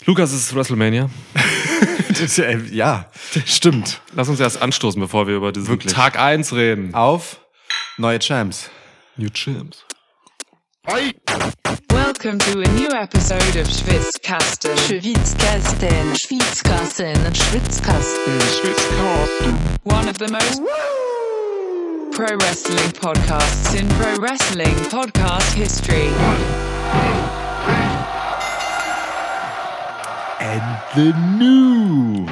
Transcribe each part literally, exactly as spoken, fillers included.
Lukas, es ist WrestleMania. Ja, stimmt. Lass uns erst anstoßen, bevor wir über diesen Wirklich? Tag eins reden. Auf neue Champs. New Champs. Welcome to a new episode of Schwitzkasten. Schwitzkasten. Schwitzkasten. Schwitzkasten. Schwitzkasten. One of the most Woo! pro wrestling podcasts in pro wrestling podcast history. And the new.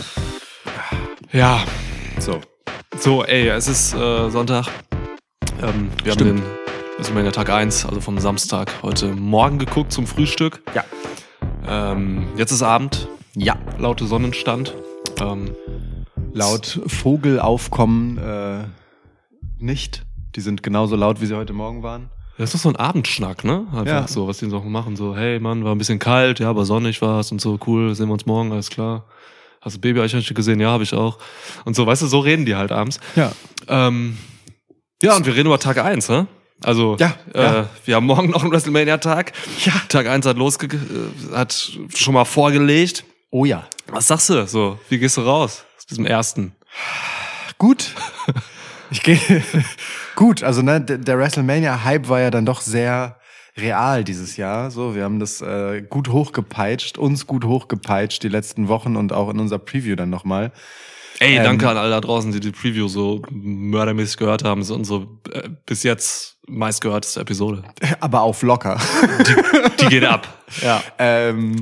Ja, so. So, ey, es ist äh, Sonntag. Ähm, wir Stimmt. haben den WrestleMania Tag eins, also vom Samstag, heute Morgen geguckt zum Frühstück. Ja. Ähm, jetzt ist Abend. Ja. Laute Sonnenstand. Ähm, Laut Vogelaufkommen äh, nicht. Die sind genauso laut, wie sie heute Morgen waren. Das ist doch so ein Abendschnack, ne? Einfach Ja. so, was die so machen. So, hey Mann, war ein bisschen kalt, ja, aber sonnig war's und so, cool, sehen wir uns morgen, alles klar. Hast du Baby-Eichhörnchen gesehen? Ja, habe ich auch. Und so, weißt du, so reden die halt abends. Ja. Ähm, ja, und wir reden über Tag eins, ne? Also, Ja, äh, ja. wir haben morgen noch einen WrestleMania-Tag. Ja. Tag eins hat losge äh, hat schon mal vorgelegt. Oh ja. Was sagst du so? Wie gehst du raus aus diesem ersten? Gut. Ich gehe gut. Also ne, der, der WrestleMania-Hype war ja dann doch sehr real dieses Jahr. So, wir haben das äh, gut hochgepeitscht, uns gut hochgepeitscht die letzten Wochen und auch in unserer Preview dann nochmal. Ey, Ähm, danke an alle da draußen, die die Preview so mördermäßig gehört haben. Das ist unsere äh, bis jetzt meistgehörteste Episode. Aber auf locker. Die geht ab. Ja. ähm,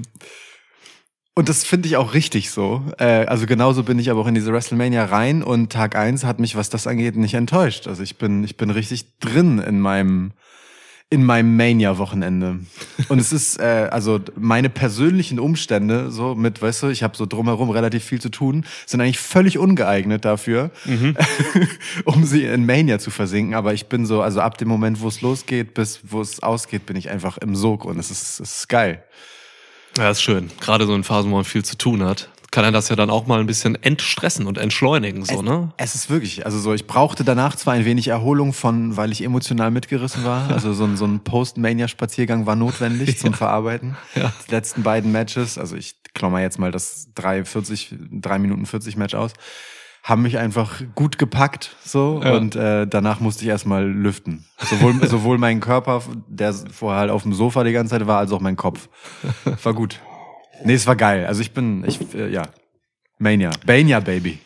und das finde ich auch richtig so. Äh, also genauso bin ich aber auch in diese WrestleMania rein und Tag eins hat mich, was das angeht, nicht enttäuscht. Also ich bin, ich bin richtig drin in meinem in meinem Mania-Wochenende. Und es ist, äh, also meine persönlichen Umstände, so mit, weißt du, ich habe so drumherum relativ viel zu tun, sind eigentlich völlig ungeeignet dafür, mhm. um sie in Mania zu versinken. Aber ich bin so, also ab dem Moment, wo es losgeht, bis wo es ausgeht, bin ich einfach im Sog und es ist, es ist geil. Ja, ist schön. Gerade so in Phasen, wo man viel zu tun hat, kann er das ja dann auch mal ein bisschen entstressen und entschleunigen, so, es, ne? Es ist wirklich, also so, ich brauchte danach zwar ein wenig Erholung von, weil ich emotional mitgerissen war, also so ein, so ein Post-Mania-Spaziergang war notwendig zum Ja. Verarbeiten. Ja. Die letzten beiden Matches, also ich klammer jetzt mal das drei Minuten vierzig Match aus, haben mich einfach gut gepackt, so, Ja. und äh, danach musste ich erstmal lüften. Sowohl, sowohl mein Körper, der vorher halt auf dem Sofa die ganze Zeit war, als auch mein Kopf. War gut. Nee, es war geil. Also ich bin, ich, äh, ja, Mania. Bania, Baby.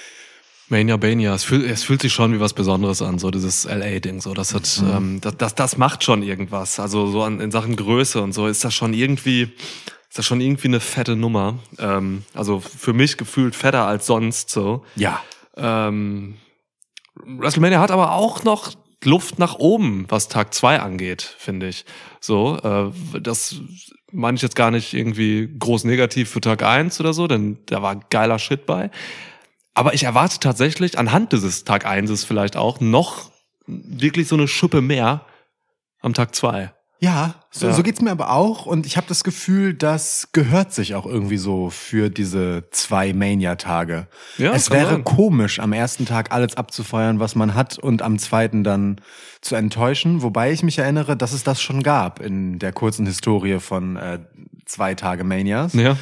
Mania, Bania. Es fühlt, es fühlt sich schon wie was Besonderes an, so dieses L A-Ding, so. Das hat, Mhm. ähm, das, das, das macht schon irgendwas. Also so an, in Sachen Größe und so ist das schon irgendwie, ist das schon irgendwie eine fette Nummer. Ähm, also für mich gefühlt fetter als sonst, so. Ja. Ähm, WrestleMania hat aber auch noch Luft nach oben, was Tag zwei angeht, finde ich. So, äh, das meine ich jetzt gar nicht irgendwie groß negativ für Tag eins oder so, denn da war geiler Shit bei. Aber ich erwarte tatsächlich anhand dieses Tag eins vielleicht auch noch wirklich so eine Schippe mehr am Tag zwei. Ja, so, Ja. so geht's mir aber auch. Und ich habe das Gefühl, das gehört sich auch irgendwie so für diese zwei Mania-Tage. Ja, es kann wäre sein. komisch, am ersten Tag alles abzufeuern, was man hat, und am zweiten dann zu enttäuschen. Wobei ich mich erinnere, dass es das schon gab in der kurzen Historie von äh, zwei Tage Manias. Ja.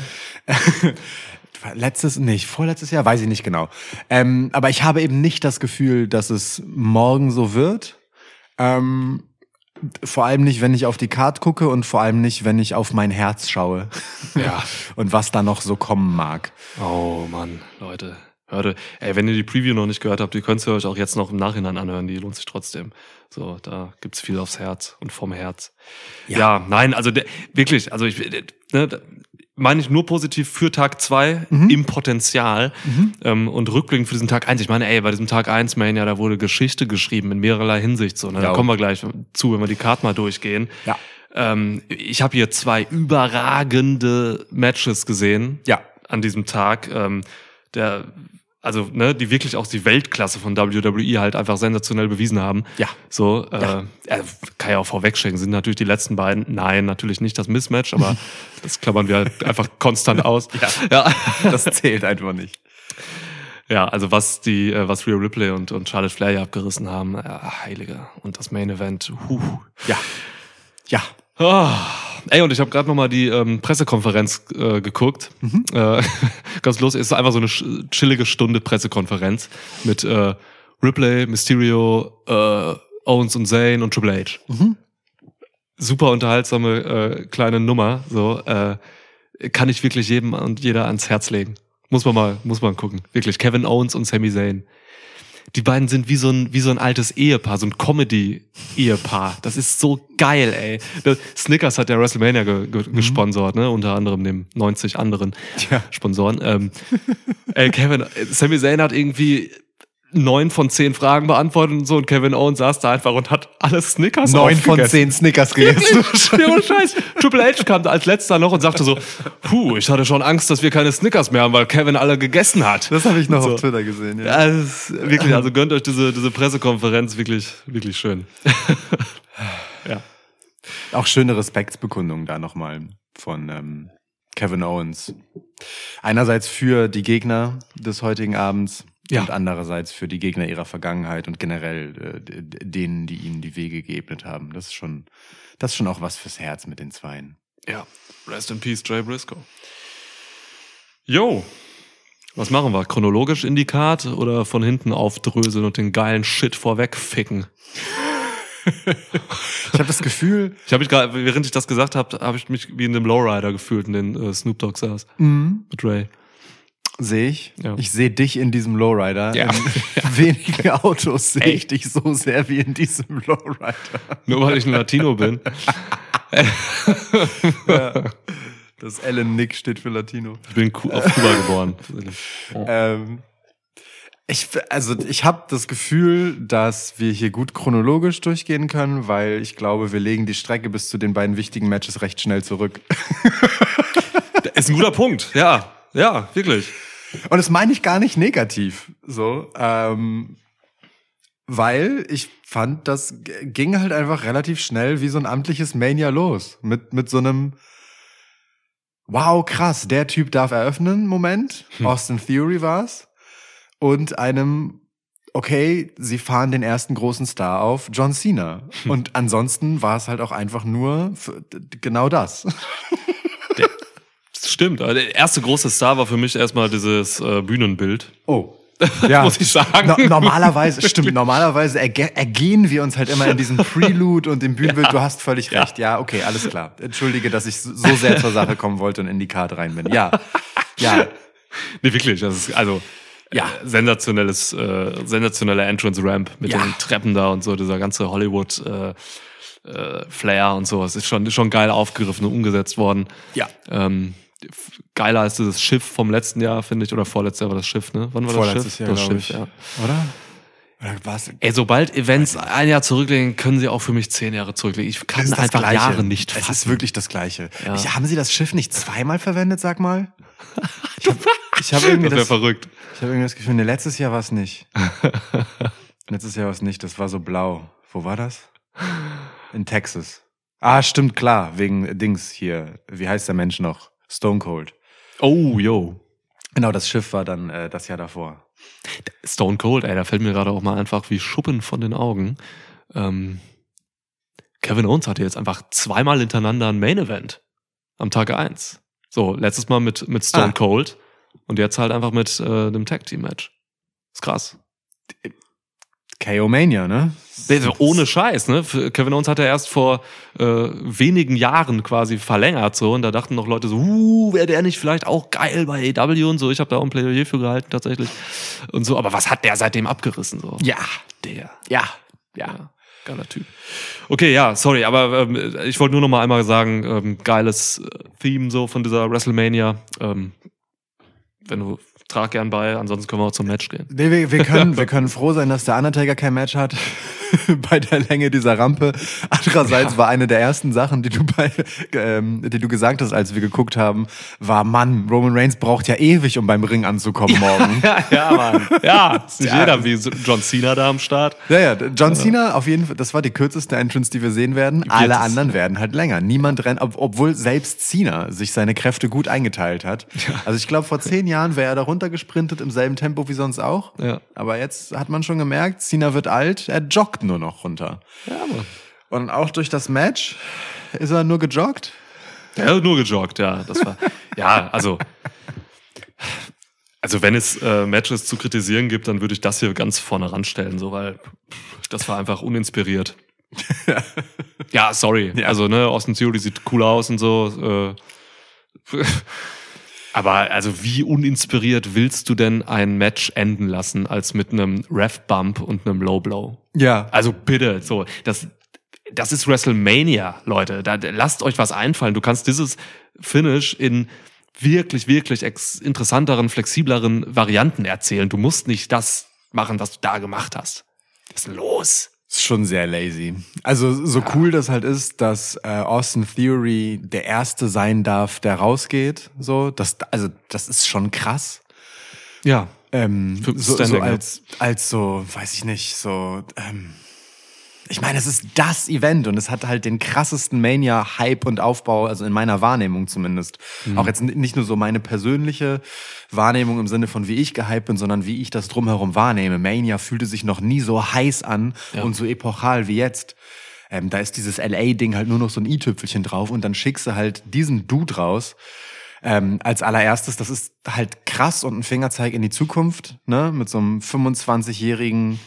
Letztes, nicht, vorletztes Jahr, weiß ich nicht genau. Ähm, aber ich habe eben nicht das Gefühl, dass es morgen so wird. Ähm, vor allem nicht, wenn ich auf die Card gucke und vor allem nicht, wenn ich auf mein Herz schaue. Ja. Und was da noch so kommen mag. Oh Mann, Leute. Hörte, ey, wenn ihr die Preview noch nicht gehört habt, ihr könnt sie euch auch jetzt noch im Nachhinein anhören, die lohnt sich trotzdem. So, da gibt's viel aufs Herz und vom Herz. Ja, Ja. nein, also der, wirklich, also ich, ne, da meine ich nur positiv für Tag zwei Mhm. im Potenzial ähm, und rückblickend für diesen Tag eins. Ich meine, ey, bei diesem Tag eins, Mania, da wurde Geschichte geschrieben in mehrerlei Hinsicht. So, ne? Da Ja. kommen wir gleich zu, wenn wir die Karte mal durchgehen. Ja. Ähm, ich habe hier zwei überragende Matches gesehen Ja. an diesem Tag, ähm, der, also ne, die wirklich auch die Weltklasse von W W E halt einfach sensationell bewiesen haben. Ja. So, äh, Ja. äh, kann ja auch vorwegschicken, sind natürlich die letzten beiden. Nein, natürlich nicht das Mismatch, aber das klammern wir halt einfach konstant aus. Ja. Das zählt einfach nicht. Ja, also was die, äh, was Rhea Ripley und, und Charlotte Flair hier abgerissen haben, ja, Heilige. Und das Main Event, huh. Ja. Ja. Oh, ey, und ich habe gerade noch mal die ähm, Pressekonferenz äh, geguckt. Mhm. Äh, ganz los, ist einfach so eine chillige Stunde Pressekonferenz mit äh, Ripley, Mysterio, äh, Owens und Zayn und Triple H. Mhm. Super unterhaltsame äh, kleine Nummer. So äh, kann ich wirklich jedem und jeder ans Herz legen. Muss man mal, muss man gucken. Wirklich, Kevin Owens und Sami Zayn. Die beiden sind wie so ein, wie so ein altes Ehepaar, so ein Comedy-Ehepaar. Das ist so geil, ey. Das, Snickers hat der WrestleMania ge, ge, mhm. gesponsert, ne? Unter anderem dem neunzig anderen ja. Sponsoren. Ähm, ey, Kevin, Sami Zayn hat irgendwie neun von zehn Fragen beantwortet und so, und Kevin Owens saß da einfach und hat alles Snickers Neun von zehn Snickers gegessen. Ja, Scheiß. Triple H kam als letzter noch und sagte so, puh, ich hatte schon Angst, dass wir keine Snickers mehr haben, weil Kevin alle gegessen hat. Das habe ich noch so. auf Twitter gesehen, ja. Ja, das ist wirklich, also gönnt euch diese, diese Pressekonferenz, wirklich, wirklich schön. Ja. Auch schöne Respektsbekundungen da nochmal von ähm, Kevin Owens. Einerseits für die Gegner des heutigen Abends, ja. und andererseits für die Gegner ihrer Vergangenheit und generell äh, denen, die ihnen die Wege geebnet haben. Das ist schon, das ist schon auch was fürs Herz mit den Zweien. Ja, rest in peace, Jay Briscoe. Jo, was machen wir? Chronologisch in die Card oder von hinten aufdröseln und den geilen Shit vorweg ficken? Ich habe das Gefühl... Ich habe mich gerade, während ich das gesagt habe, habe ich mich wie in einem Lowrider gefühlt, in den äh, Snoop Dogg saß. Mhm. Mit Ray. Sehe ich. Ja. Ich sehe dich in diesem Lowrider. Ja. In wenigen Autos sehe ich dich so sehr wie in diesem Lowrider. Nur weil ich ein Latino bin. Ja. Das L in Nick steht für Latino. Ich bin auf Kuba geboren. Ja. Ähm, ich, also ich habe das Gefühl, dass wir hier gut chronologisch durchgehen können, weil ich glaube, wir legen die Strecke bis zu den beiden wichtigen Matches recht schnell zurück. Das ist ein guter Punkt, ja. Ja, wirklich. Und das meine ich gar nicht negativ, so, ähm, weil ich fand, das ging halt einfach relativ schnell wie so ein amtliches Mania los. Mit, mit so einem, wow, krass, der Typ darf eröffnen, Moment. Hm. Austin Theory war's. Und einem, okay, sie fahren den ersten großen Star auf, John Cena. Hm. Und ansonsten war es halt auch einfach nur für, genau das. Der Stimmt, der erste große Star war für mich erstmal dieses äh, Bühnenbild. Oh. Ja. Muss ich sagen. No, normalerweise, stimmt, normalerweise erge- ergehen wir uns halt immer in diesem Prelude und dem Bühnenbild. Ja. Du hast völlig recht. Ja. ja, okay, alles klar. Entschuldige, dass ich so sehr zur Sache kommen wollte und in die Card rein bin. Ja, ja. Nee, wirklich, das ist, also, ja, äh, sensationelles, äh, sensationeller Entrance-Ramp mit ja. den Treppen da und so, dieser ganze Hollywood, äh, äh, Flair und so. Es ist schon, ist schon geil aufgegriffen und umgesetzt worden. Ja. Ähm, Geiler als dieses Schiff vom letzten Jahr, finde ich, oder vorletztes Jahr war das Schiff, ne? Wann war Vorletztes das Schiff? Jahr, das Schiff, ich. ja. Oder? Oder was? Ey, sobald Events ein Jahr zurücklegen, können sie auch für mich zehn Jahre zurücklegen. Ich kann einfach Gleiche. Jahre nicht fassen. Es ist wirklich das Gleiche. Ja. Ich, haben sie das Schiff nicht zweimal verwendet, sag mal? Ich habe hab irgendwie das, das verrückt. Ich habe irgendwie das Gefühl, ne, letztes Jahr war es nicht. letztes Jahr war es nicht, das war so blau. Wo war das? In Texas. Ah, stimmt, klar, wegen Dings hier. Wie heißt der Mensch noch? Stone Cold. Oh, yo. Genau, das Schiff war dann äh, das Jahr davor. Stone Cold, ey, da fällt mir gerade auch mal einfach wie Schuppen von den Augen. Ähm, Kevin Owens hatte jetzt einfach zweimal hintereinander ein Main Event am Tag eins. So, letztes Mal mit, mit Stone ah. Cold und jetzt halt einfach mit äh, dem Tag Team Match. Ist krass. K O Mania, ne? Ohne Scheiß, ne? Kevin Owens hat ja erst vor äh, wenigen Jahren quasi verlängert, so, und da dachten noch Leute so, uh, wäre der nicht vielleicht auch geil bei A E W und so. Ich habe da auch ein Plädoyer für gehalten tatsächlich und so. Aber was hat der seitdem abgerissen? So? Ja, der, ja, ja, ja, geiler Typ. Okay, ja, sorry, aber ähm, ich wollte nur noch mal einmal sagen, ähm, geiles Theme so von dieser WrestleMania. Ähm, wenn du trag gern bei, ansonsten können wir auch zum Match gehen. Nee, wir, wir, können, wir können froh sein, dass der Undertaker kein Match hat bei der Länge dieser Rampe. Andererseits ja. war eine der ersten Sachen, die du bei, ähm, die du gesagt hast, als wir geguckt haben, war, Mann, Roman Reigns braucht ja ewig, um beim Ring anzukommen morgen. Ja, ja, Mann. Ja, ist nicht ja, jeder wie John Cena da am Start. Ja, ja, John Cena auf jeden Fall, das war die kürzeste Entrance, die wir sehen werden. Die Alle anderen werden halt länger. Niemand rennt, ob, obwohl selbst Cena sich seine Kräfte gut eingeteilt hat. Ja. Also ich glaube, vor zehn Jahren wäre er da runtergesprintet im selben Tempo wie sonst auch. Ja. Aber jetzt hat man schon gemerkt, Cena wird alt, er joggt nur noch runter. Ja, Mann. Und auch durch das Match ist er nur gejoggt. Ja, nur gejoggt, ja. Das war, ja, also, also wenn es äh, Matches zu kritisieren gibt, dann würde ich das hier ganz vorne ranstellen, so, weil das war einfach uninspiriert. Ja, sorry. Ja. Also, ne, Austin Theory sieht cool aus und so. Äh, aber also, wie uninspiriert willst du denn ein Match enden lassen, als mit einem Ref-Bump und einem Low-Blow? Ja. Also bitte, so, das, das ist WrestleMania, Leute. Da, lasst euch was einfallen. Du kannst dieses Finish in wirklich, wirklich ex- interessanteren, flexibleren Varianten erzählen. Du musst nicht das machen, was du da gemacht hast. Was ist denn los? Ist schon sehr lazy. Also so ja. cool das halt ist, dass äh, Austin Theory der Erste sein darf, der rausgeht. So, das, also das ist schon krass. Ja. Ähm, so, so als als so, weiß ich nicht, so. Ähm, ich meine, es ist das Event und es hat halt den krassesten Mania-Hype und Aufbau, also in meiner Wahrnehmung zumindest. Mhm. Auch jetzt nicht nur so meine persönliche Wahrnehmung im Sinne von, wie ich gehypt bin, sondern wie ich das drumherum wahrnehme. Mania fühlte sich noch nie so heiß an ja. und so epochal wie jetzt. Ähm, da ist dieses L A-Ding halt nur noch so ein i-Tüpfelchen drauf und dann schickst du halt diesen Dude raus. Ähm, als allererstes, das ist halt krass und ein Fingerzeig in die Zukunft, ne, mit so einem fünfundzwanzigjährigen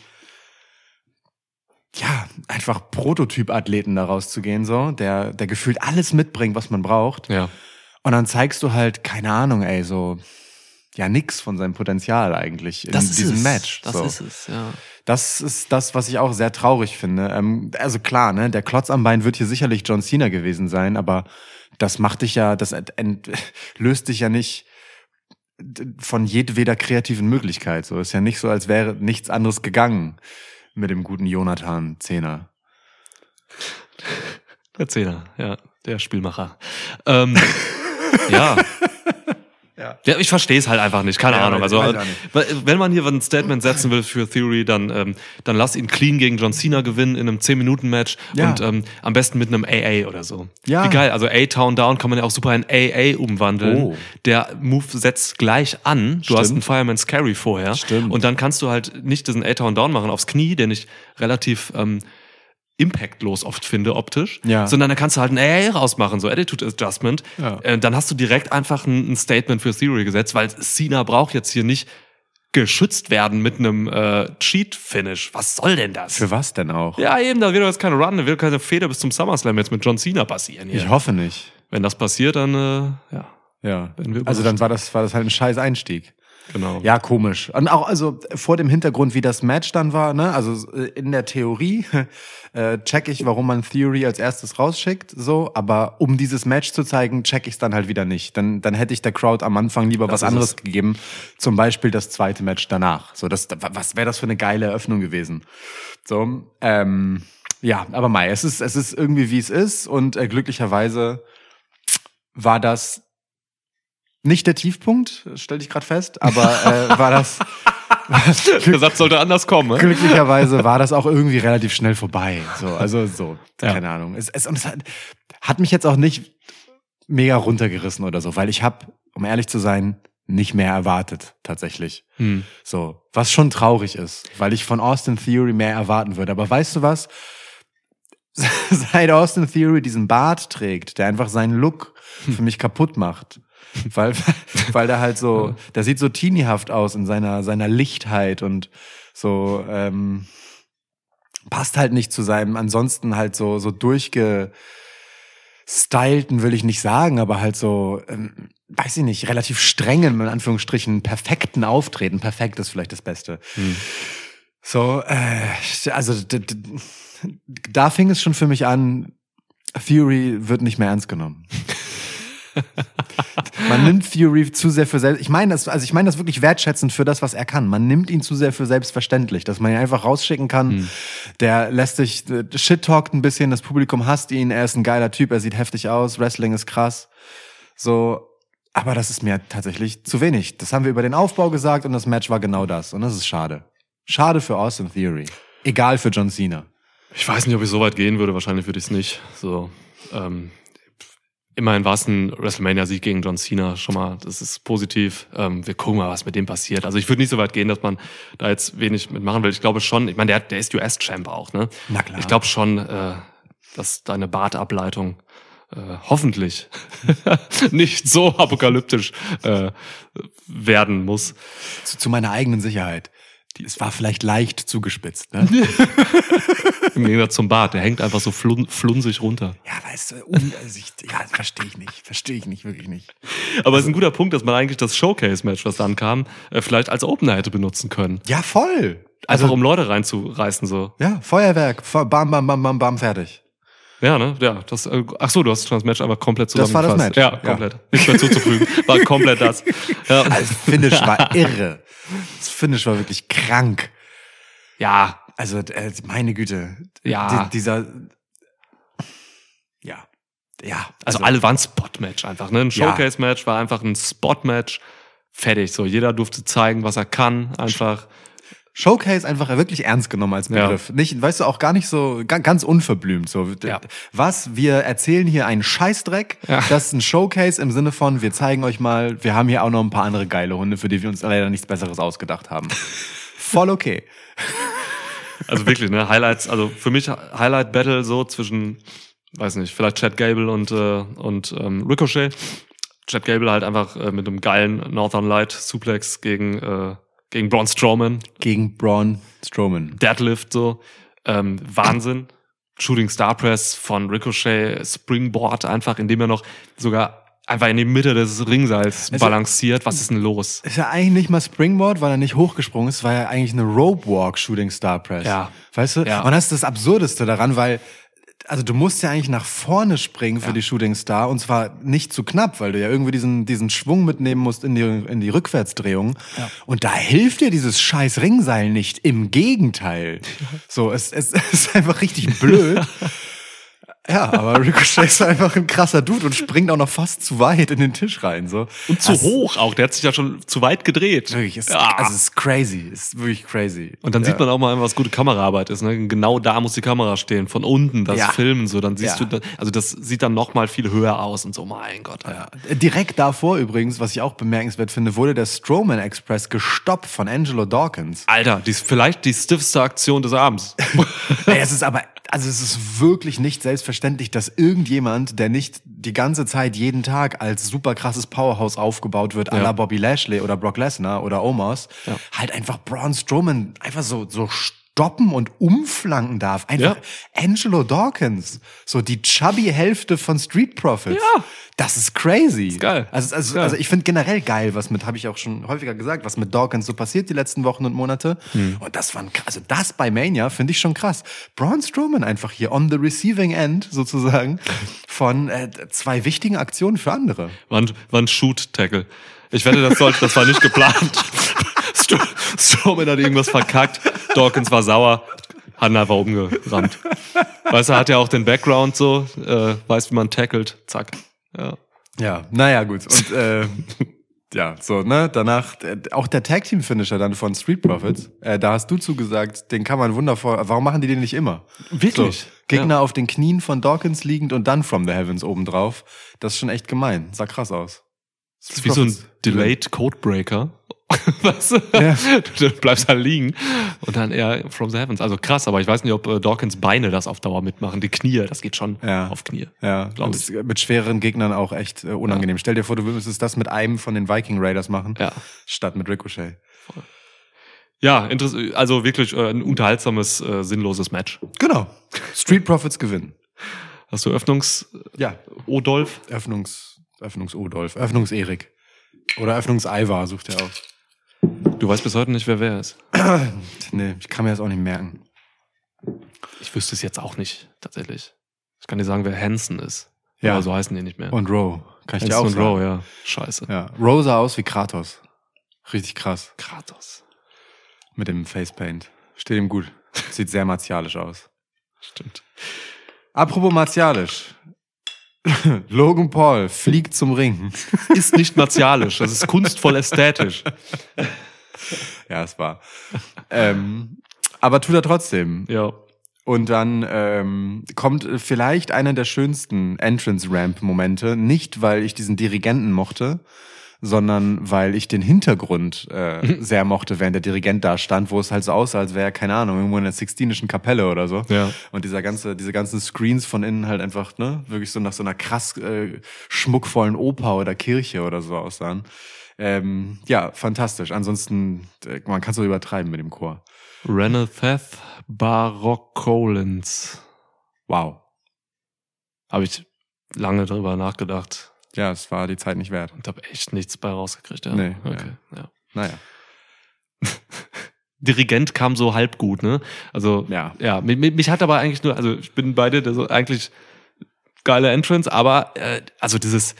ja, einfach Prototyp-Athleten da rauszugehen, so, der, der gefühlt alles mitbringt, was man braucht. Ja. Und dann zeigst du halt, keine Ahnung, ey, so, ja, nix von seinem Potenzial eigentlich in das ist diesem es. Match. Das so. ist es, ja. Das ist das, was ich auch sehr traurig finde. Ähm, also klar, ne, der Klotz am Bein wird hier sicherlich John Cena gewesen sein, aber das macht dich ja, das ent- ent- löst dich ja nicht von jedweder kreativen Möglichkeit. So, ist ja nicht so, als wäre nichts anderes gegangen mit dem guten Jonathan Zehner. Der Zehner, ja, der Spielmacher. Ähm, ja. ja. Ja, ich verstehe es halt einfach nicht, keine ja, Ahnung. Also wenn man hier ein Statement setzen will für Theory, dann ähm, dann lass ihn clean gegen John Cena gewinnen in einem zehn Minuten Match ja. und ähm, am besten mit einem A A oder so. Ja. Wie geil, also A-Town Down kann man ja auch super in A A umwandeln. Oh. Der Move setzt gleich an. Du Stimmt. hast einen Fireman's Carry vorher. Stimmt. Und dann kannst du halt nicht diesen A-Town Down machen aufs Knie, den ich relativ ähm, impactlos oft finde, optisch, ja. sondern da kannst du halt ein A A rausmachen, so Attitude Adjustment. Ja. Äh, dann hast du direkt einfach ein, ein Statement für Theory gesetzt, weil Cena braucht jetzt hier nicht geschützt werden mit einem äh, Cheat-Finish. Was soll denn das? Für was denn auch? Ja, eben, da wird doch jetzt keine Run, da wird keine Fehde bis zum SummerSlam jetzt mit John Cena passieren hier. Ich hoffe nicht. Wenn das passiert, dann, äh, ja. Ja, also dann war das, war das halt ein scheiß Einstieg. Genau. Ja, komisch. Und auch also vor dem Hintergrund, wie das Match dann war, ne? Also in der Theorie äh, check ich, warum man Theory als erstes rausschickt, so, aber um dieses Match zu zeigen, check ich es dann halt wieder nicht. Dann dann hätte ich der Crowd am Anfang lieber das was anderes es. gegeben, zum Beispiel das zweite Match danach. So, das was wäre das für eine geile Eröffnung gewesen? So, ähm, ja, aber Mai, es ist es ist irgendwie wie es ist und äh, glücklicherweise war das nicht der Tiefpunkt, stell ich gerade fest, aber äh, war das... Der Satz sollte anders kommen. Ne? Glücklicherweise war das auch irgendwie relativ schnell vorbei. So, also so, ja. keine Ahnung. Es, es, und es hat, hat mich jetzt auch nicht mega runtergerissen oder so, weil ich habe, um ehrlich zu sein, nicht mehr erwartet, tatsächlich. Hm. So, was schon traurig ist, weil ich von Austin Theory mehr erwarten würde. Aber weißt du was? Seit Austin Theory diesen Bart trägt, der einfach seinen Look für mich kaputt macht, weil weil der halt so, der sieht so teeniehaft aus in seiner seiner Lichtheit und so ähm, passt halt nicht zu seinem ansonsten halt so so durchgestylten, will ich nicht sagen, aber halt so ähm, weiß ich nicht, relativ strengen, in Anführungsstrichen perfekten Auftreten. Perfekt ist vielleicht das Beste. Hm. So äh, also d- d- da fing es schon für mich an, Theory wird nicht mehr ernst genommen. Man nimmt Theory zu sehr für selbst. Ich meine das, also ich meine das wirklich wertschätzend für das, was er kann. Man nimmt ihn zu sehr für selbstverständlich, dass man ihn einfach rausschicken kann. Hm. Der lässt sich shit-talkt ein bisschen, das Publikum hasst ihn, er ist ein geiler Typ, er sieht heftig aus, Wrestling ist krass. So, aber das ist mir tatsächlich zu wenig. Das haben wir über den Aufbau gesagt und das Match war genau das. Und das ist schade. Schade für Austin Theory. Egal für John Cena. Ich weiß nicht, ob ich so weit gehen würde. Wahrscheinlich würde ich es nicht. So, ähm, immerhin war es ein WrestleMania-Sieg gegen John Cena schon mal. Das ist positiv. Ähm, wir gucken mal, was mit dem passiert. Also ich würde nicht so weit gehen, dass man da jetzt wenig mitmachen will. Ich glaube schon, ich meine, der, der ist U S-Champ auch, ne? Na klar. Ich glaube schon, äh, dass deine Bartableitung äh, hoffentlich nicht so apokalyptisch äh, werden muss. Zu, zu meiner eigenen Sicherheit. Die, es war vielleicht leicht zugespitzt, ne? Im Gegensatz zum Bart, der hängt einfach so flun flunsig runter. Ja, weißt du, un also ich, ja, verstehe ich nicht, verstehe ich nicht, wirklich nicht. Aber es ist ein guter Punkt, dass man eigentlich das Showcase-Match, was dann kam, äh, vielleicht als Opener hätte benutzen können. Ja, voll. Einfach Also, um Leute reinzureißen, so. ja, Feuerwerk, Fe- bam, bam, bam, bam, bam, fertig. Ja, ne? Ja, das, äh, ach so, du hast schon das Match einfach komplett Das war das zusammengefasst. Match, Ja, ja. komplett. Nichts mehr zuzufügen. War komplett das. Ja. Also, das Finish war irre. Das Finish war wirklich krank. Ja, Also, äh, meine Güte. Ja. Die, dieser, ja, ja. also alle waren Spot-Match einfach, ne? Ein Showcase-Match war einfach ein Spot-Match. Fertig, so. Jeder durfte zeigen, was er kann, einfach. Showcase einfach wirklich ernst genommen als Begriff. Ja. Nicht, weißt du, auch gar nicht so, ga- ganz unverblümt, so. Ja. Was? Wir erzählen hier einen Scheißdreck. Ja. Das ist ein Showcase im Sinne von, wir zeigen euch mal, wir haben hier auch noch ein paar andere geile Hunde, für die wir uns leider nichts Besseres ausgedacht haben. Voll okay. Also wirklich, ne? Highlights, also für mich Highlight-Battle so zwischen, weiß nicht, vielleicht Chad Gable und, äh, und ähm, Ricochet. Chad Gable halt einfach äh, mit einem geilen Northern Light Suplex gegen, äh, gegen Braun Strowman. Gegen Braun Strowman. Deadlift so. Ähm, Wahnsinn. Shooting Star Press von Ricochet, Springboard einfach, indem er noch sogar einfach in die Mitte des Ringseils Also- balanciert. Was ist denn los? Ist ja eigentlich nicht mal Springboard, weil er nicht hochgesprungen ist, war ja eigentlich eine Rope Walk Shooting Star Press. Ja. Weißt du? Ja. Und das ist das Absurdeste daran, weil, also du musst ja eigentlich nach vorne springen für Ja. die Shooting Star und zwar nicht zu knapp, weil du ja irgendwie diesen, diesen Schwung mitnehmen musst in die, in die Rückwärtsdrehung. Ja. Und da hilft dir dieses scheiß Ringseil nicht. Im Gegenteil. So, es, es, es ist einfach richtig blöd. Ja, aber Ricochet ist einfach ein krasser Dude und springt auch noch fast zu weit in den Tisch rein, so. Und zu Das- hoch auch. Der hat sich ja schon zu weit gedreht. Wirklich, ist, Ja. also es ist crazy, es ist wirklich crazy. Und dann ja. sieht man auch mal, was gute Kameraarbeit ist. Ne? Genau da muss die Kamera stehen. Von unten das Ja. Filmen so. Dann siehst Ja. du, da, also das sieht dann noch mal viel höher aus und so. Mein Gott. Ja. Direkt davor übrigens, was ich auch bemerkenswert finde, wurde der Strowman Express gestoppt von Angelo Dawkins. Alter, die ist vielleicht die stiffste Aktion des Abends. Ey, es ist aber, also es ist wirklich nicht selbstverständlich, dass irgendjemand, der nicht die ganze Zeit jeden Tag als super krasses Powerhouse aufgebaut wird, à la Ja. Bobby Lashley oder Brock Lesnar oder Omos, Ja. halt einfach Braun Strowman einfach so, so stoppen und umflanken darf. Einfach Ja. Angelo Dawkins. So die chubby Hälfte von Street Profits. Ja. Das ist crazy. Ist geil. Also, also, Geil. also ich finde generell geil, was mit, habe ich auch schon häufiger gesagt, was mit Dawkins so passiert die letzten Wochen und Monate. Hm. Und das waren, also das bei Mania finde ich schon krass. Braun Strowman einfach hier on the receiving end sozusagen von äh, zwei wichtigen Aktionen für andere. War ein, war ein Shoot-Tackle. Ich wette, das, sollte, das war nicht geplant. Stro- Strowman hat irgendwas verkackt. Dawkins war sauer. Hat ihn einfach umgerammt. Weißt du, hat ja auch den Background so. Äh, weiß, wie man tackelt. Zack. Ja. Ja, naja, gut. Und äh, ja, so, ne, danach, äh, auch der Tag-Team-Finisher dann von Street Profits, äh, da hast du zugesagt, den kann man wundervoll, warum machen die den nicht immer? Wirklich? So, Gegner Ja. auf den Knien von Dawkins liegend und dann From the Heavens obendrauf. Das ist schon echt gemein. Sah krass aus. Das ist wie so ein Delayed Codebreaker. Weißt du? Ja. Du bleibst halt liegen und dann eher From the Heavens. Also krass, aber ich weiß nicht, ob äh, Dawkins Beine das auf Dauer mitmachen. Die Knie, das geht schon Ja. auf Knie. Ja, Glaub und ich. mit schwereren Gegnern auch echt äh, unangenehm. Stell dir vor, du müsstest das mit einem von den Viking Raiders machen, Ja. statt mit Ricochet. Ja, interess- also wirklich äh, ein unterhaltsames, äh, sinnloses Match. Genau. Street Profits gewinnen. Hast du Öffnungs Ja, Odolf? Öffnungs, Öffnungs-Odolf, Öffnungs-Erik. Oder Öffnungs-Ivar sucht er aus. Du weißt bis heute nicht, wer wer ist. Nee, ich kann mir das auch nicht merken. Ich wüsste es jetzt auch nicht, tatsächlich. Ich kann dir sagen, wer Hansen ist. Ja. Aber so heißen die nicht mehr. Und Rowe, kann ich dir Hansen auch und sagen. Rowe, ja. Scheiße. Ja, Rowe sah aus wie Kratos. Richtig krass. Kratos. Mit dem Facepaint. Steht ihm gut. Sieht sehr martialisch aus. Stimmt. Apropos martialisch. Logan Paul fliegt zum Ring. Ist nicht martialisch, das ist kunstvoll ästhetisch. Ja, es war. ähm, aber tut er trotzdem. Ja. Und dann ähm, kommt vielleicht einer der schönsten Entrance-Ramp-Momente. Nicht, weil ich diesen Dirigenten mochte, sondern weil ich den Hintergrund äh, sehr mochte, während der Dirigent da stand, wo es halt so aussah, als wäre, keine Ahnung, irgendwo in der Sixtinischen Kapelle oder so. Ja. Und dieser ganze, diese ganzen Screens von innen halt einfach, ne, wirklich so nach so einer krass äh, schmuckvollen Oper oder Kirche oder so aussahen. Ähm, ja, fantastisch. Ansonsten, äh, man kann es so übertreiben mit dem Chor. Renetheth Barockolins. Wow. Habe ich lange drüber nachgedacht Ja, es war die Zeit nicht wert. und habe echt nichts bei rausgekriegt. Ja. Nee, okay, ja. Naja. Dirigent kam so halb gut, ne? Also, Ja. ja, mich, mich hat aber eigentlich nur, also ich bin bei dir, also eigentlich geile Entrance, aber äh, also dieses,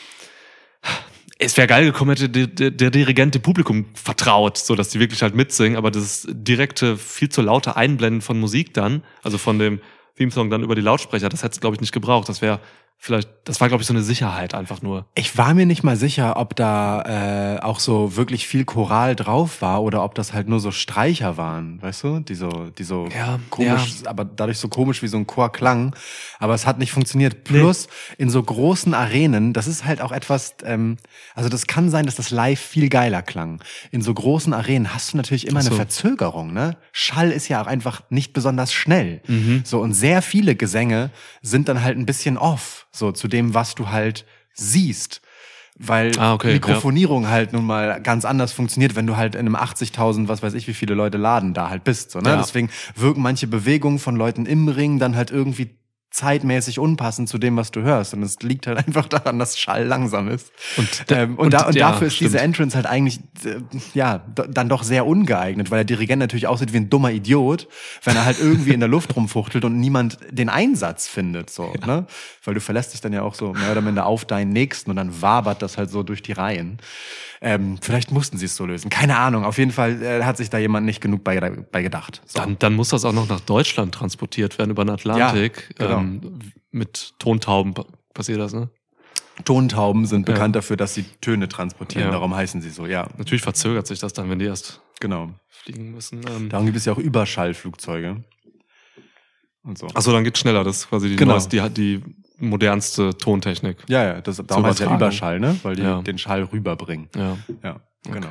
es wäre geil gekommen, hätte der, der, der Dirigent dem Publikum vertraut, so dass die wirklich halt mitsingen, aber das direkte, viel zu laute Einblenden von Musik dann, also von dem Theme-Song dann über die Lautsprecher, das hätte es, glaube ich, nicht gebraucht. Das wäre vielleicht, das war, glaube ich, so eine Sicherheit einfach nur. Ich war mir nicht mal sicher, ob da äh, auch so wirklich viel Choral drauf war oder ob das halt nur so Streicher waren, weißt du? Die so, die so Ja, komisch, aber dadurch so komisch wie so ein Chor klang. Aber es hat nicht funktioniert. Plus in so großen Arenen, das ist halt auch etwas, ähm, also das kann sein, dass das live viel geiler klang. In so großen Arenen hast du natürlich immer Ach so. eine Verzögerung, ne? Schall ist ja auch einfach nicht besonders schnell. Mhm. So, und sehr viele Gesänge sind dann halt ein bisschen off. So, zu dem, was du halt siehst. Weil Ah, okay, Mikrofonierung halt nun mal ganz anders funktioniert, wenn du halt in einem achtzigtausend, was weiß ich, wie viele Leute Laden da halt bist. So, ne? Ja. Deswegen wirken manche Bewegungen von Leuten im Ring dann halt irgendwie zeitmäßig unpassend zu dem, was du hörst. Und es liegt halt einfach daran, dass Schall langsam ist. Und, Ähm, und, und da, und ja, dafür ist stimmt. diese Entrance halt eigentlich, äh, ja, d- dann doch sehr ungeeignet, weil der Dirigent natürlich aussieht wie ein dummer Idiot, wenn er halt irgendwie in der Luft rumfuchtelt und niemand den Einsatz findet, so, ne? Weil du verlässt dich dann ja auch so mehr oder minder auf deinen Nächsten und dann wabert das halt so durch die Reihen. Ähm, vielleicht mussten sie es so lösen. Keine Ahnung. Auf jeden Fall äh, hat sich da jemand nicht genug bei, bei gedacht. So. Dann, dann muss das auch noch nach Deutschland transportiert werden über den Atlantik. Ja, genau. ähm, mit Tontauben pa- passiert das, ne? Tontauben sind Ja. bekannt dafür, dass sie Töne transportieren. Ja. Darum heißen sie so, ja. Natürlich verzögert sich das dann, wenn die erst Genau. fliegen müssen. Ähm, Darum gibt es ja auch Überschallflugzeuge. Und so. Achso, dann geht's schneller. Das ist quasi die, Genau. neueste, die, die modernste Tontechnik. Ja, ja, das, darum heißt ja Übertragung. Überschall, ne? Weil die Ja. den Schall rüberbringen. Ja. Ja, genau. Okay.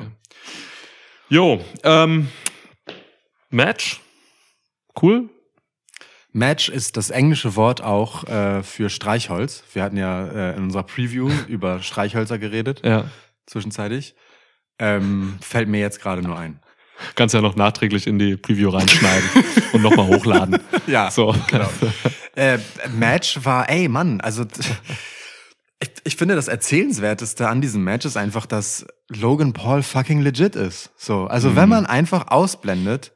Jo, ähm, Match. Cool. Match ist das englische Wort auch äh, für Streichholz. Wir hatten ja äh, in unserer Preview über Streichhölzer geredet, Ja. zwischenzeitlich. Ähm, fällt mir jetzt gerade nur ein. Kannst ja noch nachträglich in die Preview reinschneiden und nochmal hochladen. Ja, So. genau. äh, Match war, ey Mann, also ich, ich finde, das Erzählenswerteste an diesem Match ist einfach, dass Logan Paul fucking legit ist. So, also Mhm. wenn man einfach ausblendet,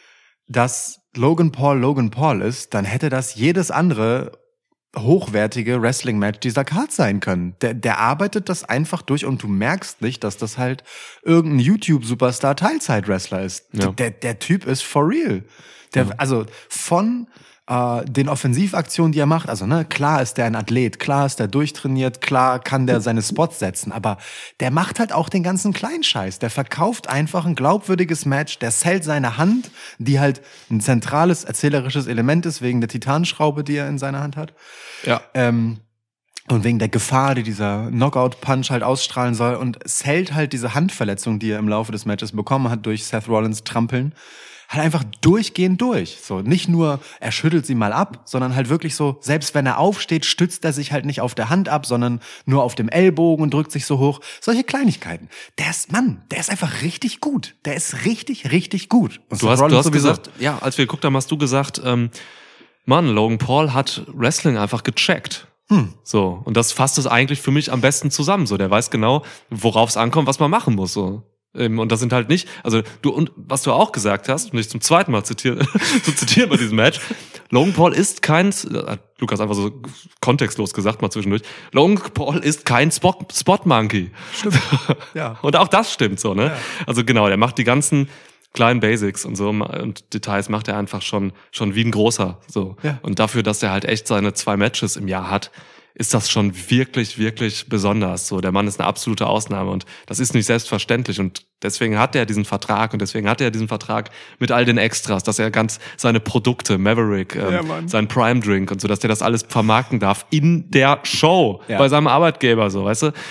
dass Logan Paul Logan Paul ist, dann hätte das jedes andere hochwertige Wrestling-Match dieser Card sein können. Der, der arbeitet das einfach durch und du merkst nicht, dass das halt irgendein YouTube-Superstar Teilzeit-Wrestler ist. Ja. Der, der Typ ist for real. Der, also von äh, den Offensivaktionen, die er macht, also ne, klar ist der ein Athlet, klar ist der durchtrainiert, klar kann der seine Spots setzen, aber der macht halt auch den ganzen kleinen Scheiß. Der verkauft einfach ein glaubwürdiges Match, der zählt seine Hand, die halt ein zentrales erzählerisches Element ist, wegen der Titanschraube, die er in seiner Hand hat. Ja. Ähm, und wegen der Gefahr, die dieser Knockout-Punch halt ausstrahlen soll. Und es hält halt diese Handverletzung, die er im Laufe des Matches bekommen hat durch Seth Rollins Trampeln, halt einfach durchgehend durch. So, nicht nur, er schüttelt sie mal ab, sondern halt wirklich so, selbst wenn er aufsteht, stützt er sich halt nicht auf der Hand ab, sondern nur auf dem Ellbogen und drückt sich so hoch. Solche Kleinigkeiten. Der ist, Mann, der ist einfach richtig gut. Der ist richtig, richtig gut. Und Du Seth hast, du Rollins hast sowieso. gesagt, ja, als wir geguckt haben, hast du gesagt, ähm, Mann, Logan Paul hat Wrestling einfach gecheckt. Hm. So. Und das fasst es eigentlich für mich am besten zusammen. So, der weiß genau, worauf es ankommt, was man machen muss. So. Ähm, Und das sind halt nicht, also du, und was du auch gesagt hast, und ich zum zweiten Mal zitiere, zu zitieren bei diesem Match, Logan Paul ist kein, hat Lukas einfach so kontextlos gesagt mal zwischendurch, Logan Paul ist kein Spot, Spot Monkey. Stimmt. Ja. Und auch das stimmt so, ne? Ja. Also genau, der macht die ganzen kleinen Basics und so und Details macht er einfach schon schon wie ein großer so. Ja. Und dafür, dass er halt echt seine zwei Matches im Jahr hat, ist das schon wirklich, wirklich besonders. So, der Mann ist eine absolute Ausnahme und das ist nicht selbstverständlich und deswegen hat er diesen Vertrag und deswegen hat er diesen Vertrag mit all den Extras, dass er ganz seine Produkte, Maverick, ähm, Ja, Mann. sein Prime Drink und so, dass der das alles vermarkten darf in der Show Ja. bei seinem Arbeitgeber, so, weißt du?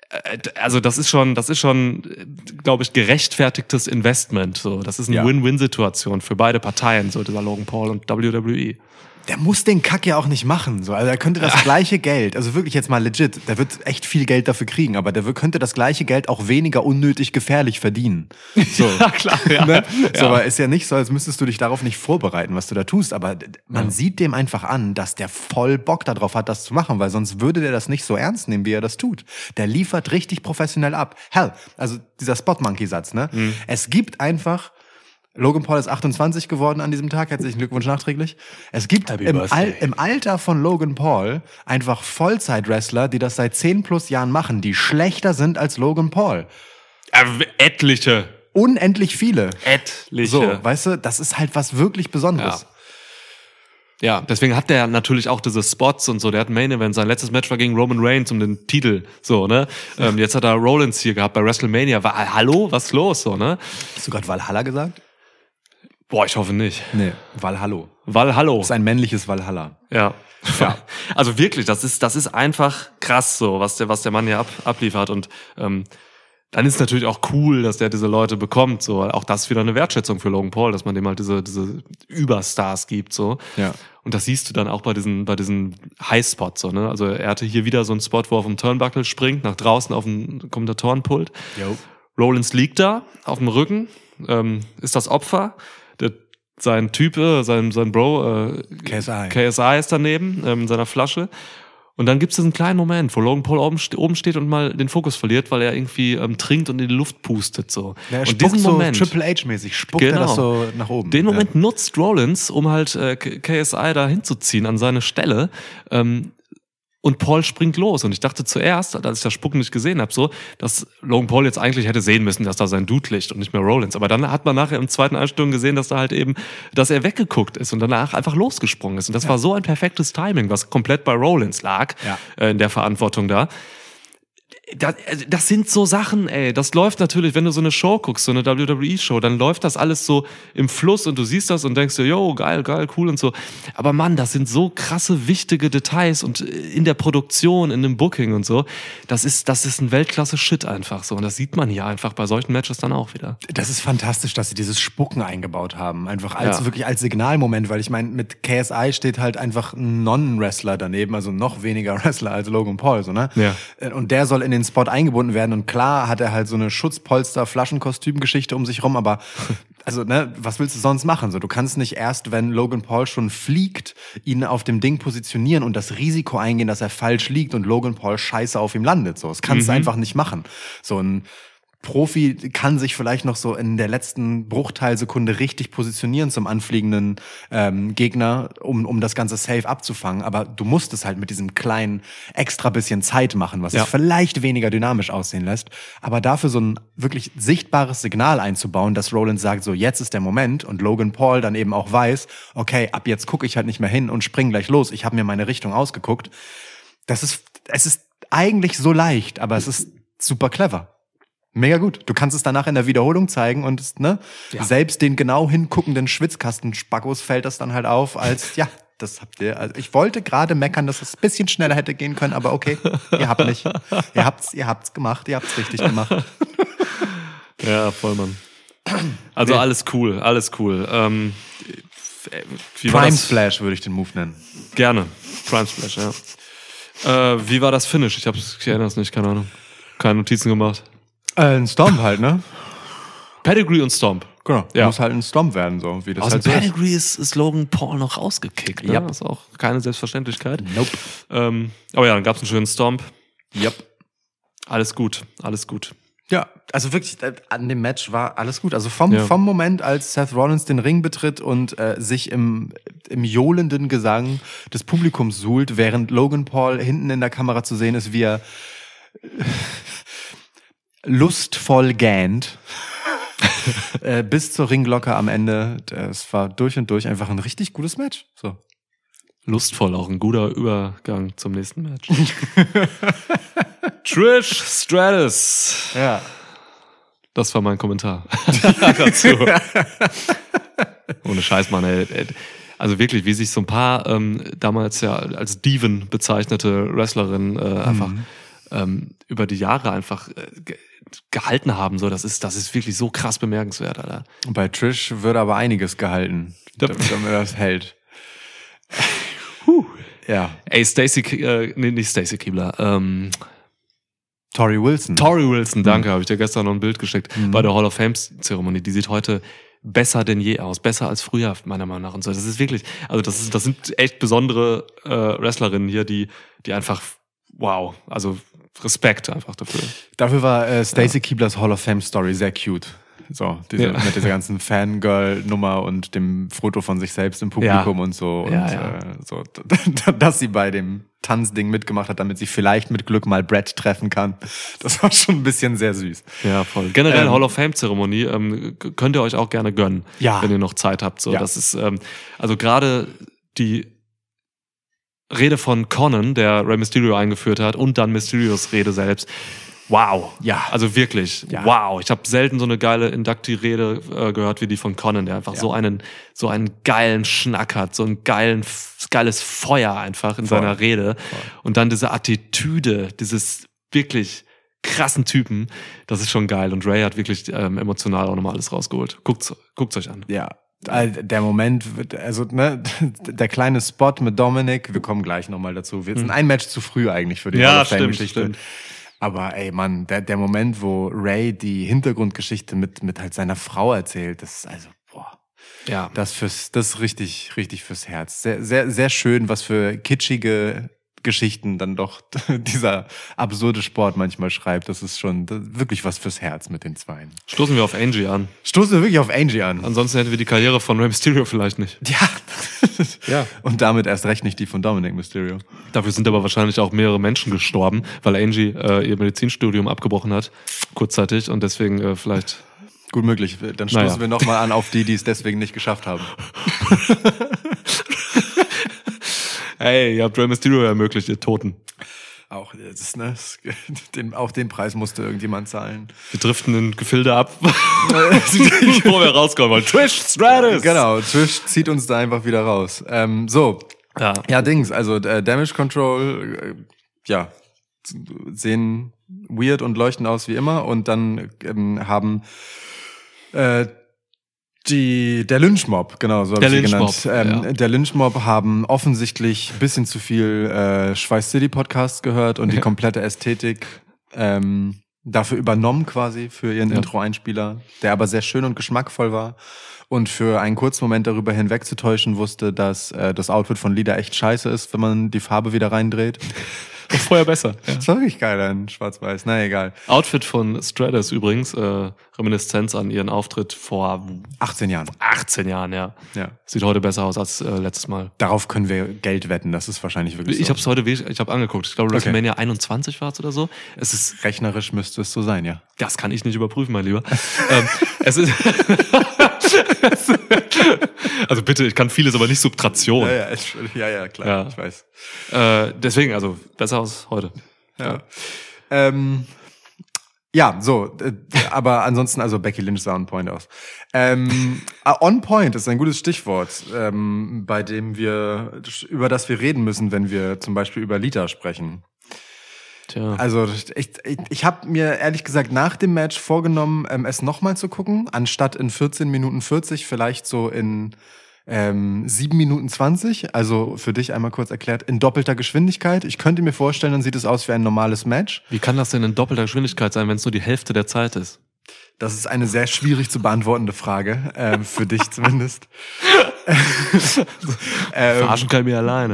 also das ist schon, das ist schon, glaube ich, gerechtfertigtes Investment. So, das ist eine Ja. Win-Win-Situation für beide Parteien, so dieser Logan Paul und W W E. Der muss den Kack ja auch nicht machen. So. Also er könnte das gleiche Geld, also wirklich jetzt mal legit, der wird echt viel Geld dafür kriegen, aber der wird- könnte das gleiche Geld auch weniger unnötig gefährlich verdienen. So. Ja, klar, ja. Ne? So, Ja. aber ist ja nicht so, als müsstest du dich darauf nicht vorbereiten, was du da tust. Aber d- man Ja. sieht dem einfach an, dass der voll Bock darauf hat, das zu machen, weil sonst würde der das nicht so ernst nehmen, wie er das tut. Der liefert richtig professionell ab. Hell, also dieser Spot-Monkey-Satz, ne? Mhm. Es gibt einfach, Logan Paul ist achtundzwanzig geworden an diesem Tag, herzlichen Glückwunsch nachträglich. Es gibt Happy im, Birthday. Al im Alter von Logan Paul einfach Vollzeit-Wrestler, die das seit zehn plus Jahren machen, die schlechter sind als Logan Paul. Äh, etliche. Unendlich viele. Etliche. So, weißt du, das ist halt was wirklich Besonderes. Ja, deswegen hat der natürlich auch diese Spots und so. Der hat ein Main Event. Sein letztes Match war gegen Roman Reigns um den Titel. So, ne? Ähm, jetzt hat er Rollins hier gehabt bei WrestleMania. War, hallo, was ist los? So, ne? Hast du gerade Valhalla gesagt? Boah, ich hoffe nicht. Nee, Valhallo. Valhallo. Das ist ein männliches Valhalla. Ja. Ja. Also wirklich, das ist, das ist einfach krass so, was der, was der Mann hier ab, abliefert. Und ähm, dann ist natürlich auch cool, dass der diese Leute bekommt. So, auch das ist wieder eine Wertschätzung für Logan Paul, dass man dem halt diese, diese Überstars gibt. So. Ja. Und das siehst du dann auch bei diesen, bei diesen Highspots. So, ne? Also er hatte hier wieder so einen Spot, wo er auf dem Turnbuckle springt, nach draußen auf dem Kommentatorenpult. Jo. Rollins liegt da auf dem Rücken, ähm, ist das Opfer. Der, sein Typ, äh, sein, sein Bro, äh, K S I. K S I ist daneben, ähm, in seiner Flasche. Und dann gibt es diesen kleinen Moment, wo Logan Paul oben, ste- oben steht und mal den Fokus verliert, weil er irgendwie ähm, trinkt und in die Luft pustet. So. Ja, er und spuckt diesen so Moment, Triple H-mäßig, spuckt er Genau. das so nach oben. den Moment nutzt Rollins, um halt äh, K- KSI da hinzuziehen an seine Stelle. Ähm, und Paul springt los. Und ich dachte zuerst, als ich das Spucken nicht gesehen habe, so, dass Logan Paul jetzt eigentlich hätte sehen müssen, dass da sein Dude liegt und nicht mehr Rollins. Aber dann hat man nachher im zweiten Einstellung gesehen, dass da halt eben, dass er weggeguckt ist und danach einfach losgesprungen ist. Und das war so ein perfektes Timing, was komplett bei Rollins lag, Ja. äh, in der Verantwortung da. Das, das sind so Sachen, ey. Das läuft natürlich, wenn du so eine Show guckst, so eine W W E-Show, dann läuft das alles so im Fluss und du siehst das und denkst dir, yo, geil, geil, cool und so. Aber Mann, das sind so krasse, wichtige Details und in der Produktion, in dem Booking und so. Das ist, das ist ein Weltklasse-Shit einfach so. Und das sieht man hier einfach bei solchen Matches dann auch wieder. Das ist fantastisch, dass sie dieses Spucken eingebaut haben. Einfach als Ja. wirklich als Signalmoment, weil ich meine, mit K S I steht halt einfach ein Non-Wrestler daneben, also noch weniger Wrestler als Logan Paul, so, ne? Ja. Und der soll in den Spot eingebunden werden und klar hat er halt so eine Schutzpolster-Flaschenkostüm-Geschichte um sich rum, aber also, ne, was willst du sonst machen? So, du kannst nicht erst, wenn Logan Paul schon fliegt, ihn auf dem Ding positionieren und das Risiko eingehen, dass er falsch liegt und Logan Paul scheiße auf ihm landet. So, das kannst du einfach nicht machen. So ein Profi kann sich vielleicht noch so in der letzten Bruchteilsekunde richtig positionieren zum anfliegenden ähm, Gegner, um um das Ganze safe abzufangen. Aber du musst es halt mit diesem kleinen extra bisschen Zeit machen, was Ja. es vielleicht weniger dynamisch aussehen lässt. Aber dafür so ein wirklich sichtbares Signal einzubauen, dass Rollins sagt, so jetzt ist der Moment und Logan Paul dann eben auch weiß, okay, ab jetzt gucke ich halt nicht mehr hin und spring gleich los. Ich habe mir meine Richtung ausgeguckt. Das ist, es ist eigentlich so leicht, aber es ist super clever. Mega gut. Du kannst es danach in der Wiederholung zeigen und es, ne, Ja. selbst den genau hinguckenden Schwitzkasten-Spackos fällt das dann halt auf als, ja, das habt ihr, also ich wollte gerade meckern, dass es ein bisschen schneller hätte gehen können, aber okay, ihr habt nicht. Ihr habt's, ihr habt's gemacht, ihr habt's richtig gemacht. Ja, voll, Mann. Also Nee. alles cool, alles cool. Ähm, wie war Prime das? Splash würde ich den Move nennen. Gerne. Prime Splash, ja. Äh, wie war das Finish? Ich, hab's, ich erinnere es nicht, keine Ahnung. Keine Notizen gemacht. Äh, ein Stomp halt, ne? Pedigree und Stomp. Genau. Ja. Muss halt ein Stomp werden, so wie das Aus halt dem so ist. Pedigree ist, ist Logan Paul noch rausgekickt. Ne? Ja. Das ist auch keine Selbstverständlichkeit. Nope. Ähm, aber ja, dann gab's einen schönen Stomp. Yep. Alles gut, alles gut. Ja, also wirklich, äh, an dem Match war alles gut. Also vom, Ja. vom Moment, als Seth Rollins den Ring betritt und äh, sich im, im johlenden Gesang des Publikums suhlt, während Logan Paul hinten in der Kamera zu sehen ist, wie er äh, lustvoll gähnt. äh, bis zur Ringglocke am Ende. Es war durch und durch einfach ein richtig gutes Match. So. Lustvoll, auch ein guter Übergang zum nächsten Match. Trish Stratus. Ja. Das war mein Kommentar dazu. Ohne Scheiß, Mann, ey. Also wirklich, wie sich so ein paar ähm, damals ja als Diven bezeichnete Wrestlerinnen äh, einfach ähm, über die Jahre einfach äh, ge- gehalten haben. So, das ist, das ist wirklich so krass bemerkenswert, Alter. Und bei Trish wird aber einiges gehalten, damit, damit er das hält. Puh. Ja. Ey, Stacey, äh, nee, nicht Stacey Keibler, ähm, Tori Wilson. Tori Wilson, danke, mhm. habe ich dir gestern noch ein Bild geschickt, Mhm. bei der Hall of Fame-Zeremonie. Die sieht heute besser denn je aus, besser als früher, meiner Meinung nach. Und so, das ist wirklich, also das ist, das sind echt besondere äh, Wrestlerinnen hier, die, die einfach, wow, also Respekt einfach dafür. Dafür war äh, Stacey ja. Keiblers Hall of Fame Story sehr cute. So, diese, Ja. mit dieser ganzen Fangirl-Nummer und dem Foto von sich selbst im Publikum Ja. und so. Und Ja, ja. Äh, so, dass sie bei dem Tanzding mitgemacht hat, damit sie vielleicht mit Glück mal Brett treffen kann. Das war schon ein bisschen sehr süß. Ja, voll. Generell Ähm, Hall of Fame-Zeremonie ähm, k- könnt ihr euch auch gerne gönnen, Ja. wenn ihr noch Zeit habt. So, Ja. das ist, ähm, also gerade die Rede von Conan, der Rey Mysterio eingeführt hat, und dann Mysterios Rede selbst. Wow. Ja. Also wirklich, Ja. wow. Ich habe selten so eine geile Inductee-Rede äh, gehört wie die von Conan, der einfach Ja. so einen so einen geilen Schnack hat, so ein geilen, geiles Feuer einfach in Voll. seiner Rede. Und dann diese Attitüde, dieses wirklich krassen Typen, das ist schon geil. Und Ray hat wirklich ähm, emotional auch nochmal alles rausgeholt. Guckt's, guckt's euch an. Ja. Also der Moment, wird- also ne, der kleine Spot mit Dominic, wir kommen gleich nochmal dazu. Wir sind ein Match zu früh eigentlich für die Hm. Ja, Hall of Fame stimmt, Geschichte. stimmt. Aber ey Mann, der, der Moment, wo Ray die Hintergrundgeschichte mit, mit halt seiner Frau erzählt, das ist also, boah, Ja. das fürs, das ist richtig, richtig fürs Herz. Sehr, sehr, sehr schön, was für kitschige Geschichten dann doch dieser absurde Sport manchmal schreibt. Das ist schon das ist wirklich was fürs Herz mit den Zweien. Stoßen wir auf Angie an. Stoßen wir wirklich auf Angie an. Ansonsten hätten wir die Karriere von Rey Mysterio vielleicht nicht. Ja. Ja. Und damit erst recht nicht die von Dominic Mysterio. Dafür sind aber wahrscheinlich auch mehrere Menschen gestorben, weil Angie äh, ihr Medizinstudium abgebrochen hat, kurzzeitig, und deswegen äh, vielleicht... Gut möglich. Dann stoßen Naja. wir nochmal an auf die, die es deswegen nicht geschafft haben. Hey, ihr habt Rey Mysterio ermöglicht, ihr Toten. Auch, das ist, ne, das, den, auch den Preis musste irgendjemand zahlen. Wir driften in Gefilde ab, wo wir rauskommen wollen. Trish Stratus! Genau, Trish zieht uns da einfach wieder raus. Ähm, so, Ja. ja, Dings, also äh, Damage Control, äh, ja, sehen weird und leuchten aus wie immer und dann ähm, haben äh, die der Lynchmob, genau, so habe Der ich sie Lynchmob, genannt. Ähm, ja. Der Lynchmob haben offensichtlich ein bisschen zu viel äh, Schweiß City Podcast gehört und die Ja. komplette Ästhetik ähm, dafür übernommen quasi für ihren Ja. Intro-Einspieler, der aber sehr schön und geschmackvoll war und für einen kurzen Moment darüber hinwegzutäuschen wusste, dass äh, das Outfit von Lida echt scheiße ist, wenn man die Farbe wieder reindreht. Vorher besser. Ja. Das war wirklich geil in Schwarz-Weiß, na egal. Outfit von Stratus übrigens, äh, Reminiszenz an ihren Auftritt vor achtzehn Jahren. achtzehn Jahren, ja. Ja. Sieht heute besser aus als äh, letztes Mal. Darauf können wir Geld wetten, das ist wahrscheinlich wirklich Ich so. habe es heute, ich habe angeguckt. Ich glaube, Okay. WrestleMania einundzwanzig war es oder so. Es ist, Rechnerisch müsste es so sein, ja. das kann ich nicht überprüfen, mein Lieber. ähm, es ist, also bitte, ich kann vieles, aber nicht Subtraktion. Ja, ja, ist- ja, ja, klar, Ja. ich weiß. Äh, deswegen, also besser als heute. Ja. Ähm, ja, so, äh, aber ansonsten, also Becky Lynch sah on point aus. Ähm, äh, on point ist ein gutes Stichwort, ähm, bei dem wir, über das wir reden müssen, wenn wir zum Beispiel über Lita sprechen. Tja. Also ich, ich, ich habe mir ehrlich gesagt nach dem Match vorgenommen, ähm, es nochmal zu gucken, anstatt in vierzehn Minuten vierzig, vielleicht so in ähm, sieben Minuten zwanzig. Also für dich einmal kurz erklärt, in doppelter Geschwindigkeit. Ich könnte mir vorstellen, dann sieht es aus wie ein normales Match. Wie kann das denn in doppelter Geschwindigkeit sein, wenn es nur die Hälfte der Zeit ist? Das ist eine sehr schwierig zu beantwortende Frage, ähm, für dich zumindest. ähm, Verarschen kann ich mir alleine.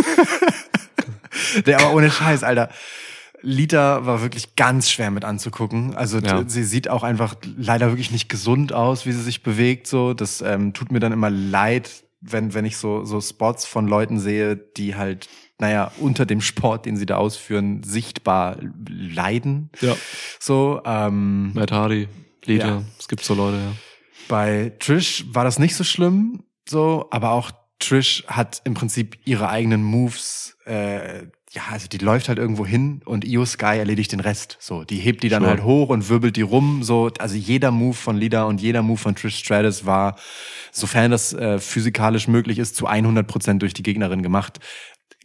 Der aber ohne Scheiß, Alter. Lita war wirklich ganz schwer mit anzugucken. Also Ja. sie sieht auch einfach leider wirklich nicht gesund aus, wie sie sich bewegt. So, das ähm, tut mir dann immer leid, wenn wenn ich so so Spots von Leuten sehe, die halt, naja, unter dem Sport, den sie da ausführen, sichtbar leiden. Ja. So, ähm, Matt Hardy, Lita, Ja. es gibt so Leute, ja. bei Trish war das nicht so schlimm, so, aber auch Trish hat im Prinzip ihre eigenen Moves, äh, ja, also die läuft halt irgendwo hin und Io Sky erledigt den Rest. So, die hebt die dann Sure. halt hoch und wirbelt die rum. So, also jeder Move von Lita und jeder Move von Trish Stratus war, sofern das äh, physikalisch möglich ist, zu hundert Prozent durch die Gegnerin gemacht.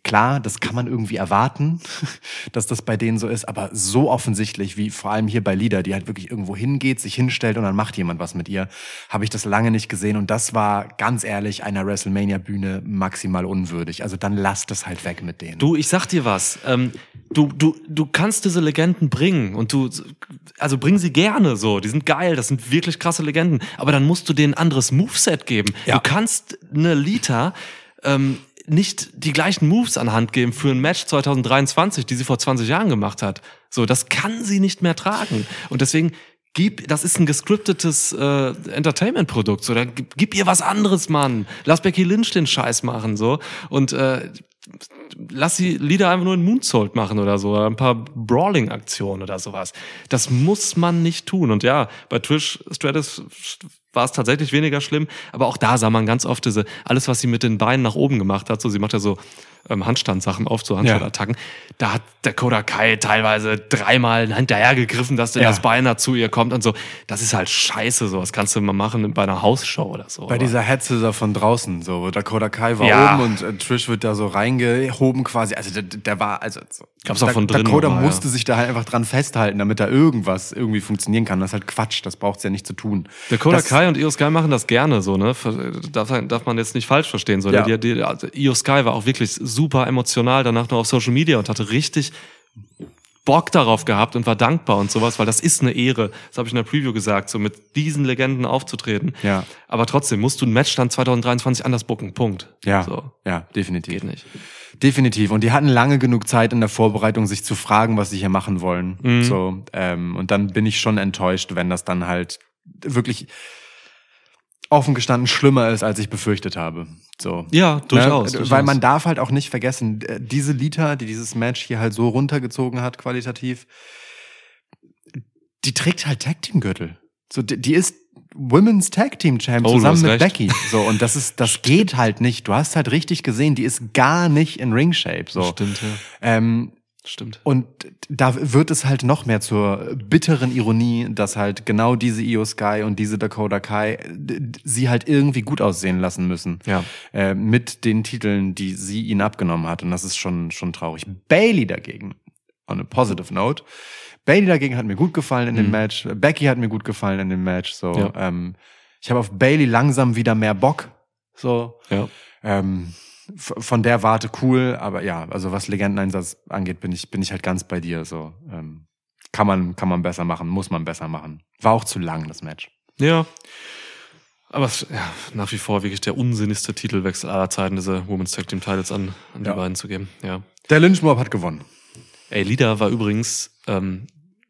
klar, das kann man irgendwie erwarten, dass das bei denen so ist, aber so offensichtlich, wie vor allem hier bei Lida, die halt wirklich irgendwo hingeht, sich hinstellt und dann macht jemand was mit ihr, habe ich das lange nicht gesehen und das war, ganz ehrlich, einer WrestleMania-Bühne maximal unwürdig. Also dann lasst es halt weg mit denen. Du, ich sag dir was, ähm, du, du, du kannst diese Legenden bringen und du, also bring sie gerne so, die sind geil, das sind wirklich krasse Legenden, aber dann musst du denen ein anderes Moveset geben. Ja. Du kannst eine Lita ähm, nicht die gleichen Moves an Hand geben für ein Match zwanzig dreiundzwanzig, die sie vor zwanzig Jahren gemacht hat. So, das kann sie nicht mehr tragen. Und deswegen gib, das ist ein gescriptetes äh, Entertainment-Produkt. So, da gib, gib ihr was anderes, Mann. Lass Becky Lynch den Scheiß machen, so. Und äh, lass sie Lieder einfach nur in Moonsault machen oder so, oder ein paar Brawling-Aktionen oder sowas. Das muss man nicht tun. Und ja, bei Trish Stratus war es tatsächlich weniger schlimm, aber auch da sah man ganz oft diese, alles, was sie mit den Beinen nach oben gemacht hat, so, sie macht ja so ähm, Handstandsachen auf, so Handstandattacken, ja. Da hat Dakota Kai teilweise dreimal hinterhergegriffen, dass denn ja. das Bein da zu ihr kommt und so. Das ist halt scheiße, so. Das kannst du mal machen bei einer Hausshow oder so. Bei aber dieser Headscissor von draußen, so, wo Dakota Kai war ja. oben und äh, Trish wird da so reingehoben quasi, also der, der war, also so, gab's auch von drin Dakota mal, musste ja. sich da halt einfach dran festhalten, damit da irgendwas irgendwie funktionieren kann. Das ist halt Quatsch, das braucht's ja nicht zu tun. Dakota das, Kai und Io Sky machen das gerne so, ne? Darf, darf man jetzt nicht falsch verstehen. So. Ja. Die, die, also Io Sky war auch wirklich super emotional danach noch auf Social Media und hatte richtig Bock darauf gehabt und war dankbar und sowas, weil das ist eine Ehre. Das habe ich in der Preview gesagt, so mit diesen Legenden aufzutreten. Ja. Aber trotzdem musst du ein Match dann zwanzig dreiundzwanzig anders booken. Punkt. Ja, so. ja, definitiv. Geht nicht. Definitiv. Und die hatten lange genug Zeit in der Vorbereitung, sich zu fragen, was sie hier machen wollen. Mhm. So, ähm, und dann bin ich schon enttäuscht, wenn das dann halt wirklich offen gestanden schlimmer ist, als ich befürchtet habe. So. Ja, durchaus. Ne? durchaus. Weil man darf halt auch nicht vergessen, diese Lita, die dieses Match hier halt so runtergezogen hat, qualitativ, die trägt halt Tag-Team-Gürtel. So, die, die ist Women's Tag Team Champ Oh, du zusammen hast mit recht. Becky. So, und das ist, das geht halt nicht. Du hast halt richtig gesehen, die ist gar nicht in Ring-Shape. So. Stimmt, ja. Ähm, Stimmt. Und da wird es halt noch mehr zur bitteren Ironie, dass halt genau diese Io Sky und diese Dakota Kai sie halt irgendwie gut aussehen lassen müssen. Ja. Äh, mit den Titeln, die sie ihnen abgenommen hat. Und das ist schon, schon traurig. Bayley dagegen, on a positive note, Bayley dagegen hat mir gut gefallen in dem Mhm. Match. Becky hat mir gut gefallen in dem Match. So, Ja. ähm, ich habe auf Bayley langsam wieder mehr Bock. So, Ja. ähm, f- von der Warte cool, aber ja, also was Legendeneinsatz angeht, bin ich bin ich halt ganz bei dir. So, ähm, kann man kann man besser machen, muss man besser machen. War auch zu lang das Match. Ja. Aber es, ja, nach wie vor wirklich der unsinnigste Titelwechsel aller Zeiten, diese Women's Tag Team Titles an, an die Ja. beiden zu geben. Ja. Der Lynchmob hat gewonnen. Ey, Lida war übrigens, ähm,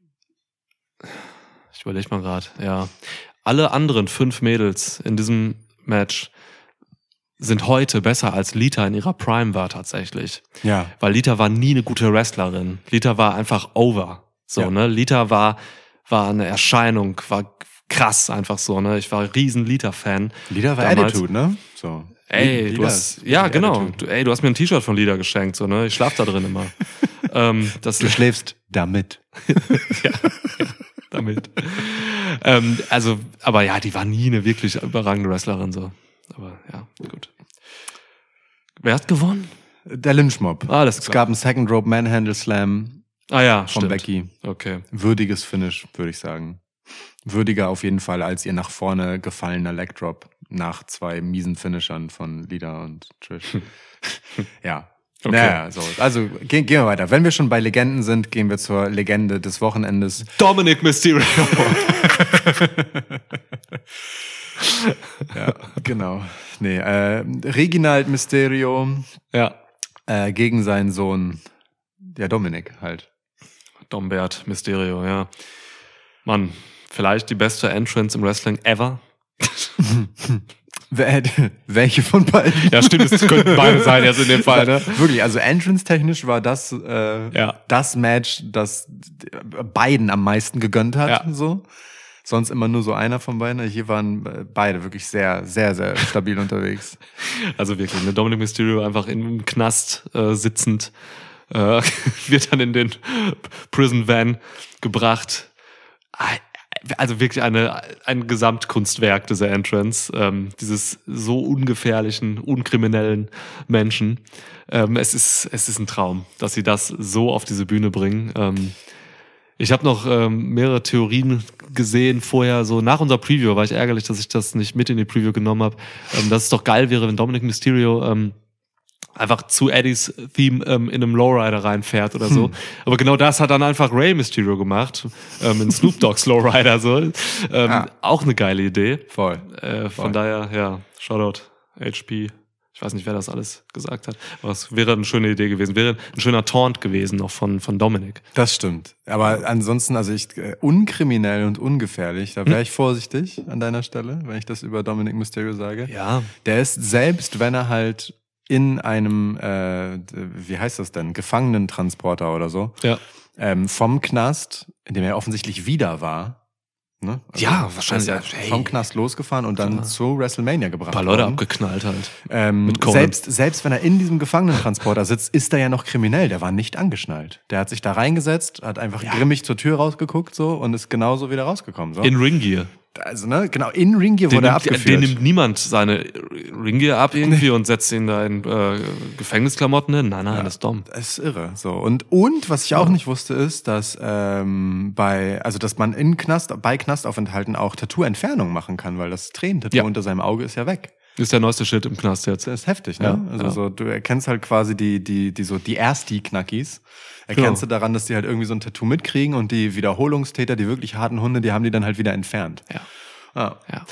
ich überlege mal gerade, ja, alle anderen fünf Mädels in diesem Match sind heute besser als Lita in ihrer Prime war tatsächlich. Ja. Weil Lita war nie eine gute Wrestlerin. Lita war einfach over. So, Ja. ne? Lita war, war eine Erscheinung, war krass einfach so, ne? Ich war ein riesen Lita-Fan. Lida war damals. Attitude, ne? So. Ey, Lida du hast, ist ja, die genau. Attitude. Du, ey, du hast mir ein T-Shirt von Lida geschenkt, so, ne? Ich schlaf da drin immer. ähm, das Du schläfst damit. ja, ja, damit. ähm, also, aber ja, die war nie eine wirklich überragende Wrestlerin, so. Aber ja, gut. Wer hat gewonnen? Der Lynchmob. Alles Es klar. gab einen Second Rope Manhandle Slam Ah ja, von stimmt. Becky. Okay. Würdiges Finish, würde ich sagen. Würdiger auf jeden Fall als ihr nach vorne gefallener Leg Drop nach zwei miesen Finishern von Lida und Trish. ja. Okay. Naja, so. Also gehen, gehen wir weiter. Wenn wir schon bei Legenden sind, gehen wir zur Legende des Wochenendes. Dominic Mysterio. Ja, genau. Nee, äh, Reginald Mysterio ja. äh, gegen seinen Sohn, ja, Dominik halt. Dombert Mysterio, ja. Mann, vielleicht die beste Entrance im Wrestling ever. Wer- Welche von beiden? Ja, stimmt, es könnten beide sein, jetzt in dem Fall, ne? Wirklich, also entrance-technisch war das äh, Ja. das Match, das beiden am meisten gegönnt hat. Ja. So. Sonst immer nur so einer von beiden. Hier waren äh, beide wirklich sehr, sehr, sehr stabil unterwegs. Also wirklich, ne, Dominic Mysterio einfach im Knast äh, sitzend, äh, wird dann in den Prison Van gebracht. Ah, also wirklich eine, ein Gesamtkunstwerk, dieser Entrance, ähm, dieses so ungefährlichen, unkriminellen Menschen. Ähm, es ist, es ist ein Traum, dass sie das so auf diese Bühne bringen. Ähm, ich habe noch ähm, mehrere Theorien gesehen vorher, so nach unserer Preview war ich ärgerlich, dass ich das nicht mit in die Preview genommen habe, ähm, dass es doch geil wäre, wenn Dominic Mysterio ähm, einfach zu Eddies Theme ähm, in einem Lowrider reinfährt oder so. Hm. Aber genau das hat dann einfach Rey Mysterio gemacht, ähm, in Snoop Dogg's Lowrider so. Ähm, ah. Auch eine geile Idee. Voll. Äh, von Voll. daher, ja, Shoutout H P. Ich weiß nicht, wer das alles gesagt hat, aber es wäre eine schöne Idee gewesen. Wäre ein schöner Taunt gewesen, noch von, von Dominic. Das stimmt. Aber ansonsten, also ich, äh, unkriminell und ungefährlich, da wäre ich vorsichtig an deiner Stelle, wenn ich das über Dominic Mysterio sage. Ja. Der ist, selbst wenn er halt in einem, äh, wie heißt das denn, Gefangenentransporter oder so, ja. ähm, vom Knast, in dem er offensichtlich wieder war, ne? Also ja, wahrscheinlich. Ja, hey. vom Knast losgefahren und dann ja. zu WrestleMania gebracht. Ein paar Leute worden. abgeknallt halt. Ähm, Mit selbst, selbst wenn er in diesem Gefangenentransporter sitzt, ist er ja noch kriminell. Der war nicht angeschnallt. Der hat sich da reingesetzt, hat einfach ja. grimmig zur Tür rausgeguckt so und ist genauso wieder rausgekommen. So. In Ringgear. Also, ne, genau, in Ringgear wurde er abgeführt. Den nimmt niemand seine Ringgear ab irgendwie und setzt ihn da in äh, Gefängnisklamotten hin. Nein, nein, ja, das ist dumm. Das ist irre. So. Und, und was ich auch ja. nicht wusste, ist, dass ähm, bei, also dass man in Knast, bei Knastaufenthalten auch Tattoo-Entfernung machen kann, weil das Tränentattoo ja. unter seinem Auge ist ja weg. Ist der neueste Shit im Knast jetzt. Das ist heftig, ne? Ja, also ja. so, du erkennst halt quasi die, die, die so, die Ersti-Knackis. Erkennst genau. du daran, dass die halt irgendwie so ein Tattoo mitkriegen und die Wiederholungstäter, die wirklich harten Hunde, die haben die dann halt wieder entfernt. Ja. Ah. Ja.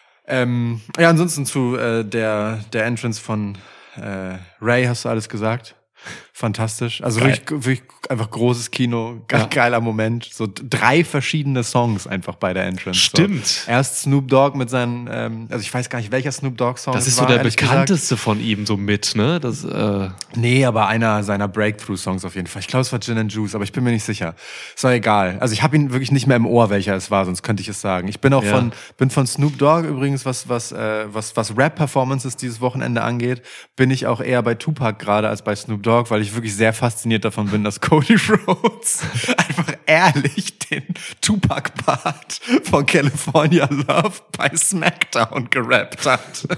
Ähm, ja, ansonsten zu äh, der der Entrance von äh, Ray hast du alles gesagt. Fantastisch. Also wirklich, wirklich einfach großes Kino, ge- ja. geiler Moment. So drei verschiedene Songs einfach bei der Entrance. Stimmt. So. Erst Snoop Dogg mit seinen, ähm, also ich weiß gar nicht, welcher Snoop Dogg Song das ist war, so der bekannteste gesagt. von ihm so mit, ne? Das, äh Nee, aber einer seiner Breakthrough-Songs auf jeden Fall. Ich glaube, es war Gin and Juice, aber ich bin mir nicht sicher. Ist doch egal. Also ich habe ihn wirklich nicht mehr im Ohr, welcher es war, sonst könnte ich es sagen. Ich bin auch ja. von bin von Snoop Dogg übrigens, was was äh, was was Rap-Performances dieses Wochenende angeht, bin ich auch eher bei Tupac gerade als bei Snoop Dogg, weil ich wirklich sehr fasziniert davon bin, dass Cody Rhodes einfach ehrlich den Tupac-Part von California Love bei SmackDown gerappt hat.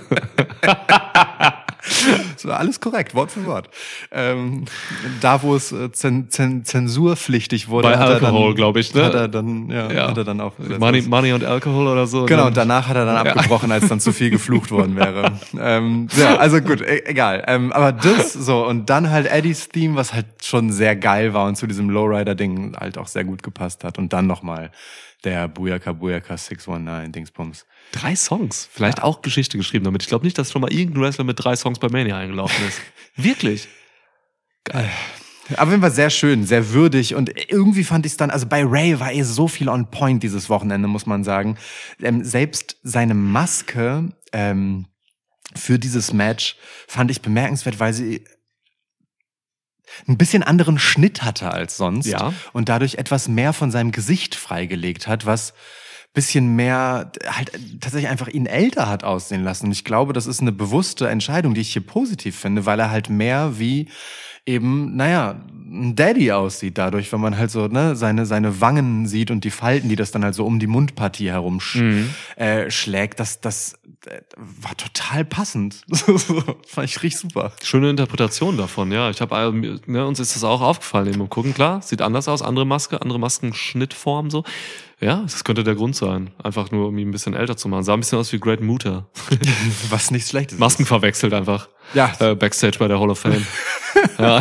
So, alles korrekt, Wort für Wort. Ähm, da, wo es äh, zen, zen, zensurpflichtig wurde, bei hat Alkohol, glaube ich, ne? Hat er dann, ja, ja. hat er dann auch. Money, Money und Alkohol oder so. Genau, und danach hat er dann abgebrochen, als dann zu viel geflucht worden wäre. ähm, ja, also gut, e- egal. Ähm, aber das so, und dann halt Eddies Theme, was halt schon sehr geil war und zu diesem Lowrider-Ding halt auch sehr gut gepasst hat. Und dann nochmal der Booyaka Booyaka sechs neunzehn Dingsbums. Drei Songs. Vielleicht ja. auch Geschichte geschrieben damit. Ich glaube nicht, dass schon mal irgendein Wrestler mit drei Songs bei Mania eingelaufen ist. Wirklich. Geil. Aber jeden Fall sehr schön, sehr würdig und irgendwie fand ich es dann, also bei Ray war eh so viel on point dieses Wochenende, muss man sagen. Ähm, selbst seine Maske ähm, für dieses Match fand ich bemerkenswert, weil sie ein bisschen anderen Schnitt hatte als sonst ja. und dadurch etwas mehr von seinem Gesicht freigelegt hat, was bisschen mehr halt tatsächlich einfach ihn älter hat aussehen lassen. Und ich glaube, das ist eine bewusste Entscheidung, die ich hier positiv finde, weil er halt mehr wie eben, naja, ein Daddy aussieht dadurch, wenn man halt so, ne, seine, seine Wangen sieht und die Falten, die das dann halt so um die Mundpartie herum sch- mhm. äh, schlägt, das, das äh, war total passend. Fand ich richtig super. Schöne Interpretation davon, ja. Ich habe, ne, uns ist das auch aufgefallen eben im Gucken, klar, sieht anders aus, andere Maske, andere Maskenschnittform so. Ja, das könnte der Grund sein. Einfach nur, um ihn ein bisschen älter zu machen. Sah ein bisschen aus wie Great Muta. Was nichts Schlechtes Masken ist. verwechselt einfach. Ja. Äh, Backstage bei der Hall of Fame. ja.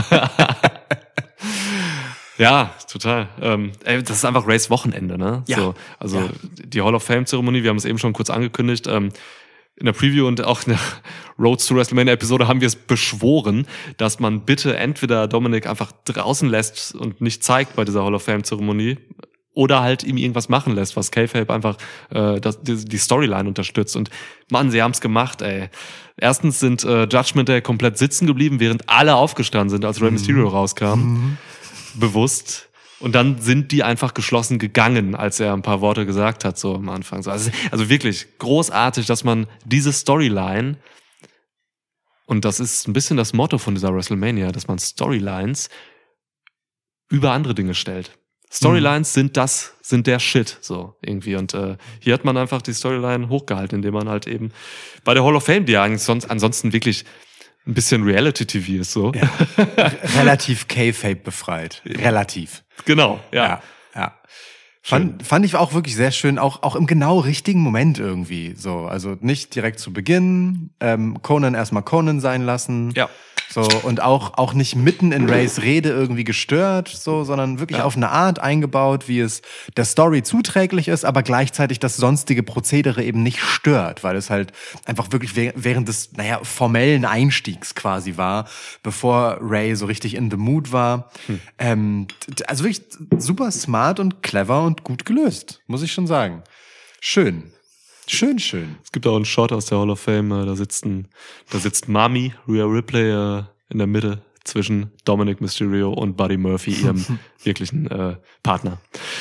ja, total. Ähm, ey, das ist einfach Rays Wochenende, ne? Ja. So, also ja. die Hall of Fame-Zeremonie, wir haben es eben schon kurz angekündigt, ähm, in der Preview und auch in der Roads to WrestleMania-Episode haben wir es beschworen, dass man bitte entweder Dominic einfach draußen lässt und nicht zeigt bei dieser Hall of Fame-Zeremonie, oder halt ihm irgendwas machen lässt, was K-Fabe einfach äh, das, die, die Storyline unterstützt. Und Mann, sie haben's gemacht, ey. Erstens sind äh, Judgment Day komplett sitzen geblieben, während alle aufgestanden sind, als Rey Mysterio rauskam. Mhm. Bewusst. Und dann sind die einfach geschlossen gegangen, als er ein paar Worte gesagt hat, so am Anfang. Also, also wirklich großartig, dass man diese Storyline, und das ist ein bisschen das Motto von dieser WrestleMania, dass man Storylines über andere Dinge stellt. Storylines mhm. sind das, sind der Shit, so irgendwie. Und äh, hier hat man einfach die Storyline hochgehalten, indem man halt eben bei der Hall of Fame, die ja eigentlich sonst ansonsten wirklich ein bisschen Reality-T V ist, so. Ja. Relativ K-Fape befreit. Relativ. Genau, ja. Ja, ja. Fand, fand ich auch wirklich sehr schön, auch, auch im genau richtigen Moment irgendwie. So, also nicht direkt zu Beginn, ähm, Conan erstmal Conan sein lassen. Ja. So, und auch, auch nicht mitten in Rays Rede irgendwie gestört, so, sondern wirklich ja. auf eine Art eingebaut, wie es der Story zuträglich ist, aber gleichzeitig das sonstige Prozedere eben nicht stört, weil es halt einfach wirklich während des, naja, formellen Einstiegs quasi war, bevor Ray so richtig in the mood war. Hm. Ähm, also wirklich super smart und clever und gut gelöst, muss ich schon sagen. Schön. Schön, schön. Es gibt auch einen Shot aus der Hall of Fame, da sitzt ein, da sitzt Mami, Rhea Ripley, äh, in der Mitte zwischen Dominic Mysterio und Buddy Murphy, ihrem wirklichen äh, Partner.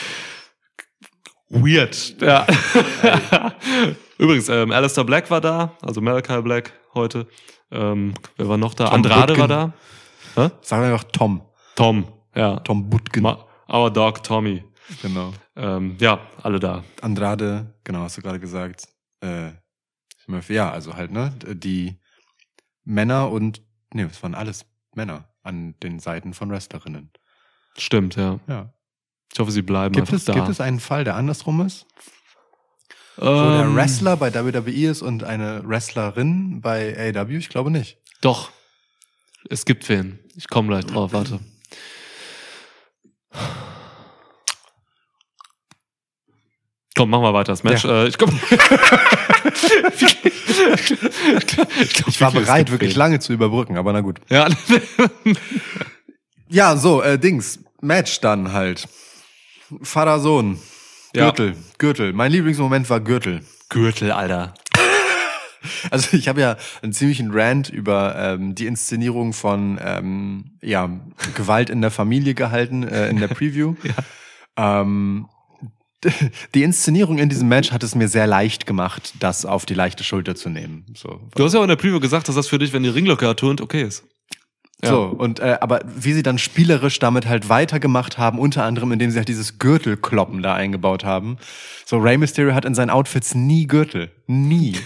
Weird. Ja. Übrigens, ähm, Aleister Black war da, also Malachi Black heute. Ähm, wer war noch da? Tom Andrade Butkin. war da. Hä? Sagen wir einfach Tom. Tom, ja. Tom Butkin. Ma- Our Dog Tommy. Genau. Ähm, ja, alle da. Andrade, genau, hast du gerade gesagt. Äh, ja, also halt, ne, die Männer und, nee, es waren alles Männer an den Seiten von Wrestlerinnen. Stimmt, ja. Ja. Ich hoffe, sie bleiben Gibt einfach es, da. gibt es einen Fall, der andersrum ist? ähm, Wo der Wrestler bei W W E ist und eine Wrestlerin bei A E W? Ich glaube nicht. Doch. Es gibt wen. Ich komme gleich drauf, warte. Komm, machen wir weiter das Match. Ja. Äh, ich, komm, ich, glaub, ich war bereit, wirklich wen. lange zu überbrücken, aber na gut. Ja, ja so, äh, Dings. Match dann halt. Vater, Sohn. Gürtel, ja. Gürtel. Mein Lieblingsmoment war Gürtel. Gürtel, Alter. Also ich habe ja einen ziemlichen Rant über ähm, die Inszenierung von ähm, ja, Gewalt in der Familie gehalten äh, in der Preview. ja. ähm, die Inszenierung in diesem Match hat es mir sehr leicht gemacht, das auf die leichte Schulter zu nehmen. So. Du hast ja auch in der Preview gesagt, dass das für dich, wenn die Ringglocke ertönt, okay ist. Ja. So, und äh, aber wie sie dann spielerisch damit halt weitergemacht haben, unter anderem, indem sie halt dieses Gürtelkloppen da eingebaut haben. So, Rey Mysterio hat in seinen Outfits nie Gürtel. Nie.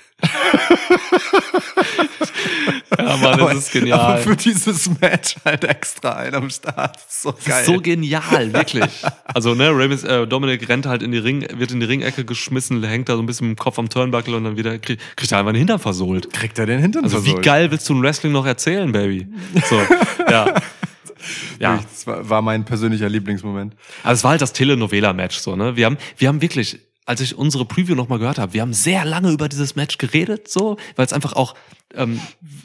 Ja, Mann, das ist genial. Aber für dieses Match halt extra ein am Start. So das geil. ist so genial, wirklich. Also, ne, Rey, äh, Dominic rennt halt in die Ring, wird in die Ringecke geschmissen, hängt da so ein bisschen mit dem Kopf am Turnbuckle und dann wieder kriegt, kriegt er einfach den Hintern versohlt. Kriegt er den Hintern also, versohlt? Also, wie geil willst du ein Wrestling noch erzählen, Baby? So, ja. Ja. Das war, war mein persönlicher Lieblingsmoment. Also, es war halt das Telenovela-Match, so, ne? Wir haben, wir haben wirklich, als ich unsere Preview nochmal gehört habe, wir haben sehr lange über dieses Match geredet, so, weil es einfach auch ähm,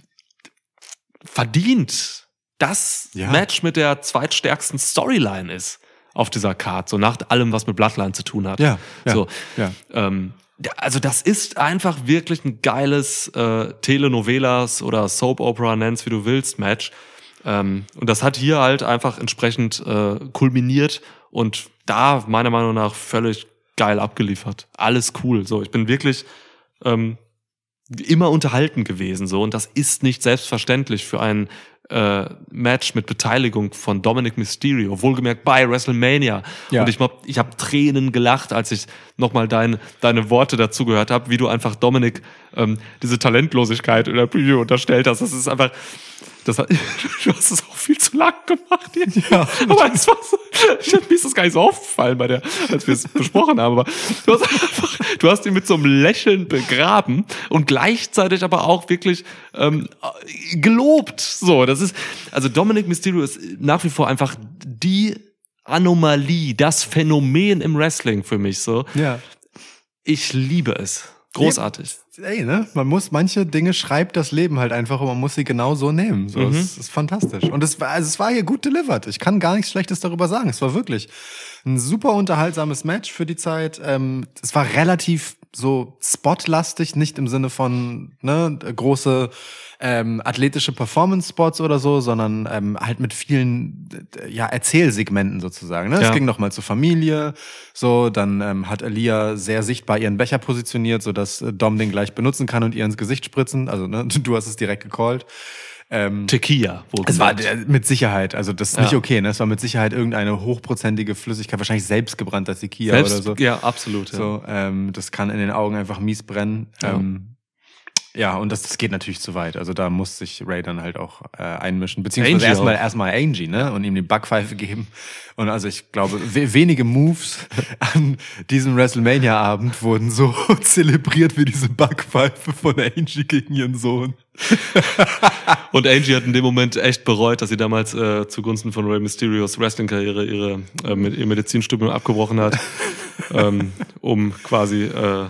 verdient das ja. Match mit der zweitstärksten Storyline ist auf dieser Card, so nach allem, was mit Bloodline zu tun hat. Ja, ja, so, ja. Ähm, also das ist einfach wirklich ein geiles äh, Telenovelas oder Soap Opera, nenn's wie du willst, Match. Ähm, und das hat hier halt einfach entsprechend äh, kulminiert und da meiner Meinung nach völlig geil abgeliefert. Alles cool. So, ich bin wirklich ähm, immer unterhalten gewesen, so, und das ist nicht selbstverständlich für ein äh, Match mit Beteiligung von Dominic Mysterio, wohlgemerkt bei WrestleMania. Ja. Und ich hab, ich hab Tränen gelacht, als ich nochmal dein, deine Worte dazu gehört habe, wie du einfach Dominic ähm, diese Talentlosigkeit in der Preview unterstellt hast. Das ist einfach, das hat, du hast es auch viel zu lang gemacht. Ja. Aber es war so, ich, mir ist das gar nicht so aufgefallen bei der, als wir es besprochen haben, aber du hast einfach, du hast ihn mit so einem Lächeln begraben und gleichzeitig aber auch wirklich ähm, gelobt. So, das ist, also Dominic Mysterio ist nach wie vor einfach die Anomalie, das Phänomen im Wrestling für mich. So, ja. Ich liebe es. Großartig. Ey, ne? Man muss, manche Dinge schreibt das Leben halt einfach und man muss sie genau so nehmen. So, Mhm. es ist fantastisch. Und es war, also es war hier gut delivered. Ich kann gar nichts Schlechtes darüber sagen. Es war wirklich ein super unterhaltsames Match für die Zeit. Ähm, es war relativ so spotlastig, nicht im Sinne von, ne, große, ähm, athletische Performance-Spots oder so, sondern ähm, halt mit vielen äh, ja, Erzählsegmenten sozusagen. Ne? Ja. Es ging nochmal zur Familie, so, dann ähm, hat Aaliyah sehr sichtbar ihren Becher positioniert, sodass äh, Dom den gleich benutzen kann und ihr ins Gesicht spritzen. Also, ne, du hast es direkt gecallt. Ähm, Tequila, wo es war äh, mit Sicherheit, also das ist Ja. nicht okay, ne? Es war mit Sicherheit irgendeine hochprozentige Flüssigkeit, wahrscheinlich selbstgebrannter Tequila Selbst, oder so. Ja, absolut. Ja. So, ähm, das kann in den Augen einfach mies brennen. Ja. Ähm, ja, und das, das geht natürlich zu weit. Also da muss sich Ray dann halt auch äh, einmischen. Beziehungsweise Angie erstmal auch. erstmal Angie, ne? Und ihm die Backpfeife geben. Und also ich glaube, we- wenige Moves an diesem WrestleMania-Abend wurden so zelebriert wie diese Backpfeife von Angie gegen ihren Sohn. Und Angie hat in dem Moment echt bereut, dass sie damals äh, zugunsten von Rey Mysterios Wrestling-Karriere ihre, äh, mit, ihr Medizinstudium abgebrochen hat, ähm, um quasi äh,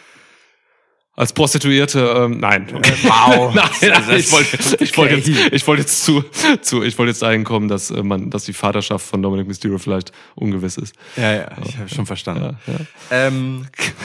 als Prostituierte, ähm, nein, okay. Wow. nein, nein, Das- ich wollte, ich wollte okay. jetzt, ich wollte jetzt zu, zu, ich wollte jetzt dahin kommen, dass äh, man, dass die Vaterschaft von Dominic Mysterio vielleicht ungewiss ist. Ja, ja, ich habe schon verstanden. Ja, ja. Ähm,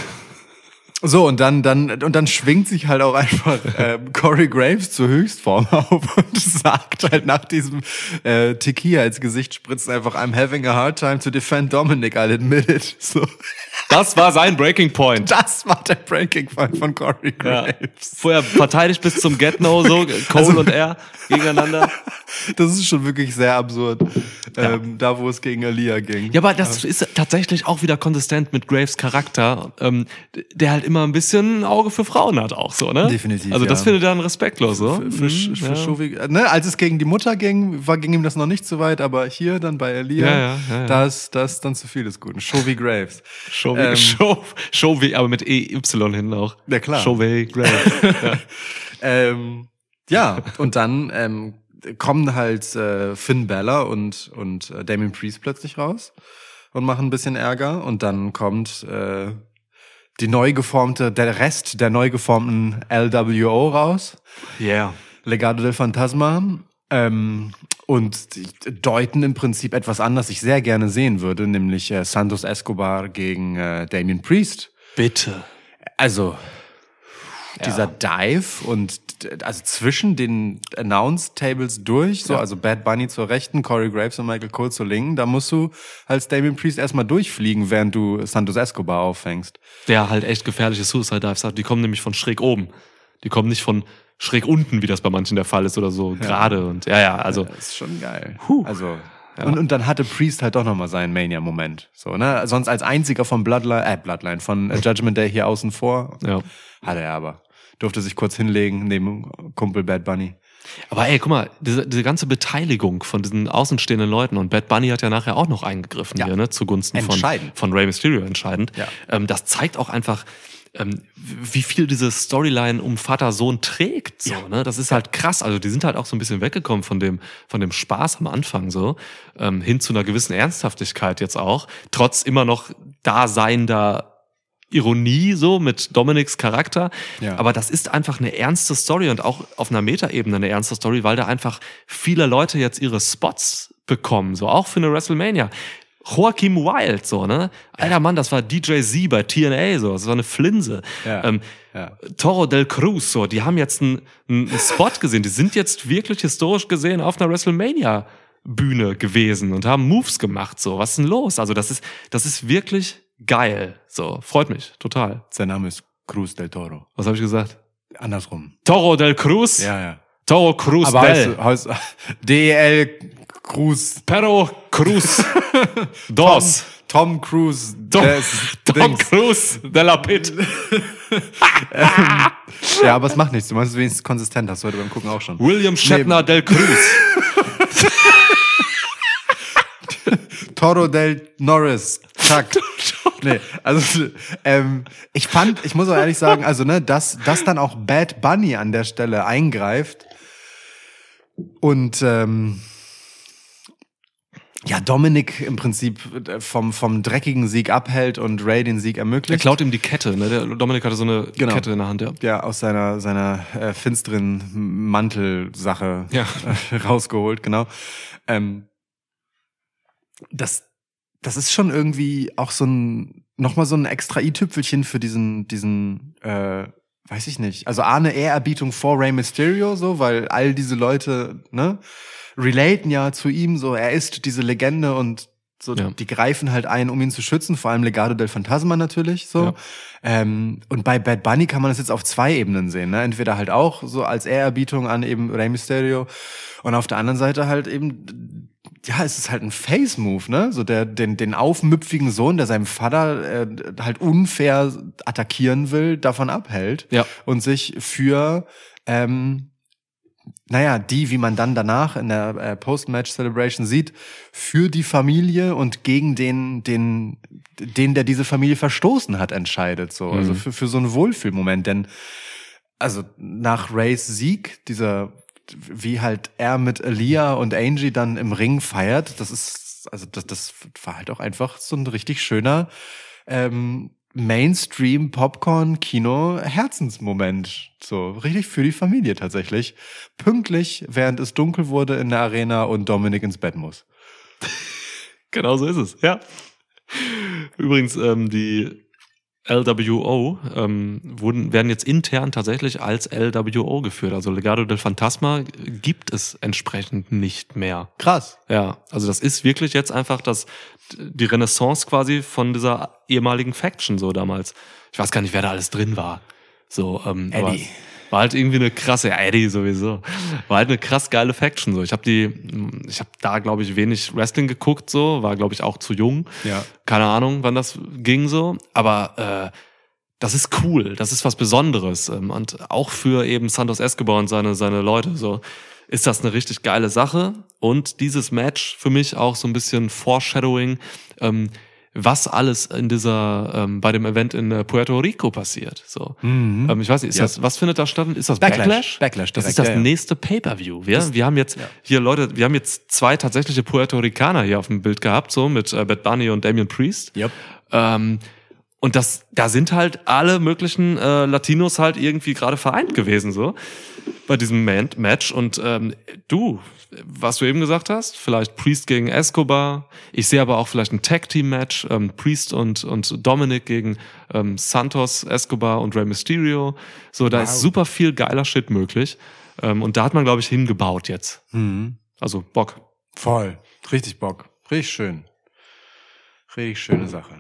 so, und dann, dann, und dann schwingt sich halt auch einfach ähm, Corey Graves zur Höchstform auf und sagt halt nach diesem äh, Tequila ins Gesicht spritzen einfach, I'm having a hard time to defend Dominic, I'll admit it. So, Das war sein Breaking Point. das war der Breaking Point von Corey Ja. Graves. Vorher verteidigt bis zum Get-No, so Cole Also- und er gegeneinander. Das ist schon wirklich sehr absurd. Ähm, da, wo es gegen Alia ging. Ja, aber das ist tatsächlich auch wieder konsistent mit Graves Charakter, ähm, der halt immer ein bisschen ein Auge für Frauen hat auch so, ne? Definitiv, Also das ja. findet er dann respektlos, so. Für, für, Mhm, für ja. Shovi, ne, als es gegen die Mutter ging, war, ging ihm das noch nicht so weit, aber hier dann bei Alia, Ja, ja, ja, ja. da ist das dann zu viel des Guten. Shovi Graves. Show, Ähm, Show, Show, aber mit E Y hinten auch. Ja, klar. Show Graves. ja. Ähm, ja, und dann ähm, kommen halt äh, Finn Balor und, und äh, Damien Priest plötzlich raus und machen ein bisschen Ärger. Und dann kommt äh, die neu geformte, der Rest der neu geformten L W O raus. Yeah. Legado del Fantasma. Ähm, und die deuten im Prinzip etwas an, das ich sehr gerne sehen würde, nämlich äh, Santos Escobar gegen äh, Damien Priest. Bitte. Also, Ja. dieser Dive und also zwischen den Announce-Tables durch, so, Ja. also Bad Bunny zur Rechten, Corey Graves und Michael Cole zur Linken, da musst du als Damien Priest erstmal durchfliegen, während du Santos Escobar auffängst. Der halt echt gefährliche Suicide Dives hat. Die kommen nämlich von schräg oben. Die kommen nicht von schräg unten, wie das bei manchen der Fall ist oder so gerade und ja, ja, also Das ist schon geil. Puh. Also, Ja. und, und dann hatte Priest halt doch nochmal seinen Mania-Moment. So, ne? Sonst als einziger von Bloodline, äh, Bloodline, von äh, Judgment Day hier außen vor. ja. Hatte er aber. Durfte sich kurz hinlegen neben Kumpel Bad Bunny. Aber ey, guck mal, diese, diese ganze Beteiligung von diesen außenstehenden Leuten und Bad Bunny hat ja nachher auch noch eingegriffen Ja. hier, ne, zugunsten von, Entscheidend. von Rey Mysterio entscheidend. Ja. Ähm, das zeigt auch einfach, ähm, wie viel diese Storyline um Vater-Sohn trägt, so, Ja. ne? Das ist halt krass. Also, die sind halt auch so ein bisschen weggekommen von dem, von dem Spaß am Anfang, so, ähm, hin zu einer gewissen Ernsthaftigkeit jetzt auch. Trotz immer noch daseinender Ironie so mit Dominics Charakter, Ja. aber das ist einfach eine ernste Story und auch auf einer Metaebene eine ernste Story, weil da einfach viele Leute jetzt ihre Spots bekommen, so auch für eine WrestleMania. Joaquin Wild, so, ne? Alter Mann, das war D J Z bei T N A, so, das war eine Flinse. Ja. Ähm, Ja. Toro del Cruz, so, die haben jetzt einen, einen Spot gesehen, die sind jetzt wirklich historisch gesehen auf einer WrestleMania Bühne gewesen und haben Moves gemacht, so, was ist denn los? Also, das ist, das ist wirklich geil, so, freut mich, total. Sein Name ist Cruz del Toro. Was habe ich gesagt? Andersrum. Toro del Cruz? Ja, ja. Toro Cruz Aber del. heißt, heißt D E L Cruz. Pero Cruz dos. Tom Cruise. Tom, des Tom Dings. Cruise de la Pit. Ja, aber es macht nichts. Du meinst es wenigstens konsistent. Hast du heute beim Gucken auch schon. William Shatner del Cruz. Toro del Norris. Chuck. Nee, also ähm, ich fand, ich muss auch ehrlich sagen, also ne, dass, dass dann auch Bad Bunny an der Stelle eingreift und ähm, ja, Dominic im Prinzip vom, vom dreckigen Sieg abhält und Ray den Sieg Er ermöglicht. klaut ihm die Kette, ne? Der Dominik hatte so eine Genau. Kette in der Hand, ja. Ja, aus seiner, seiner äh, finsteren Mantelsache Ja. äh, rausgeholt, genau. Ähm, das, das ist schon irgendwie auch so ein, nochmal so ein extra i-Tüpfelchen für diesen, diesen, äh, weiß ich nicht. Also A, eine Ehrerbietung vor Rey Mysterio, so, weil all diese Leute, ne, relaten ja zu ihm, so, er ist diese Legende und So, Ja. die greifen halt ein, um ihn zu schützen, vor allem Legado del Fantasma natürlich, so. Ja. Ähm, und bei Bad Bunny kann man das jetzt auf zwei Ebenen sehen, ne? Entweder halt auch so als Ehrerbietung an eben Rey Mysterio und auf der anderen Seite halt eben, ja, es ist halt ein Face-Move, ne? So der, den, den aufmüpfigen Sohn, der seinem Vater äh, halt unfair attackieren will, davon abhält Ja. und sich für, ähm, naja, die, wie man dann danach in der äh, Post-Match-Celebration sieht, für die Familie und gegen den, den, den, der diese Familie verstoßen hat, entscheidet, so. Mhm. Also für, für so einen Wohlfühlmoment, denn, also nach Rays Sieg, dieser, wie halt er mit Aaliyah und Angie dann im Ring feiert, das ist, also das, das war halt auch einfach so ein richtig schöner, ähm, Mainstream-Popcorn-Kino-Herzensmoment. So, richtig für die Familie tatsächlich. Pünktlich, während es dunkel wurde in der Arena und Dominik ins Bett muss. Genau so ist es, ja. Übrigens, ähm, die L W O ähm, wurden, werden jetzt intern tatsächlich als L W O geführt. Also Legado del Fantasma gibt es entsprechend nicht mehr. Krass. Ja, also das ist wirklich jetzt einfach das, die Renaissance quasi von dieser ehemaligen Faction so damals. Ich weiß gar nicht, wer da alles drin war. So, ähm, aber Eddie. war halt irgendwie eine krasse, ja, Eddie sowieso. War halt eine krass geile Faction so. Ich habe die, ich habe da glaube ich wenig Wrestling geguckt so, war glaube ich auch zu jung. Ja. Keine Ahnung, wann das ging so, aber äh, das ist cool, das ist was Besonderes ähm, und auch für eben Santos Escobar und seine seine Leute so ist das eine richtig geile Sache und dieses Match für mich auch so ein bisschen Foreshadowing, ähm, was alles in dieser ähm, bei dem Event in äh, Puerto Rico passiert. So, Mhm. ähm, ich weiß nicht, ist Ja. das, was findet da statt? Ist das Backlash. Backlash? Backlash das direkt, ist das ja, ja. nächste Pay-per-View. Wir, wir haben jetzt hier Leute, wir haben jetzt zwei tatsächliche Puerto Ricaner hier auf dem Bild gehabt, so mit äh, Bad Bunny und Damian Priest. Yep. Ähm, und das, da sind halt alle möglichen äh, Latinos halt irgendwie gerade vereint gewesen, so bei diesem Man- Match. Und ähm, du, was du eben gesagt hast, vielleicht Priest gegen Escobar. Ich sehe aber auch vielleicht ein Tag-Team-Match, ähm, Priest und und Dominic gegen ähm, Santos, Escobar und Rey Mysterio. So, da Wow. ist super viel geiler Shit möglich. Ähm, und da hat man, glaube ich, hingebaut jetzt. Mhm. Also Bock. Voll. Richtig Bock. Richtig schön. Richtig schöne Sache.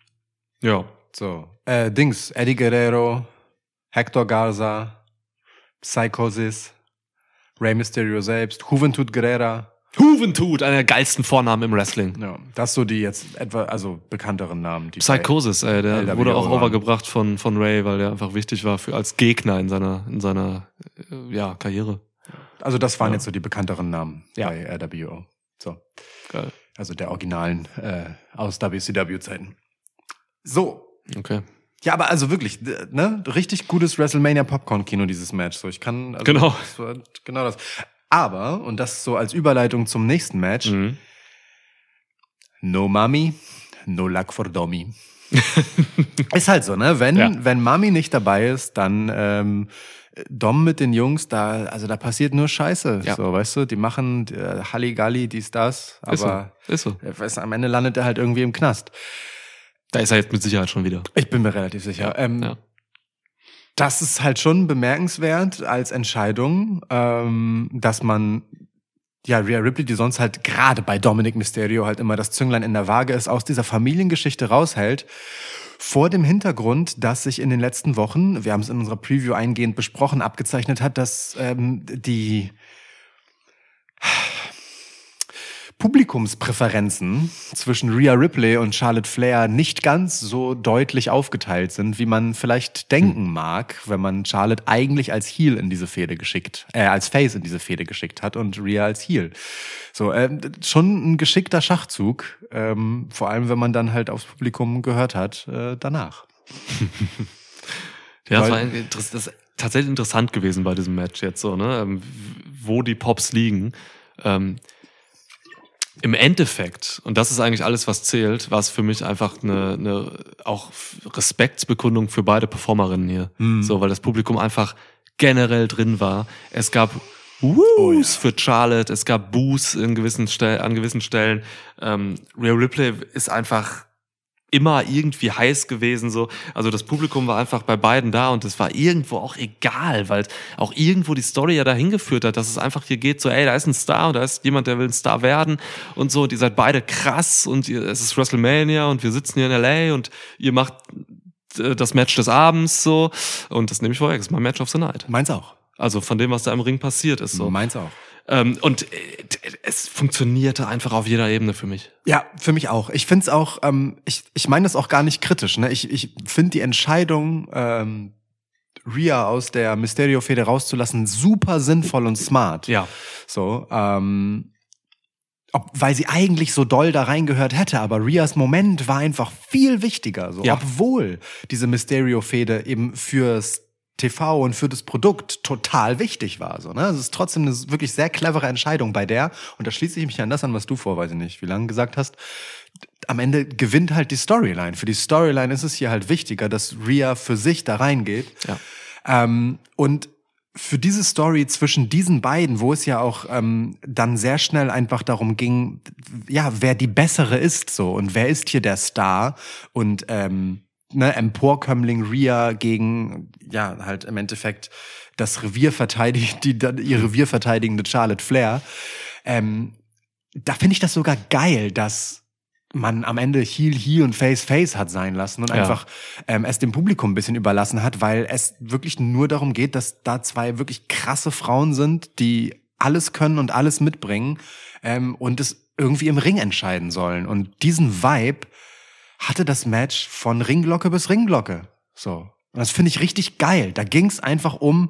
Ja. So. Äh, Dings, Eddie Guerrero, Hector Garza, Psychosis, Rey Mysterio selbst, Juventud Guerrera. Juventud, einer der geilsten Vornamen im Wrestling. Ja, das so die jetzt etwa, also bekannteren Namen. Die Psychosis, ey, der L W O wurde auch waren. overgebracht von von Ray, weil der einfach wichtig war für als Gegner in seiner in seiner äh, ja Karriere. Also das waren Ja. jetzt so die bekannteren Namen Ja. bei R W O. So. Geil. Also der originalen äh, aus W C W-Zeiten. So. Okay. Ja, aber also wirklich, d- ne, richtig gutes WrestleMania Popcorn-Kino, dieses Match. So, ich kann, also, Genau. Das war genau das. Aber, und das so als Überleitung zum nächsten Match, Mhm. no Mami, no luck for Domi. Ist halt so, ne? Wenn, Ja. wenn Mami nicht dabei ist, dann ähm, Dom mit den Jungs, da, also da passiert nur Scheiße. Ja. So, weißt du, die machen äh, Halligalli, dies, das, Ist so. aber Ist so. äh, weißt, du, am Ende landet er halt irgendwie im Knast. Da ist er jetzt mit Sicherheit schon wieder. Ich bin mir relativ sicher. Ähm, Ja. Das ist halt schon bemerkenswert als Entscheidung, ähm, dass man ja Rhea Ripley, die sonst halt gerade bei Dominic Mysterio halt immer das Zünglein in der Waage ist, aus dieser Familiengeschichte raushält. Vor dem Hintergrund, dass sich in den letzten Wochen, wir haben es in unserer Preview eingehend besprochen, abgezeichnet hat, dass ähm, die Publikumspräferenzen zwischen Rhea Ripley und Charlotte Flair nicht ganz so deutlich aufgeteilt sind, wie man vielleicht denken mag, wenn man Charlotte eigentlich als Heel in diese Fehde geschickt, äh, als Face in diese Fehde geschickt hat und Rhea als Heel. So, ähm, schon ein geschickter Schachzug, ähm, vor allem wenn man dann halt aufs Publikum gehört hat, äh, danach. Ja, das Weil- war ein- das ist tatsächlich interessant gewesen bei diesem Match jetzt so, ne? Ähm, wo die Pops liegen. Ähm, Im Endeffekt, und das ist eigentlich alles, was zählt, war es für mich einfach eine, eine auch Respektsbekundung für beide Performerinnen hier. So, weil das Publikum einfach generell drin war. Es gab Woos Oh ja. für Charlotte, es gab Boos in gewissen Stell- an gewissen Stellen. Ähm, Rhea Ripley ist einfach immer irgendwie heiß gewesen, so. Also das Publikum war einfach bei beiden da und es war irgendwo auch egal, weil auch irgendwo die Story ja dahin geführt hat, dass es einfach hier geht, so, ey, da ist ein Star und da ist jemand, der will ein Star werden und so, und ihr seid beide krass und ihr, es ist WrestleMania und wir sitzen hier in L A und ihr macht äh, das Match des Abends, so, und das nehme ich vorweg, das ist mein Match of the Night. Meins auch. Also von dem, was da im Ring passiert ist, so. Meins auch. Ähm, und äh, es funktionierte einfach auf jeder Ebene für mich. Ja, für mich auch. Ich find's auch, ähm, ich, ich meine das auch gar nicht kritisch. Ne? Ich, ich finde die Entscheidung, ähm, Rhea aus der Mysterio-Fehde rauszulassen, super sinnvoll und smart. Ja. So, ähm, ob, weil sie eigentlich so doll da reingehört hätte, aber Rheas Moment war einfach viel wichtiger. So, Ja. obwohl diese Mysterio-Fehde eben fürs T V und für das Produkt total wichtig war. So, ne? Es ist trotzdem eine wirklich sehr clevere Entscheidung bei der, und da schließe ich mich an das an, was du vor, weiß ich nicht, wie lange gesagt hast, am Ende gewinnt halt die Storyline. Für die Storyline ist es hier halt wichtiger, dass Rhea für sich da reingeht. Ja. Ähm, und für diese Story zwischen diesen beiden, wo es ja auch ähm, dann sehr schnell einfach darum ging, ja, wer die bessere ist, so, und wer ist hier der Star, und ähm, ne, Emporkömmling Rhea gegen, ja, halt im Endeffekt das Revier verteidigt, die dann ihr Revier verteidigende Charlotte Flair. Ähm, da finde ich das sogar geil, dass man am Ende Heel, Heel und Face, Face hat sein lassen und Ja. einfach ähm, es dem Publikum ein bisschen überlassen hat, weil es wirklich nur darum geht, dass da zwei wirklich krasse Frauen sind, die alles können und alles mitbringen ähm, und es irgendwie im Ring entscheiden sollen. Und diesen Vibe hatte das Match von Ringglocke bis Ringglocke. So. Und das finde ich richtig geil. Da ging es einfach um,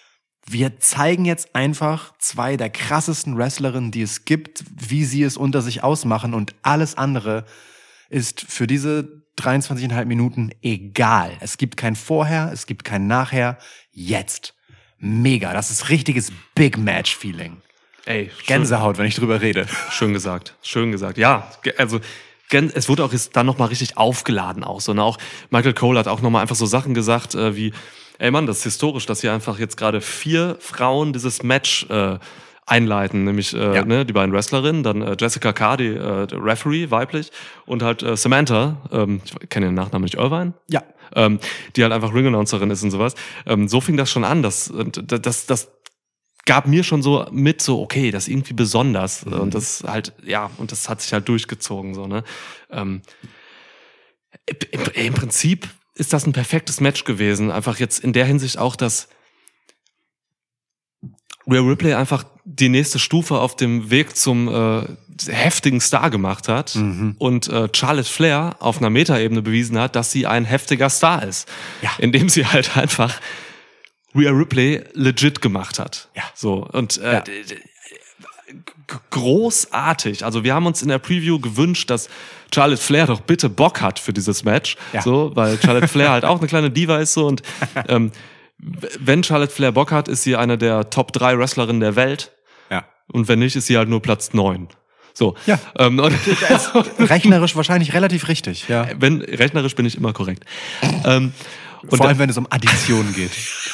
wir zeigen jetzt einfach zwei der krassesten Wrestlerinnen, die es gibt, wie sie es unter sich ausmachen, und alles andere ist für diese dreiundzwanzig Komma fünf Minuten egal. Es gibt kein Vorher, es gibt kein Nachher. Jetzt. Mega. Das ist richtiges Big Match-Feeling. Ey, schön, Gänsehaut, wenn ich drüber rede. schön gesagt, schön gesagt. Ja, ge- also gen- es wurde auch jetzt dann nochmal richtig aufgeladen auch so. Ne? Auch Michael Cole hat auch nochmal einfach so Sachen gesagt, äh, wie, ey Mann, das ist historisch, dass hier einfach jetzt gerade vier Frauen dieses Match äh, einleiten, nämlich äh, Ja. ne, die beiden Wrestlerinnen, dann äh, Jessica Carr, die äh, der Referee, weiblich, und halt äh, Samantha, ähm, ich kenne den Nachnamen nicht, Irvine? Ja. Ähm, die halt einfach Ring-Announcerin ist und sowas. Ähm, so fing das schon an, das, und das, das, das gab mir schon so mit, so, okay, das ist irgendwie besonders. Mhm. Und das halt, ja, und das hat sich halt durchgezogen, so, ne. Ähm, im, Im Prinzip ist das ein perfektes Match gewesen. Einfach jetzt in der Hinsicht auch, dass Rhea Ripley einfach die nächste Stufe auf dem Weg zum äh, heftigen Star gemacht hat Mhm. und äh, Charlotte Flair auf einer Metaebene bewiesen hat, dass sie ein heftiger Star ist. Ja. Indem sie halt einfach Rhea Ripley legit gemacht hat. Ja. So, und äh, Ja. d- d- g- großartig. Also wir haben uns in der Preview gewünscht, dass Charlotte Flair doch bitte Bock hat für dieses Match. Ja. So, weil Charlotte Flair halt auch eine kleine Diva ist so, und ähm, w- wenn Charlotte Flair Bock hat, ist sie eine der Top drei Wrestlerinnen der Welt. Ja. Und wenn nicht, ist sie halt nur Platz neun. So. Ja. Ähm, und Rechnerisch wahrscheinlich relativ richtig. Ja. wenn, rechnerisch bin ich immer korrekt. ähm, und Vor allem, wenn es um Addition geht.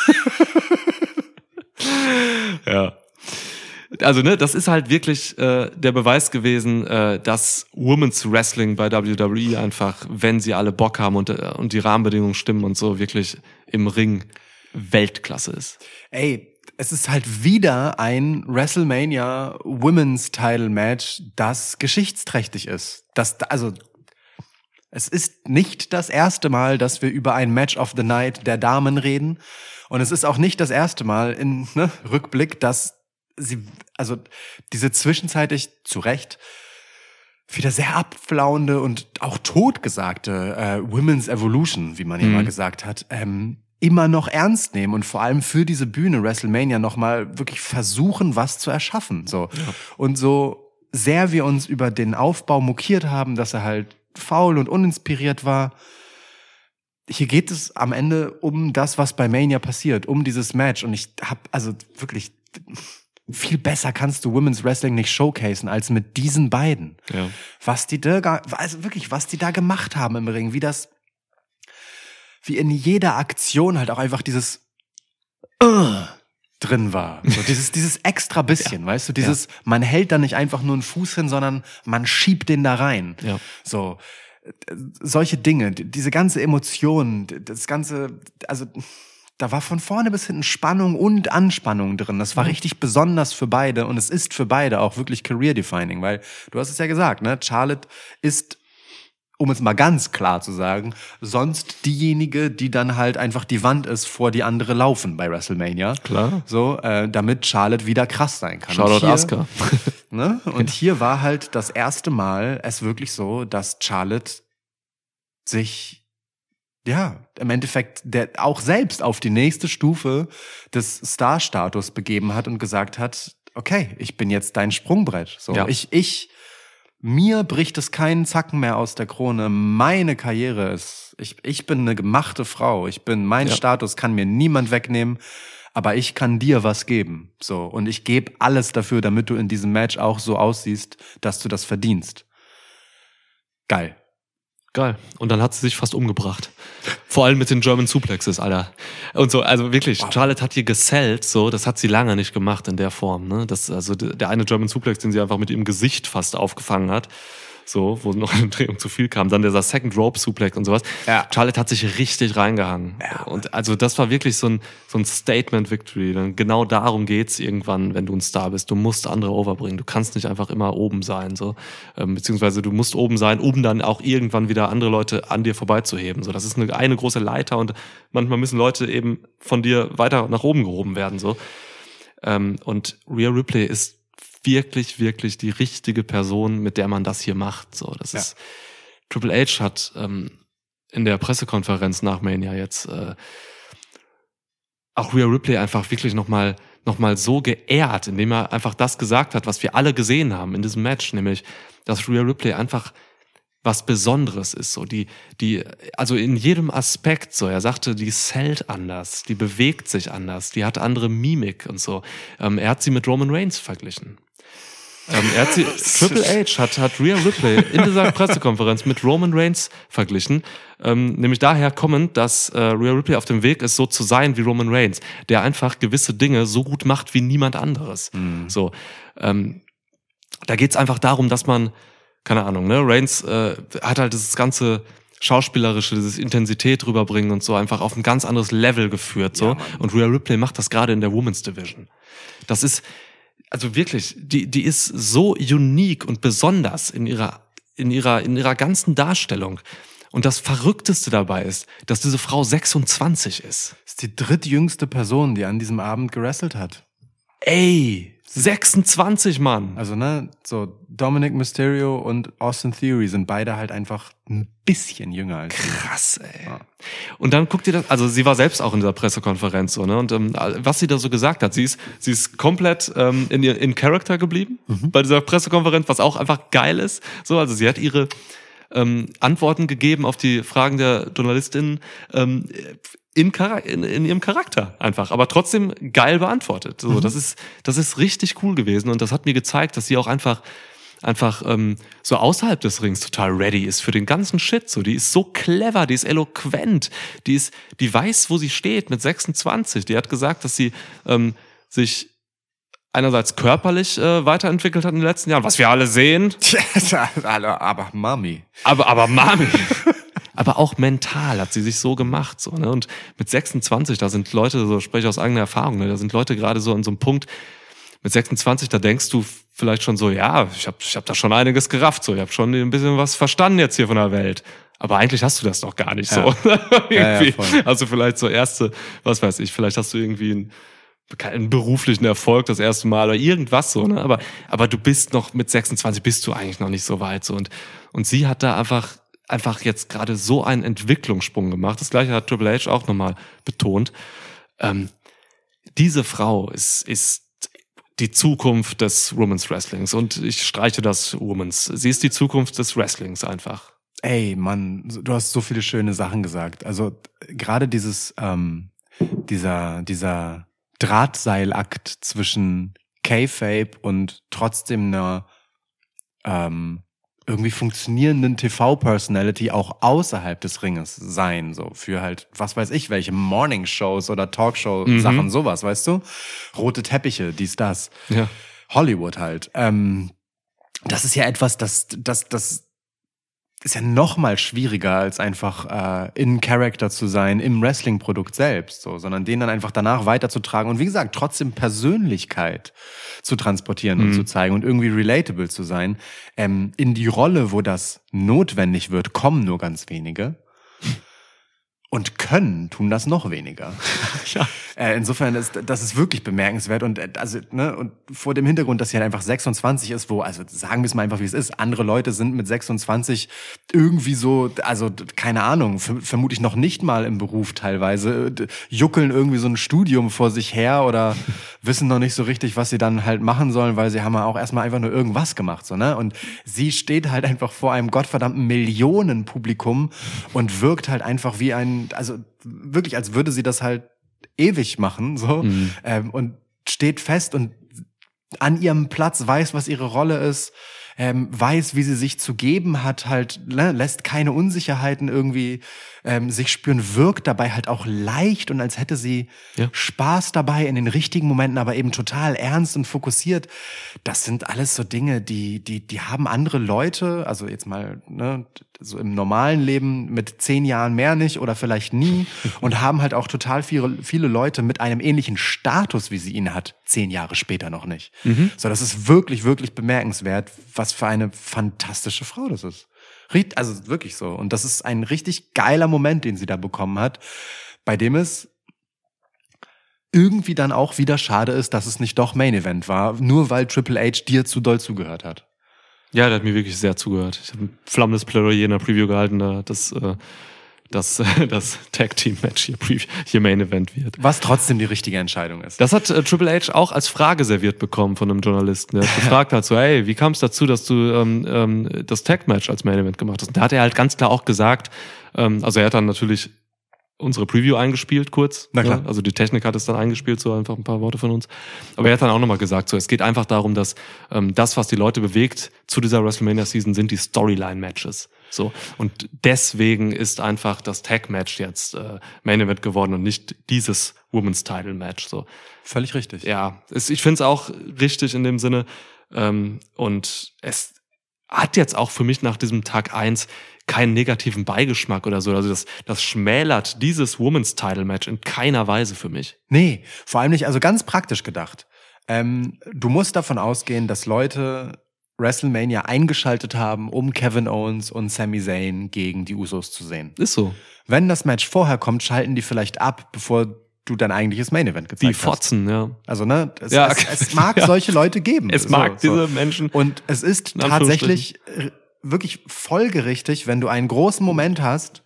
Ja. Also, ne, das ist halt wirklich äh, der Beweis gewesen, äh, dass Women's Wrestling bei W W E einfach, wenn sie alle Bock haben und, äh, und die Rahmenbedingungen stimmen und so, wirklich im Ring Weltklasse ist. Ey, es ist halt wieder ein WrestleMania Women's Title Match, das geschichtsträchtig ist. Das, also, es ist nicht das erste Mal, dass wir über ein Match of the Night der Damen reden. Und es ist auch nicht das erste Mal in ne, Rückblick, dass sie, also diese zwischenzeitlich zu Recht wieder sehr abflauende und auch totgesagte äh, Women's Evolution, wie man ja Mhm. mal gesagt hat, ähm, immer noch ernst nehmen und vor allem für diese Bühne WrestleMania nochmal wirklich versuchen, was zu erschaffen. So. Ja. Und so sehr wir uns über den Aufbau mokiert haben, dass er halt faul und uninspiriert war, hier geht es am Ende um das, was bei Mania passiert, um dieses Match. Und ich hab, also wirklich, viel besser kannst du Women's Wrestling nicht showcasen als mit diesen beiden. Ja. Was die da, also wirklich, was die da gemacht haben im Ring, wie das, wie in jeder Aktion halt auch einfach dieses uh, drin war. So dieses, dieses extra bisschen, weißt du, dieses, man hält da nicht einfach nur einen Fuß hin, sondern man schiebt den da rein. Ja. So. solche Dinge, diese ganze Emotion, das ganze, also da war von vorne bis hinten Spannung und Anspannung drin. Das war richtig besonders für beide und es ist für beide auch wirklich career-defining, weil du hast es ja gesagt, ne? Charlotte ist, um es mal ganz klar zu sagen, sonst diejenige, die dann halt einfach die Wand ist, vor die andere laufen bei WrestleMania. Klar. So, äh, damit Charlotte wieder krass sein kann. Shoutout Und Asuka. Ne? Und hier war halt das erste Mal es wirklich so, dass Charlotte sich ja, im Endeffekt der auch selbst auf die nächste Stufe des Star-Status begeben hat und gesagt hat, okay, ich bin jetzt dein Sprungbrett. So, Ja. ich, ich, mir bricht es keinen Zacken mehr aus der Krone. Meine Karriere ist, ich, ich bin eine gemachte Frau. Ich bin, mein Ja. Status kann mir niemand wegnehmen, aber ich kann dir was geben. So, und ich gebe alles dafür, damit du in diesem Match auch so aussiehst, dass du das verdienst. Geil. Geil. Und dann hat sie sich fast umgebracht. Vor allem mit den German Suplexes, Alter. Und so, also wirklich, wow. Charlotte hat hier gesellt, so, das hat sie lange nicht gemacht in der Form, ne? Das, also der eine German Suplex, den sie einfach mit ihrem Gesicht fast aufgefangen hat. So, wo noch eine Drehung zu viel kam. Dann dieser Second Rope Suplex und sowas. Ja. Charlotte hat sich richtig reingehangen. Ja. Und also das war wirklich so ein, so ein Statement Victory. Denn genau darum geht's irgendwann, wenn du ein Star bist. Du musst andere overbringen. Du kannst nicht einfach immer oben sein, so. Ähm, beziehungsweise du musst oben sein, um dann auch irgendwann wieder andere Leute an dir vorbeizuheben. So, das ist eine, eine große Leiter und manchmal müssen Leute eben von dir weiter nach oben gehoben werden, so. Ähm, und Rhea Ripley ist wirklich, wirklich die richtige Person, mit der man das hier macht. So, das Ja. ist Triple H hat ähm, in der Pressekonferenz nach Mania jetzt äh, auch Rhea Ripley einfach wirklich nochmal noch mal so geehrt, indem er einfach das gesagt hat, was wir alle gesehen haben in diesem Match, nämlich, dass Rhea Ripley einfach was Besonderes ist, so die, die, also in jedem Aspekt, so, er sagte, die sellt anders, die bewegt sich anders, die hat andere Mimik und so. Ähm, er hat sie mit Roman Reigns verglichen. Ähm, er hat sie, Triple H hat, hat Rhea Ripley in dieser Pressekonferenz mit Roman Reigns verglichen, ähm, nämlich daher kommend, dass äh, Rhea Ripley auf dem Weg ist, so zu sein wie Roman Reigns, der einfach gewisse Dinge so gut macht wie niemand anderes. Mhm. So, ähm, da geht's einfach darum, dass man, keine Ahnung, ne, Reigns äh, hat halt dieses ganze Schauspielerische, dieses Intensität rüberbringen und so einfach auf ein ganz anderes Level geführt, so. Ja, und Rhea Ripley macht das gerade in der Women's Division. Das ist, also wirklich, die, die ist so unique und besonders in ihrer, in ihrer, in ihrer ganzen Darstellung. Und das Verrückteste dabei ist, dass diese Frau sechsundzwanzig ist. Das ist die drittjüngste Person, die an diesem Abend gewrestelt hat. Ey! sechsundzwanzig, Mann. Also, ne, so Dominic Mysterio und Austin Theory sind beide halt einfach ein bisschen jünger als sie. Krass, ey. Ja. Und dann guckt ihr das, also sie war selbst auch in dieser Pressekonferenz so, ne, und ähm, was sie da so gesagt hat, sie ist, sie ist komplett ähm, in ihr, in Character geblieben mhm. bei dieser Pressekonferenz, was auch einfach geil ist. So, also sie hat ihre ähm, Antworten gegeben auf die Fragen der JournalistInnen ähm, In, Char- in, in ihrem Charakter einfach, aber trotzdem geil beantwortet. So, mhm. das ist, das ist richtig cool gewesen und das hat mir gezeigt, dass sie auch einfach, einfach ähm, so außerhalb des Rings total ready ist für den ganzen Shit. So, die ist so clever, die ist eloquent, die ist, die weiß, wo sie steht mit sechsundzwanzig. Die hat gesagt, dass sie ähm, sich einerseits körperlich äh, weiterentwickelt hat in den letzten Jahren, was wir alle sehen. aber Mami. Aber, aber Mami. Aber auch mental hat sie sich so gemacht, so, ne? Und mit sechsundzwanzig, da sind Leute, so spreche ich aus eigener Erfahrung, ne? Da sind Leute gerade so an so einem Punkt, mit sechsundzwanzig, da denkst du vielleicht schon so, ja, ich habe ich hab da schon einiges gerafft, so, ich habe schon ein bisschen was verstanden jetzt hier von der Welt. Aber eigentlich hast du das doch gar nicht, so. Ja. irgendwie. Ja, ja, also vielleicht so erste, was weiß ich, vielleicht hast du irgendwie einen, keinen beruflichen Erfolg das erste Mal oder irgendwas so, ne? Aber, aber du bist noch, mit sechsundzwanzig bist du eigentlich noch nicht so weit, so. Und, und sie hat da einfach, einfach jetzt gerade so einen Entwicklungssprung gemacht. Das Gleiche hat Triple H auch nochmal betont. Ähm, diese Frau ist, ist die Zukunft des Women's Wrestlings. Und ich streiche das Women's. Sie ist die Zukunft des Wrestlings einfach. Ey, Mann, du hast so viele schöne Sachen gesagt. Also gerade dieses, ähm, dieser, dieser Drahtseilakt zwischen Kayfabe und trotzdem einer ähm, irgendwie funktionierenden T V-Personality auch außerhalb des Ringes sein, so für halt, was weiß ich, welche Morning-Shows oder Talkshow-Sachen, mhm. sowas, weißt du? Rote Teppiche, dies, das. Ja. Hollywood halt. Ähm, das ist ja etwas, das, das, das ist ja noch mal schwieriger, als einfach äh, in Character zu sein im Wrestling-Produkt selbst, so, sondern den dann einfach danach weiterzutragen und wie gesagt, trotzdem Persönlichkeit zu transportieren mhm. und zu zeigen und irgendwie relatable zu sein. Ähm, in die Rolle, wo das notwendig wird, kommen nur ganz wenige. Und können tun das noch weniger. Ja. Äh, insofern ist das ist wirklich bemerkenswert und äh, also ne und vor dem Hintergrund, dass sie halt einfach sechsundzwanzig ist, wo also sagen wir es mal einfach wie es ist, andere Leute sind mit sechsundzwanzig irgendwie so, also keine Ahnung, f- vermutlich noch nicht mal im Beruf teilweise, d- juckeln irgendwie so ein Studium vor sich her oder wissen noch nicht so richtig, was sie dann halt machen sollen, weil sie haben ja auch erstmal einfach nur irgendwas gemacht, so ne und sie steht halt einfach vor einem gottverdammten Millionenpublikum und wirkt halt einfach wie ein, also wirklich, als würde sie das halt ewig machen, so, mhm. ähm, und steht fest und an ihrem Platz, weiß, was ihre Rolle ist, ähm, weiß, wie sie sich zu geben hat, halt, ne, lässt keine Unsicherheiten irgendwie ähm, sich spüren, wirkt dabei halt auch leicht und als hätte sie ja. Spaß dabei in den richtigen Momenten, aber eben total ernst und fokussiert. Das sind alles so Dinge, die, die, die haben andere Leute, also jetzt mal, ne, so im normalen Leben mit zehn Jahren mehr nicht oder vielleicht nie und haben halt auch total viele, viele Leute mit einem ähnlichen Status, wie sie ihn hat, zehn Jahre später noch nicht. Mhm. So, das ist wirklich, wirklich bemerkenswert, was für eine fantastische Frau das ist. Also wirklich so. Und das ist ein richtig geiler Moment, den sie da bekommen hat, bei dem es irgendwie dann auch wieder schade ist, dass es nicht doch Main Event war, nur weil Triple H dir zu doll zugehört hat. Ja, der hat mir wirklich sehr zugehört. Ich habe ein flammendes Plädoyer in der Preview gehalten, da das, äh, das, äh, das Tag-Team-Match hier, Preview, hier Main-Event wird. Was trotzdem die richtige Entscheidung ist. Das hat äh, Triple H auch als Frage serviert bekommen von einem Journalisten. Der hat gefragt hat so, hey, wie kam es dazu, dass du ähm, ähm, das Tag-Match als Main-Event gemacht hast? Und da hat er halt ganz klar auch gesagt, ähm, also er hat dann natürlich unsere Preview eingespielt kurz. Na klar. Ja, also die Technik hat es dann eingespielt, so einfach ein paar Worte von uns. Aber er hat dann auch nochmal gesagt, so es geht einfach darum, dass ähm, das, was die Leute bewegt zu dieser WrestleMania-Season, sind die Storyline-Matches. So und deswegen ist einfach das Tag-Match jetzt äh, Main Event geworden und nicht dieses Women's Title-Match. So völlig richtig. Ja, es, ich finde es auch richtig in dem Sinne. Ähm, und es hat jetzt auch für mich nach diesem Tag eins keinen negativen Beigeschmack oder so. Also das, das schmälert dieses Women's Title Match in keiner Weise für mich. Nee, vor allem nicht, also ganz praktisch gedacht. Ähm, du musst davon ausgehen, dass Leute WrestleMania eingeschaltet haben, um Kevin Owens und Sami Zayn gegen die Usos zu sehen. Ist so. Wenn das Match vorher kommt, schalten die vielleicht ab, bevor du dein eigentliches Main Event gezeigt die hast. Die Fotzen, ja. Also, ne, es, ja. es, es mag ja. solche Leute geben. Es so, mag so. diese Menschen. Und es ist tatsächlich wirklich folgerichtig, wenn du einen großen Moment hast,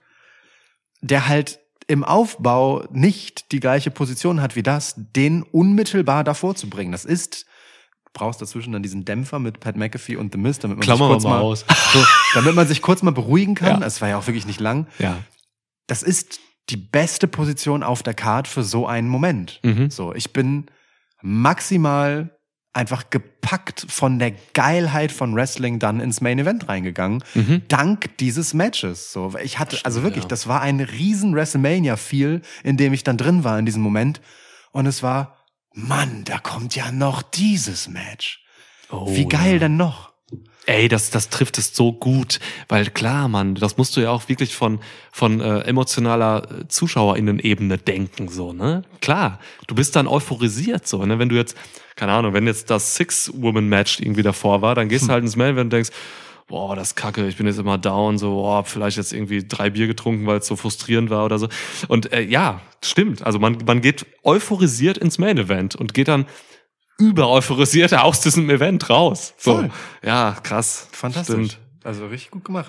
der halt im Aufbau nicht die gleiche Position hat wie das, den unmittelbar davor zu bringen. Das ist, du brauchst dazwischen dann diesen Dämpfer mit Pat McAfee und The Miz, damit man, sich kurz, mal, aus. So, damit man sich kurz mal beruhigen kann. Es ja. war ja auch wirklich nicht lang. Ja. Das ist die beste Position auf der Card für so einen Moment. Mhm. So, ich bin maximal einfach gepackt von der Geilheit von Wrestling dann ins Main Event reingegangen, mhm. dank dieses Matches. So, ich hatte, also wirklich, ja. das war ein riesen WrestleMania-Feel, in dem ich dann drin war in diesem Moment. Und es war, Mann, da kommt ja noch dieses Match. Oh, wie geil ja. denn noch? Ey, das, das trifft es so gut, weil klar, Mann, das musst du ja auch wirklich von, von äh, emotionaler ZuschauerInnen-Ebene denken, so, ne? Klar, du bist dann euphorisiert, so, ne? Wenn du jetzt, keine Ahnung, wenn jetzt das Six-Woman-Match irgendwie davor war, dann gehst du halt ins Mail und denkst, boah, das ist kacke, ich bin jetzt immer down, so, boah, vielleicht jetzt irgendwie drei Bier getrunken, weil es so frustrierend war oder so. Und äh, ja, stimmt, also man, man geht euphorisiert ins Main-Event und geht dann über euphorisiert aus diesem Event raus. So. Voll. Ja, krass. Fantastisch. Stimmt. Also richtig gut gemacht.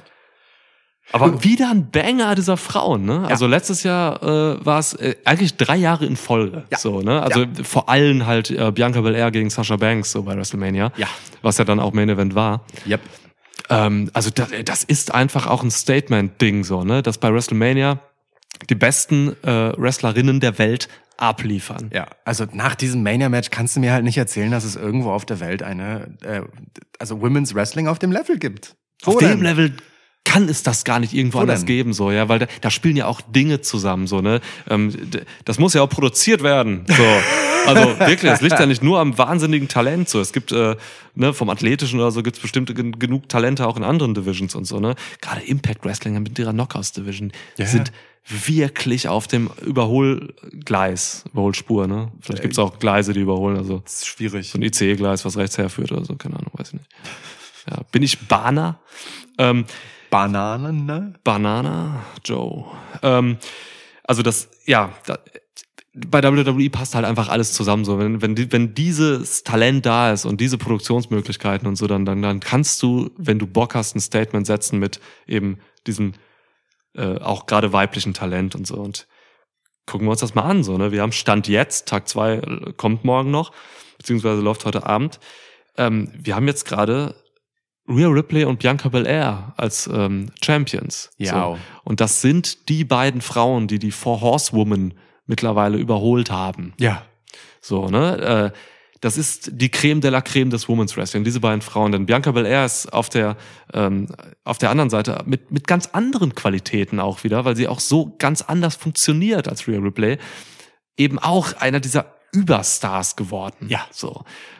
Aber wieder ein Banger dieser Frauen, ne? Ja. Also letztes Jahr äh, war es äh, eigentlich drei Jahre in Folge. Ja. So, ne? Also ja. vor allem halt äh, Bianca Belair gegen Sasha Banks so bei WrestleMania. Ja. Was ja dann auch Main Event war. Yep. Ähm, also das, das ist einfach auch ein Statement-Ding so, ne? Dass bei WrestleMania die besten äh, Wrestlerinnen der Welt abliefern. Ja, also nach diesem Mania-Match kannst du mir halt nicht erzählen, dass es irgendwo auf der Welt eine, äh, also Women's Wrestling auf dem Level gibt. Wo auf denn? Dem Level kann es das gar nicht irgendwo Wo anders denn? geben, so, ja, weil da, da spielen ja auch Dinge zusammen, so, ne, ähm, d- das muss ja auch produziert werden, so. Also wirklich, es liegt ja nicht nur am wahnsinnigen Talent, so, es gibt, äh, ne, vom Athletischen oder so gibt's bestimmte gen- genug Talente auch in anderen Divisions und so, ne, gerade Impact Wrestling mit ihrer Knockouts-Division Ja. sind wirklich auf dem Überholgleis, Überholspur, ne, vielleicht gibt's auch Gleise, die überholen, also Das ist schwierig. so ein I C E-Gleis, was rechts herführt oder so, keine Ahnung, weiß ich nicht. Ja, bin ich Bahner? Ähm, Bananen, ne? Banana Joe. Ähm, also das, ja, da, bei W W E passt halt einfach alles zusammen so. Wenn, wenn, die, wenn dieses Talent da ist und diese Produktionsmöglichkeiten und so, dann, dann, dann kannst du, wenn du Bock hast, ein Statement setzen mit eben diesem äh, auch gerade weiblichen Talent und so. Und gucken wir uns das mal an, so, ne? Wir haben Stand jetzt, Tag zwei äh, kommt morgen noch, beziehungsweise läuft heute Abend. Ähm, wir haben jetzt gerade Rhea Ripley und Bianca Belair als ähm, Champions. Ja. So. Und das sind die beiden Frauen, die die Four Horsewomen mittlerweile überholt haben. Ja. So, ne? Äh, das ist die Creme de la Creme des Women's Wrestling, diese beiden Frauen. Denn Bianca Belair ist auf der ähm, auf der anderen Seite mit mit ganz anderen Qualitäten auch wieder, weil sie auch so ganz anders funktioniert als Rhea Ripley. Eben auch einer dieser Überstars geworden. Ja. So.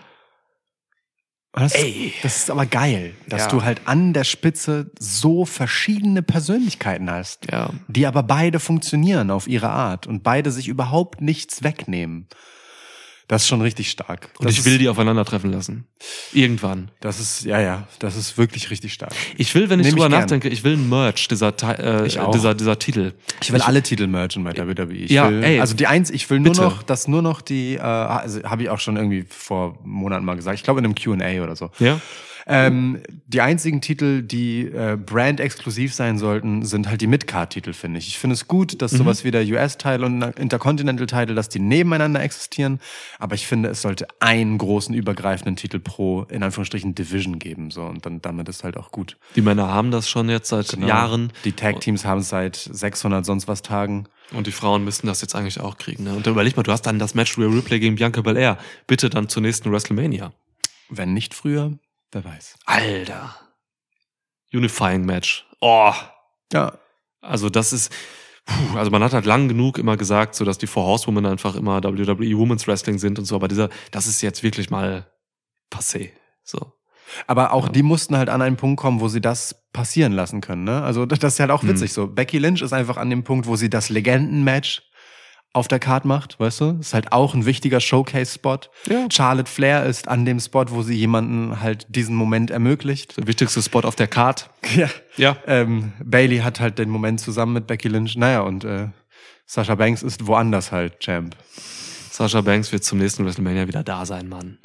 Das, Ey. das ist aber geil, dass Ja. du halt an der Spitze so verschiedene Persönlichkeiten hast, Ja. die aber beide funktionieren auf ihre Art und beide sich überhaupt nichts wegnehmen. Das ist schon richtig stark. Und das ich ist, will die aufeinandertreffen lassen. Irgendwann. Das ist, ja, ja, das ist wirklich richtig stark. Ich will, wenn ich Nehm ich drüber gern. nachdenke, ich will ein Merch dieser, Te- äh, Ich auch. dieser, dieser Titel. Ich will alle Titel merchen bei W W E. Ich Ja, will, ey, also die eins, ich will nur bitte. noch, dass nur noch die, äh, also habe ich auch schon irgendwie vor Monaten mal gesagt, ich glaube in einem Q and A oder so. Ja? Ähm, die einzigen Titel, die äh, brand-exklusiv sein sollten, sind halt die Mid-Card-Titel, finde ich. Ich finde es gut, dass sowas wie der U S-Title und der Intercontinental-Title, dass die nebeneinander existieren. Aber ich finde, es sollte einen großen, übergreifenden Titel pro, in Anführungsstrichen, Division geben. So. Und dann damit ist halt auch gut. Die Männer haben das schon jetzt seit Genau. Jahren. Die Tag-Teams haben es seit sechshundert sonst was Tagen. Und die Frauen müssten das jetzt eigentlich auch kriegen. Ne? Und dann überleg mal, du hast dann das Match Rhea Ripley gegen Bianca Belair. Bitte dann zur nächsten WrestleMania. Wenn nicht früher, wer weiß. Alter. Unifying Match. Oh. Ja. Also das ist, puh, also man hat halt lang genug immer gesagt, so dass die Four Horsewomen einfach immer W W E Women's Wrestling sind und so, aber dieser, das ist jetzt wirklich mal passé. So. Aber auch Ja. die mussten halt an einen Punkt kommen, wo sie das passieren lassen können. Ne? Also das ist halt auch witzig Mhm. so. Becky Lynch ist einfach an dem Punkt, wo sie das Legendenmatch auf der Card macht, weißt du? Ist halt auch ein wichtiger Showcase-Spot. Ja. Charlotte Flair ist an dem Spot, wo sie jemanden halt diesen Moment ermöglicht. Der wichtigste Spot auf der Card. Ja. Ja. Ähm, Bayley hat halt den Moment zusammen mit Becky Lynch. Naja, und äh, Sasha Banks ist woanders halt Champ. Sasha Banks wird zum nächsten WrestleMania wieder da sein, Mann.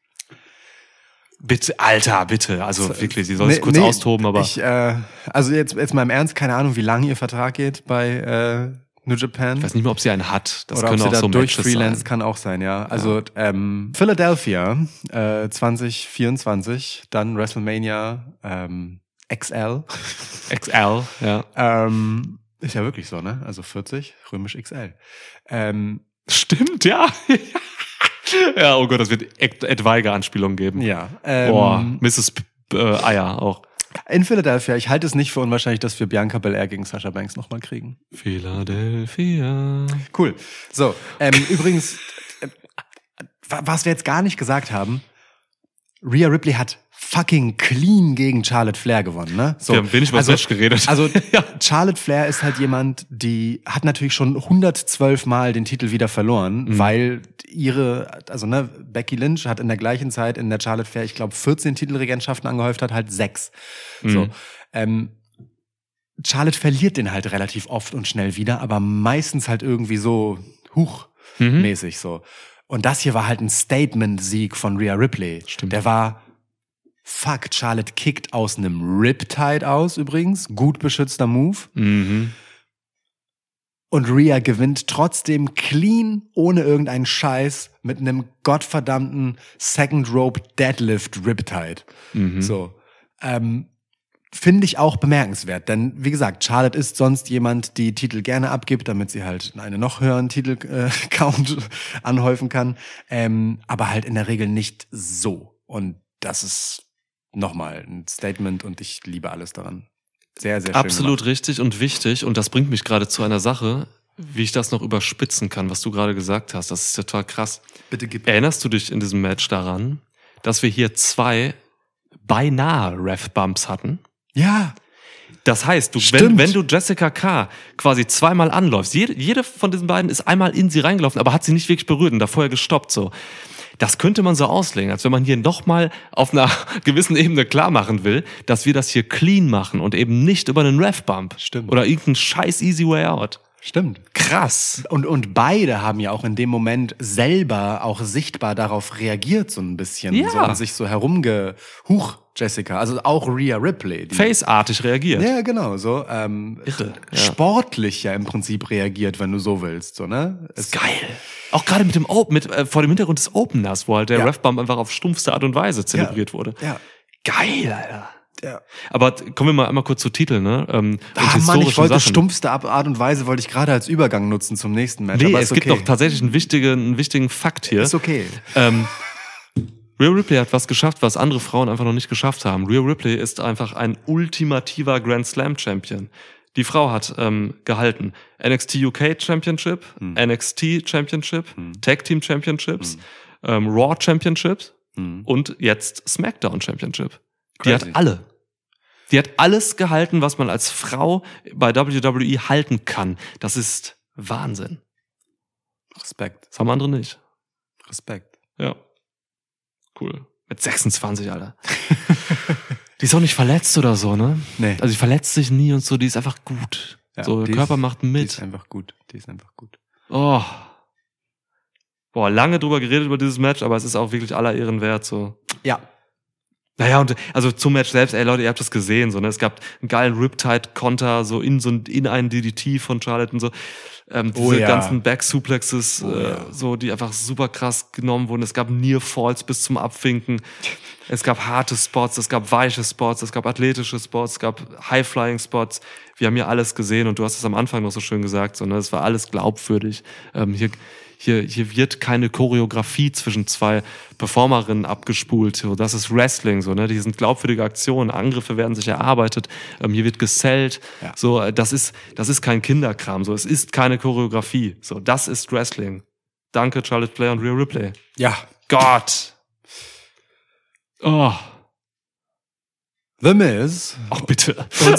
Bitte, Alter, bitte. Also wirklich, sie soll sich Nee, kurz nee, austoben, aber Ich, äh, also jetzt, jetzt mal im Ernst, keine Ahnung, wie lange ihr Vertrag geht bei äh, New Japan. ich weiß nicht mehr, ob sie einen hat. Das Oder ob können sie auch da so durch Matches Freelance sein. kann auch sein, ja. Also ähm, Philadelphia äh, zwanzig vierundzwanzig, dann WrestleMania ähm, X L. X L, ja. ähm, ist ja wirklich so, ne? Also vierzig, römisch X L. Ähm, Stimmt, ja. Ja, oh Gott, das wird Ed Ed Weiger-Anspielungen geben. ja. Ähm, Boah, Misses P äh, Eier auch. In Philadelphia, ich halte es nicht für unwahrscheinlich, dass wir Bianca Belair gegen Sasha Banks nochmal kriegen. Philadelphia. Cool. So, ähm, übrigens, äh, was wir jetzt gar nicht gesagt haben, Rhea Ripley hat fucking clean gegen Charlotte Flair gewonnen, ne? So, Wir haben wenig über das Match geredet. Also Ja. Charlotte Flair ist halt jemand, die hat natürlich schon hundertzwölf Mal den Titel wieder verloren, Mhm. weil ihre, also ne, Becky Lynch hat in der gleichen Zeit in der Charlotte Flair, ich glaube, vierzehn Titelregentschaften angehäuft, hat halt sechs. So, Mhm. ähm, Charlotte verliert den halt relativ oft und schnell wieder, aber meistens halt irgendwie so huch Mhm. mäßig so. Und das hier war halt ein Statement-Sieg von Rhea Ripley. Stimmt. Der war fuck, Charlotte kickt aus einem Riptide aus übrigens, gut beschützter Move. Mhm. Und Rhea gewinnt trotzdem clean, ohne irgendeinen Scheiß, mit einem gottverdammten Second Rope Deadlift Riptide. Mhm. So. Ähm, Finde ich auch bemerkenswert, denn wie gesagt, Charlotte ist sonst jemand, die Titel gerne abgibt, damit sie halt einen noch höheren Titel-Count anhäufen kann, ähm, aber halt in der Regel nicht so. Und das ist nochmal ein Statement und ich liebe alles daran. Sehr, sehr schön Absolut gemacht. richtig und wichtig. Und das bringt mich gerade zu einer Sache, wie ich das noch überspitzen kann, was du gerade gesagt hast. Das ist total krass. Bitte gib. Erinnerst du dich in diesem Match daran, dass wir hier zwei beinahe Ref-Bumps hatten? Ja. Das heißt, du, wenn, Stimmt. wenn du Jessica K. quasi zweimal anläufst, jede, jede von diesen beiden ist einmal in sie reingelaufen, aber hat sie nicht wirklich berührt und da vorher gestoppt so. Das könnte man so auslegen, als wenn man hier nochmal auf einer gewissen Ebene klar machen will, dass wir das hier clean machen und eben nicht über einen Ref-Bump. Stimmt. Oder irgendeinen scheiß easy way out. Stimmt. Krass. Und, und beide haben ja auch in dem Moment selber auch sichtbar darauf reagiert, so ein bisschen. Ja. So, und sich so herumge... Huch, Jessica. Also auch Rhea Ripley. Die Face-artig reagiert. Ja, genau, so. Ähm, Irre, ja. Sportlich ja im Prinzip reagiert, wenn du so willst, so, ne? Es, Geil. Auch gerade mit dem Open, mit, äh, vor dem Hintergrund des Openers, wo halt der Ja. Ref-Bump einfach auf stumpfste Art und Weise zelebriert wurde. Ja. Geil, Alter. Ja. Aber kommen wir mal einmal kurz zu Titeln, ne? Ähm, und Ah, Mann, ich historischen wollte Sachen. stumpfste Art Art und Weise, wollte ich gerade als Übergang nutzen zum nächsten Match. Nee, aber es ist gibt okay. noch tatsächlich einen wichtigen, einen wichtigen Fakt hier. Ist okay. Ähm, Rhea Ripley hat was geschafft, was andere Frauen einfach noch nicht geschafft haben. Rhea Ripley ist einfach ein ultimativer Grand Slam Champion. Die Frau hat ähm, gehalten N X T U K Championship, Hm. N X T Championship, Hm. Tag Team Championships, ähm, Raw Championships Hm. und jetzt SmackDown Championship. Die Crazy. hat alle. Die hat alles gehalten, was man als Frau bei W W E halten kann. Das ist Wahnsinn. Respekt. Das haben andere nicht. Respekt. Ja. Cool. Mit sechsundzwanzig, Alter. Die ist auch nicht verletzt oder so, ne? Nee. Also die verletzt sich nie und so, die ist einfach gut. Ja, so, der die Körper ist- macht Die mit. ist einfach gut. Die ist einfach gut. Oh. Boah, lange drüber geredet über dieses Match, aber es ist auch wirklich aller Ehren wert, so. Ja. Naja, und also zum Match selbst, ey Leute, ihr habt das gesehen, so, ne? Es gab einen geilen Riptide-Konter, so in so in einen D D T von Charlotte und so. Ähm, diese Oh ja. ganzen Back-Suplexes, Oh äh, ja. so, die einfach super krass genommen wurden. Es gab Near-Falls bis zum Abwinken. Es gab harte Spots, es gab weiche Spots, es gab athletische Spots, es gab High-Flying-Spots. Wir haben hier alles gesehen und du hast es am Anfang noch so schön gesagt, so, ne? Es war alles glaubwürdig. Ähm, hier, hier, hier wird keine Choreografie zwischen zwei Performerinnen abgespult. So, das ist Wrestling, so, ne? Die sind glaubwürdige Aktionen, Angriffe werden sich erarbeitet, ähm, hier wird gesellt. Ja. So, äh, das ist, das ist kein Kinderkram, so, es ist keine Choreografie. So, das ist Wrestling. Danke, Charlotte Flair und Rhea Ripley. Ja. Gott! Oh, The Miz ach bitte. und,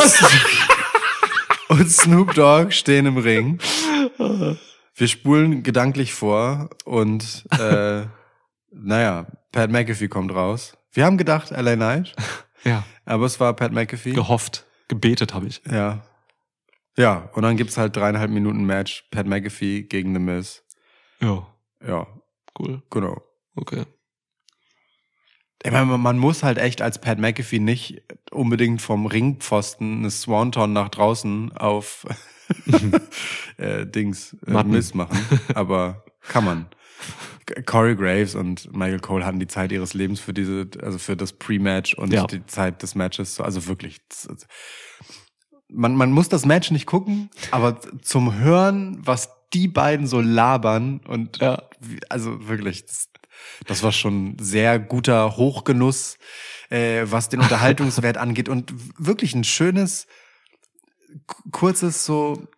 und Snoop Dogg stehen im Ring. Wir spulen gedanklich vor und äh, naja, Pat McAfee kommt raus. Wir haben gedacht, L A Knight, Ja, aber es war Pat McAfee. gehofft, gebetet habe ich. Ja. Ja, und dann gibt's halt dreieinhalb Minuten Match, Pat McAfee gegen The Miz. Ja, Ja, cool. genau. Okay. Ich meine, man- man muss halt echt als Pat McAfee nicht unbedingt vom Ringpfosten eine Swanton nach draußen auf äh, Dings äh, Matten. Miss machen, aber kann man. Corey Graves und Michael Cole hatten die Zeit ihres Lebens für diese, also für das Pre-Match und Ja. die Zeit des Matches, also wirklich. das- Man, man muss das Match nicht gucken, aber zum Hören, was die beiden so labern und Ja. wie- also wirklich, das, das war schon sehr guter Hochgenuss, äh, was den Unterhaltungswert angeht und wirklich ein schönes, k- kurzes so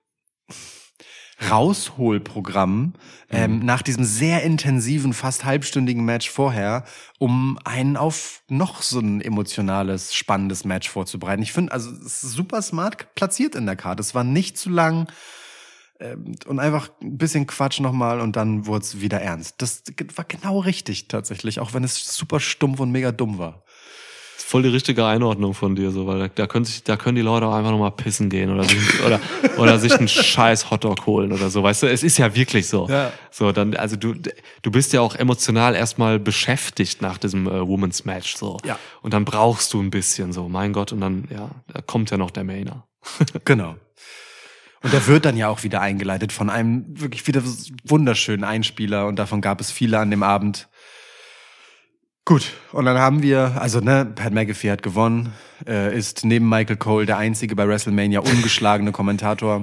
Rausholprogramm ähm, nach diesem sehr intensiven, fast halbstündigen Match vorher, um einen auf noch so ein emotionales, spannendes Match vorzubereiten. Ich finde, also es ist super smart platziert in der Karte. Es war nicht zu lang ähm, und einfach ein bisschen Quatsch nochmal und dann wurde es wieder ernst. Das war genau richtig tatsächlich, auch wenn es super stumpf und mega dumm war. Das ist voll die richtige Einordnung von dir, so, weil da, da können sich, da können die Leute auch einfach nochmal pissen gehen oder sich, oder, oder sich einen scheiß Hotdog holen oder so, weißt du? Es ist ja wirklich so. Ja. So, dann, also du, du bist ja auch emotional erstmal beschäftigt nach diesem äh, Women's Match, so. Ja. Und dann brauchst du ein bisschen so, mein Gott, und dann, ja, da kommt ja noch der Mainer. Genau. Und der wird dann ja auch wieder eingeleitet von einem wirklich wieder wunderschönen Einspieler und davon gab es viele an dem Abend. Gut, und dann haben wir, also ne, Pat McAfee hat gewonnen, äh, ist neben Michael Cole der einzige bei WrestleMania ungeschlagene Kommentator.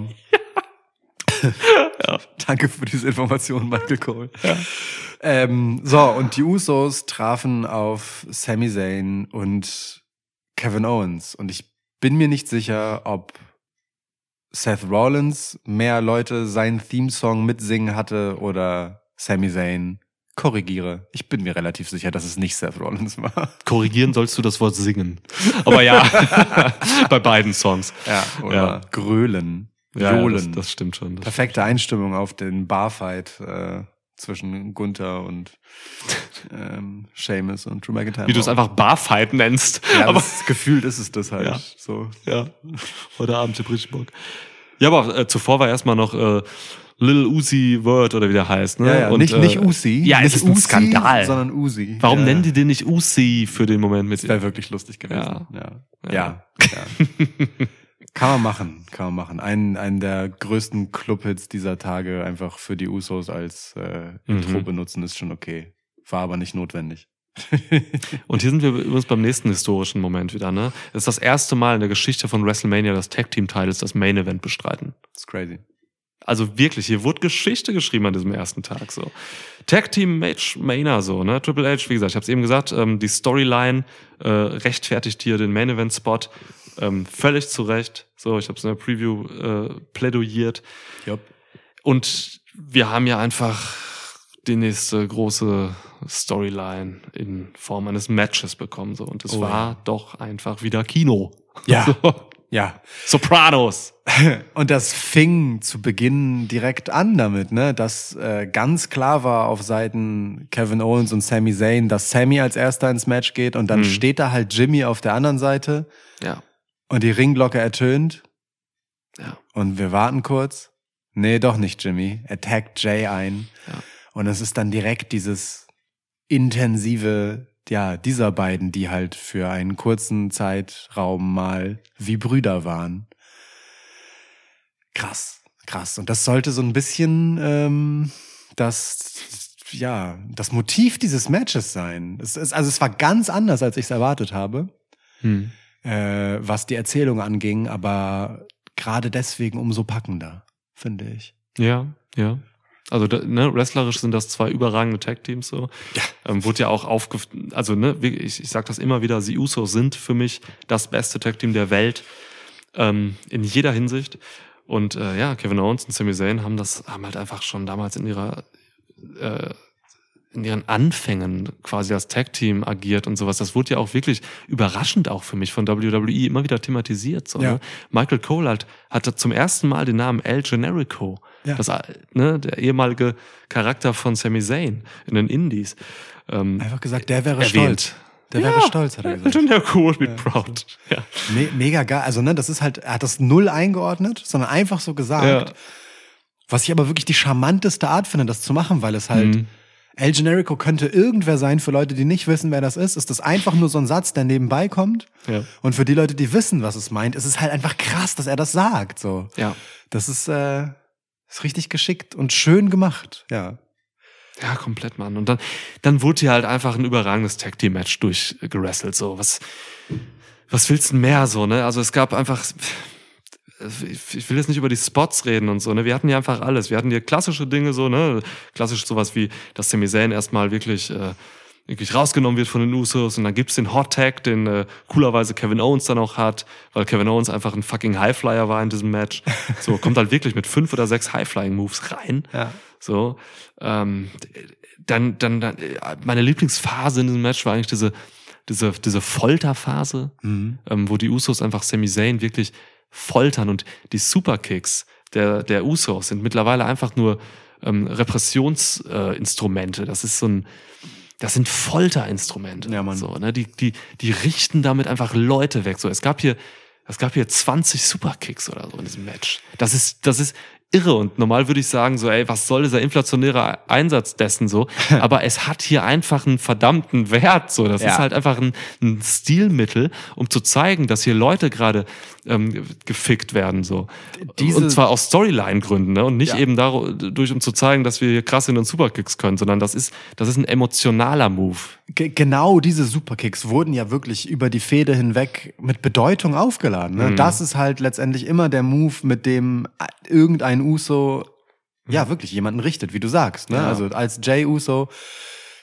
Ja. Danke für diese Information, Michael Cole. Ja. Ähm, so, und die Usos trafen auf Sami Zayn und Kevin Owens. Und ich bin mir nicht sicher, ob Seth Rollins mehr Leute seinen Theme-Song mitsingen hatte oder Sami Zayn. Korrigiere. Ich bin mir relativ sicher, dass es nicht Seth Rollins war. Korrigieren sollst du das Wort singen. Aber ja, bei beiden Songs. Ja, oder Ja. grölen, Ja, ja, johlen. das, das stimmt schon. Das Perfekte Einstimmung auf den Barfight äh, zwischen Gunther und ähm, Sheamus und Drew McIntyre. Wie du es einfach Barfight nennst. Ja, aber das, gefühlt ist es das halt. Ja. So. ja, heute Abend, ich hab richtig Bock. Ja, aber äh, zuvor war erstmal noch äh, Lil Uzi Vert oder wie der heißt. Ne? Ja, ja, Und, nicht, äh, nicht Uzi. Ja, nicht es ist ein Uzi, Skandal. sondern Uzi. Warum ja. nennen die den nicht Uzi für den Moment mit? Das wäre wirklich lustig gewesen. Ja. Ja. Ja. ja. ja. Kann man machen, kann man machen. Ein, ein der größten Clubhits dieser Tage einfach für die Usos als äh, Intro Mhm. benutzen, ist schon okay. War aber nicht notwendig. Und hier sind wir übrigens beim nächsten historischen Moment wieder. Ne? Das ist das erste Mal in der Geschichte von WrestleMania, dass Tag-Team-Titles das Main-Event bestreiten. Das ist crazy. Also wirklich, hier wurde Geschichte geschrieben an diesem ersten Tag. So Tag Team Match Mania so, ne? Triple H, wie gesagt, ich habe es eben gesagt, ähm, die Storyline äh, rechtfertigt hier den Main Event Spot ähm, völlig zu Recht. So, ich habe es in der Preview äh, plädoyiert. Yep. Und wir haben ja einfach die nächste große Storyline in Form eines Matches bekommen. So. Und es Oh, war ja. doch einfach wieder Kino. Ja. So. Ja. Sopranos. Und das fing zu Beginn direkt an damit, ne, dass äh, ganz klar war auf Seiten Kevin Owens und Sami Zayn, dass Sami als erster ins Match geht und dann Mhm. steht da halt Jimmy auf der anderen Seite Ja. und die Ringglocke ertönt Ja. und wir warten kurz. Nee, doch nicht Jimmy. Er taggt Jay ein. Ja. Und es ist dann direkt dieses intensive, ja, dieser beiden, die halt für einen kurzen Zeitraum mal wie Brüder waren. Krass, krass. Und das sollte so ein bisschen ähm, das, ja, das Motiv dieses Matches sein. Es ist, also es war ganz anders, als ich es erwartet habe, Hm. äh, was die Erzählung anging, aber gerade deswegen umso packender, finde ich. Ja, ja. Also da, ne, wrestlerisch sind das zwei überragende Tag-Teams so. Ja. Ähm, wurde ja auch aufge... Also ne, wie- ich, ich sag das immer wieder, die Usos sind für mich das beste Tag-Team der Welt ähm, in jeder Hinsicht. Und äh, ja, Kevin Owens und Sami Zayn haben das haben halt einfach schon damals in ihrer äh, in ihren Anfängen quasi als Tag-Team agiert und sowas. Das wurde ja auch wirklich überraschend auch für mich von W W E immer wieder thematisiert. So, Ja. ne? Michael Cole hat, hatte zum ersten Mal den Namen El Generico. Ja. Das, ne, der ehemalige Charakter von Sami Zayn in den Indies. Ähm, Einfach gesagt, der wäre erwähnt. stolz. Der wäre stolz, hat er gesagt. Ja, cool, be proud. Ja. Me mega geil. Also, ne, das ist halt, er hat das null eingeordnet, sondern einfach so gesagt. Ja. Was ich aber wirklich die charmanteste Art finde, das zu machen, weil es halt, Mhm. El Generico könnte irgendwer sein, für Leute, die nicht wissen, wer das ist, ist das einfach nur so ein Satz, der nebenbei kommt. Ja. Und für die Leute, die wissen, was es meint, ist es halt einfach krass, dass er das sagt, so. Ja. Das ist, äh, ist richtig geschickt und schön gemacht, ja. Ja, komplett, Mann. Und dann, dann wurde hier halt einfach ein überragendes Tag-Team-Match durchgerasselt, so. Was, was willst du denn mehr, so, ne? Also es gab einfach, ich will jetzt nicht über die Spots reden und so, ne? Wir hatten hier einfach alles. Wir hatten hier klassische Dinge, so, ne? Klassisch sowas wie, dass Sami Zayn erstmal wirklich, äh, wirklich rausgenommen wird von den Usos und dann gibt's den Hot Tag, den äh, coolerweise Kevin Owens dann auch hat, weil Kevin Owens einfach ein fucking Highflyer war in diesem Match. So, kommt halt wirklich mit fünf oder sechs Highflying-Moves rein. Ja. So, ähm, dann, dann, dann, meine Lieblingsphase in diesem Match war eigentlich diese, diese, diese Folterphase, Mhm. ähm, wo die Usos einfach Sami Zayn wirklich foltern und die Superkicks der, der Usos sind mittlerweile einfach nur ähm, Repressionsinstrumente. Äh, Instrumente. Das ist so ein, das sind Folterinstrumente. Ja, Mann. So, ne? Die, die, die richten damit einfach Leute weg. So, es gab hier, es gab hier zwanzig Superkicks oder so in diesem Match. Das ist, das ist irre. Und normal würde ich sagen so, ey, was soll dieser inflationäre Einsatz dessen so? Aber es hat hier einfach einen verdammten Wert. So, das Ja. ist halt einfach ein, ein Stilmittel, um zu zeigen, dass hier Leute gerade ähm, gefickt werden. So. Diese- Und zwar aus Storyline-Gründen, ne? Und nicht Ja. eben dadurch, um zu zeigen, dass wir hier krass in den Superkicks können, sondern das ist, das ist ein emotionaler Move. Ge- genau diese Superkicks wurden ja wirklich über die Fehde hinweg mit Bedeutung aufgeladen. Ne? Mhm. Das ist halt letztendlich immer der Move, mit dem irgendein Uso, ja wirklich, jemanden richtet, wie du sagst. Ne? Ja. Also als Jay Uso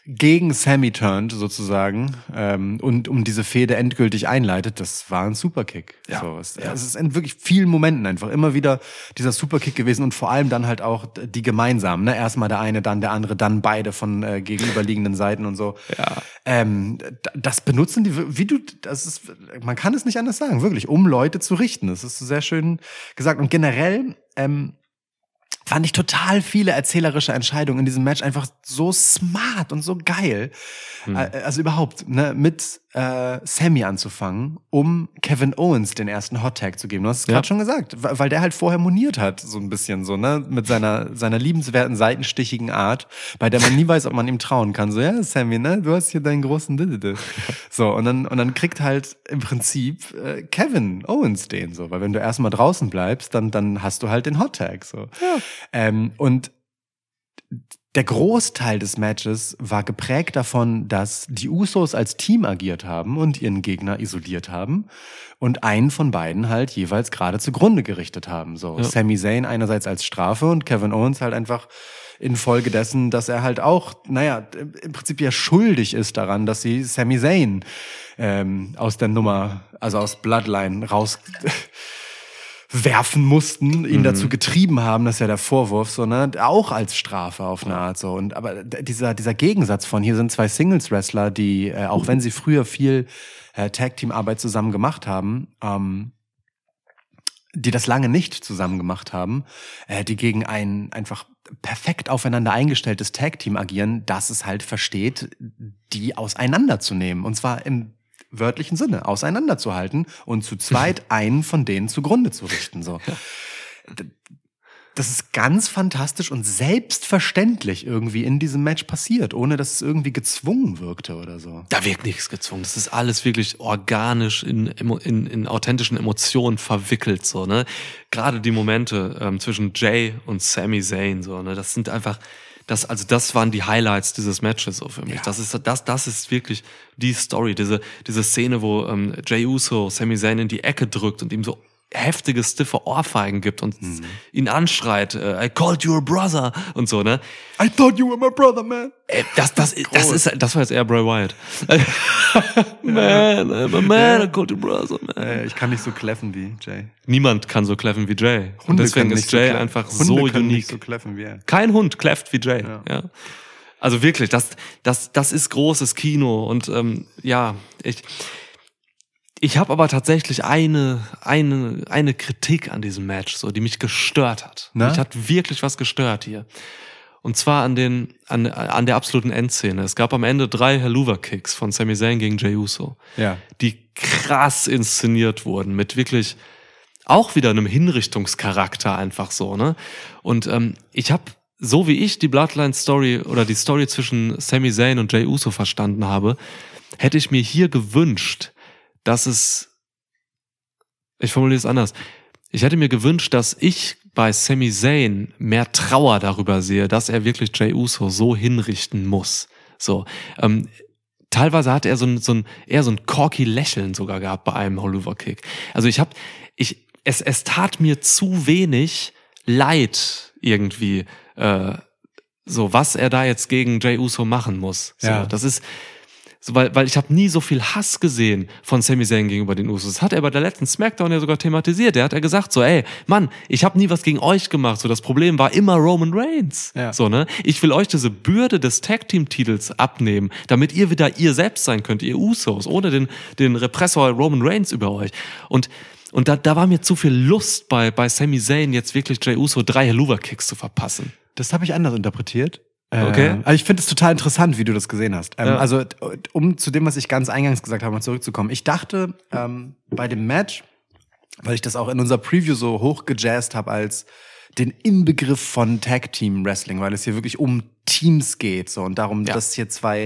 gegen Sammy turnt sozusagen ähm, und um diese Fehde endgültig einleitet, das war ein Superkick. Ja. So, es, Ja. es ist in wirklich vielen Momenten einfach immer wieder dieser Superkick gewesen und vor allem dann halt auch die gemeinsamen. Ne? Erstmal der eine, dann der andere, dann beide von äh, gegenüberliegenden Seiten und so. Ja. Ähm, d- das benutzen die, wie du, das ist, man kann es nicht anders sagen, wirklich, um Leute zu richten. Das ist sehr schön gesagt. Und generell ähm, fand ich total viele erzählerische Entscheidungen in diesem Match einfach so smart und so geil. Hm. Äh, Also überhaupt, ne, mit äh, Sammy anzufangen, um Kevin Owens den ersten Hot Tag zu geben. Du hast es Ja. gerade schon gesagt, weil weil der halt vorher moniert hat, so ein bisschen so, ne, mit seiner seiner liebenswerten, seitenstichigen Art, bei der man nie weiß, ob man ihm trauen kann. So, ja, Sammy, ne, du hast hier deinen großen Didede. So, und dann und dann kriegt halt im Prinzip äh, Kevin Owens den so, weil wenn du erstmal draußen bleibst, dann dann hast du halt den Hot Tag so. Ja. Ähm, und der Großteil des Matches war geprägt davon, dass die Usos als Team agiert haben und ihren Gegner isoliert haben und einen von beiden halt jeweils gerade zugrunde gerichtet haben. So Ja. Sami Zayn einerseits als Strafe und Kevin Owens halt einfach infolge dessen, dass er halt auch, naja, im Prinzip ja schuldig ist daran, dass sie Sami Zayn ähm, aus der Nummer, also aus Bloodline raus werfen mussten, ihn Mhm. dazu getrieben haben, das ist ja der Vorwurf, sondern auch als Strafe auf eine Art so. Und aber d- dieser dieser Gegensatz von hier sind zwei Singles-Wrestler, die äh, auch wenn sie früher viel äh, Tag-Team-Arbeit zusammen gemacht haben, ähm, die das lange nicht zusammen gemacht haben, äh, die gegen ein einfach perfekt aufeinander eingestelltes Tag-Team agieren, das es halt versteht, die auseinanderzunehmen. Und zwar im wörtlichen Sinne, auseinanderzuhalten und zu zweit einen von denen zugrunde zu richten. So. D- Das ist ganz fantastisch und selbstverständlich irgendwie in diesem Match passiert, ohne dass es irgendwie gezwungen wirkte oder so. Da wirkt nichts gezwungen. Das ist alles wirklich organisch in, emo- in, in authentischen Emotionen verwickelt, so, ne? Gerade die Momente ähm, zwischen Jay und Sami Zayn, so, ne? Das sind einfach, das, also das waren die Highlights dieses Matches so für mich. Ja. Das ist, das, das ist wirklich die Story. Diese, diese Szene, wo ähm, Jay Uso Sami Zayn in die Ecke drückt und ihm so heftige, stiffe Ohrfeigen gibt und Mhm. ihn anschreit, äh, I called you a brother und so, ne? I thought you were my brother, man. Äh, Das, das, das ist, das war jetzt eher Bray Wyatt. Man, I'm a man, I called you brother, man. Äh, ich kann nicht so kläffen wie Jay. Niemand kann so kläffen wie Jay. Und Hunde deswegen können ist nicht so Jay klä- einfach Hunde so können unique. nicht so kläffen wie er. Kein Hund kläfft wie Jay. Ja. Ja. Also wirklich, das, das, das ist großes Kino. Und ähm, ja, ich, ich habe aber tatsächlich eine, eine, eine Kritik an diesem Match, so, die mich gestört hat. Na? Mich hat wirklich was gestört hier. Und zwar an den, an, an der absoluten Endszene. Es gab am Ende drei Helluva-Kicks von Sami Zayn gegen Jey Uso, Ja. die krass inszeniert wurden, mit wirklich auch wieder einem Hinrichtungscharakter einfach so, ne? Und ähm, ich habe, so wie ich die Bloodline-Story oder die Story zwischen Sami Zayn und Jey Uso verstanden habe, hätte ich mir hier gewünscht, dass es, ich formuliere es anders, ich hätte mir gewünscht, dass ich bei Sami Zayn mehr Trauer darüber sehe, dass er wirklich Jey Uso so hinrichten muss. So, ähm, teilweise hat er so ein, so ein eher so ein corky Lächeln sogar gehabt bei einem Helluva-Kick. Also ich habe, ich, es, es tat mir zu wenig leid irgendwie, äh, so was er da jetzt gegen Jey Uso machen muss. So, Ja. das ist so, weil, weil ich habe nie so viel Hass gesehen von Sami Zayn gegenüber den Usos. Das hat er bei der letzten Smackdown ja sogar thematisiert. Der hat ja gesagt so, ey, Mann, ich habe nie was gegen euch gemacht. So, das Problem war immer Roman Reigns. Ja. So, ne? Ich will euch diese Bürde des Tag-Team-Titels abnehmen, damit ihr wieder ihr selbst sein könnt, ihr Usos, ohne den, den Repressor Roman Reigns über euch. Und und da, da war mir zu viel Lust bei, bei Sami Zayn, jetzt wirklich Jey Uso drei Helluva-Kicks zu verpassen. Das habe ich anders interpretiert. Okay. Ähm, also ich finde es total interessant, wie du das gesehen hast. Ähm, Ja. Also um zu dem, was ich ganz eingangs gesagt habe, mal zurückzukommen. Ich dachte ähm, bei dem Match, weil ich das auch in unserer Preview so hochgejazzt habe als den Inbegriff von Tag Team Wrestling, weil es hier wirklich um Teams geht so und darum, Ja. dass hier zwei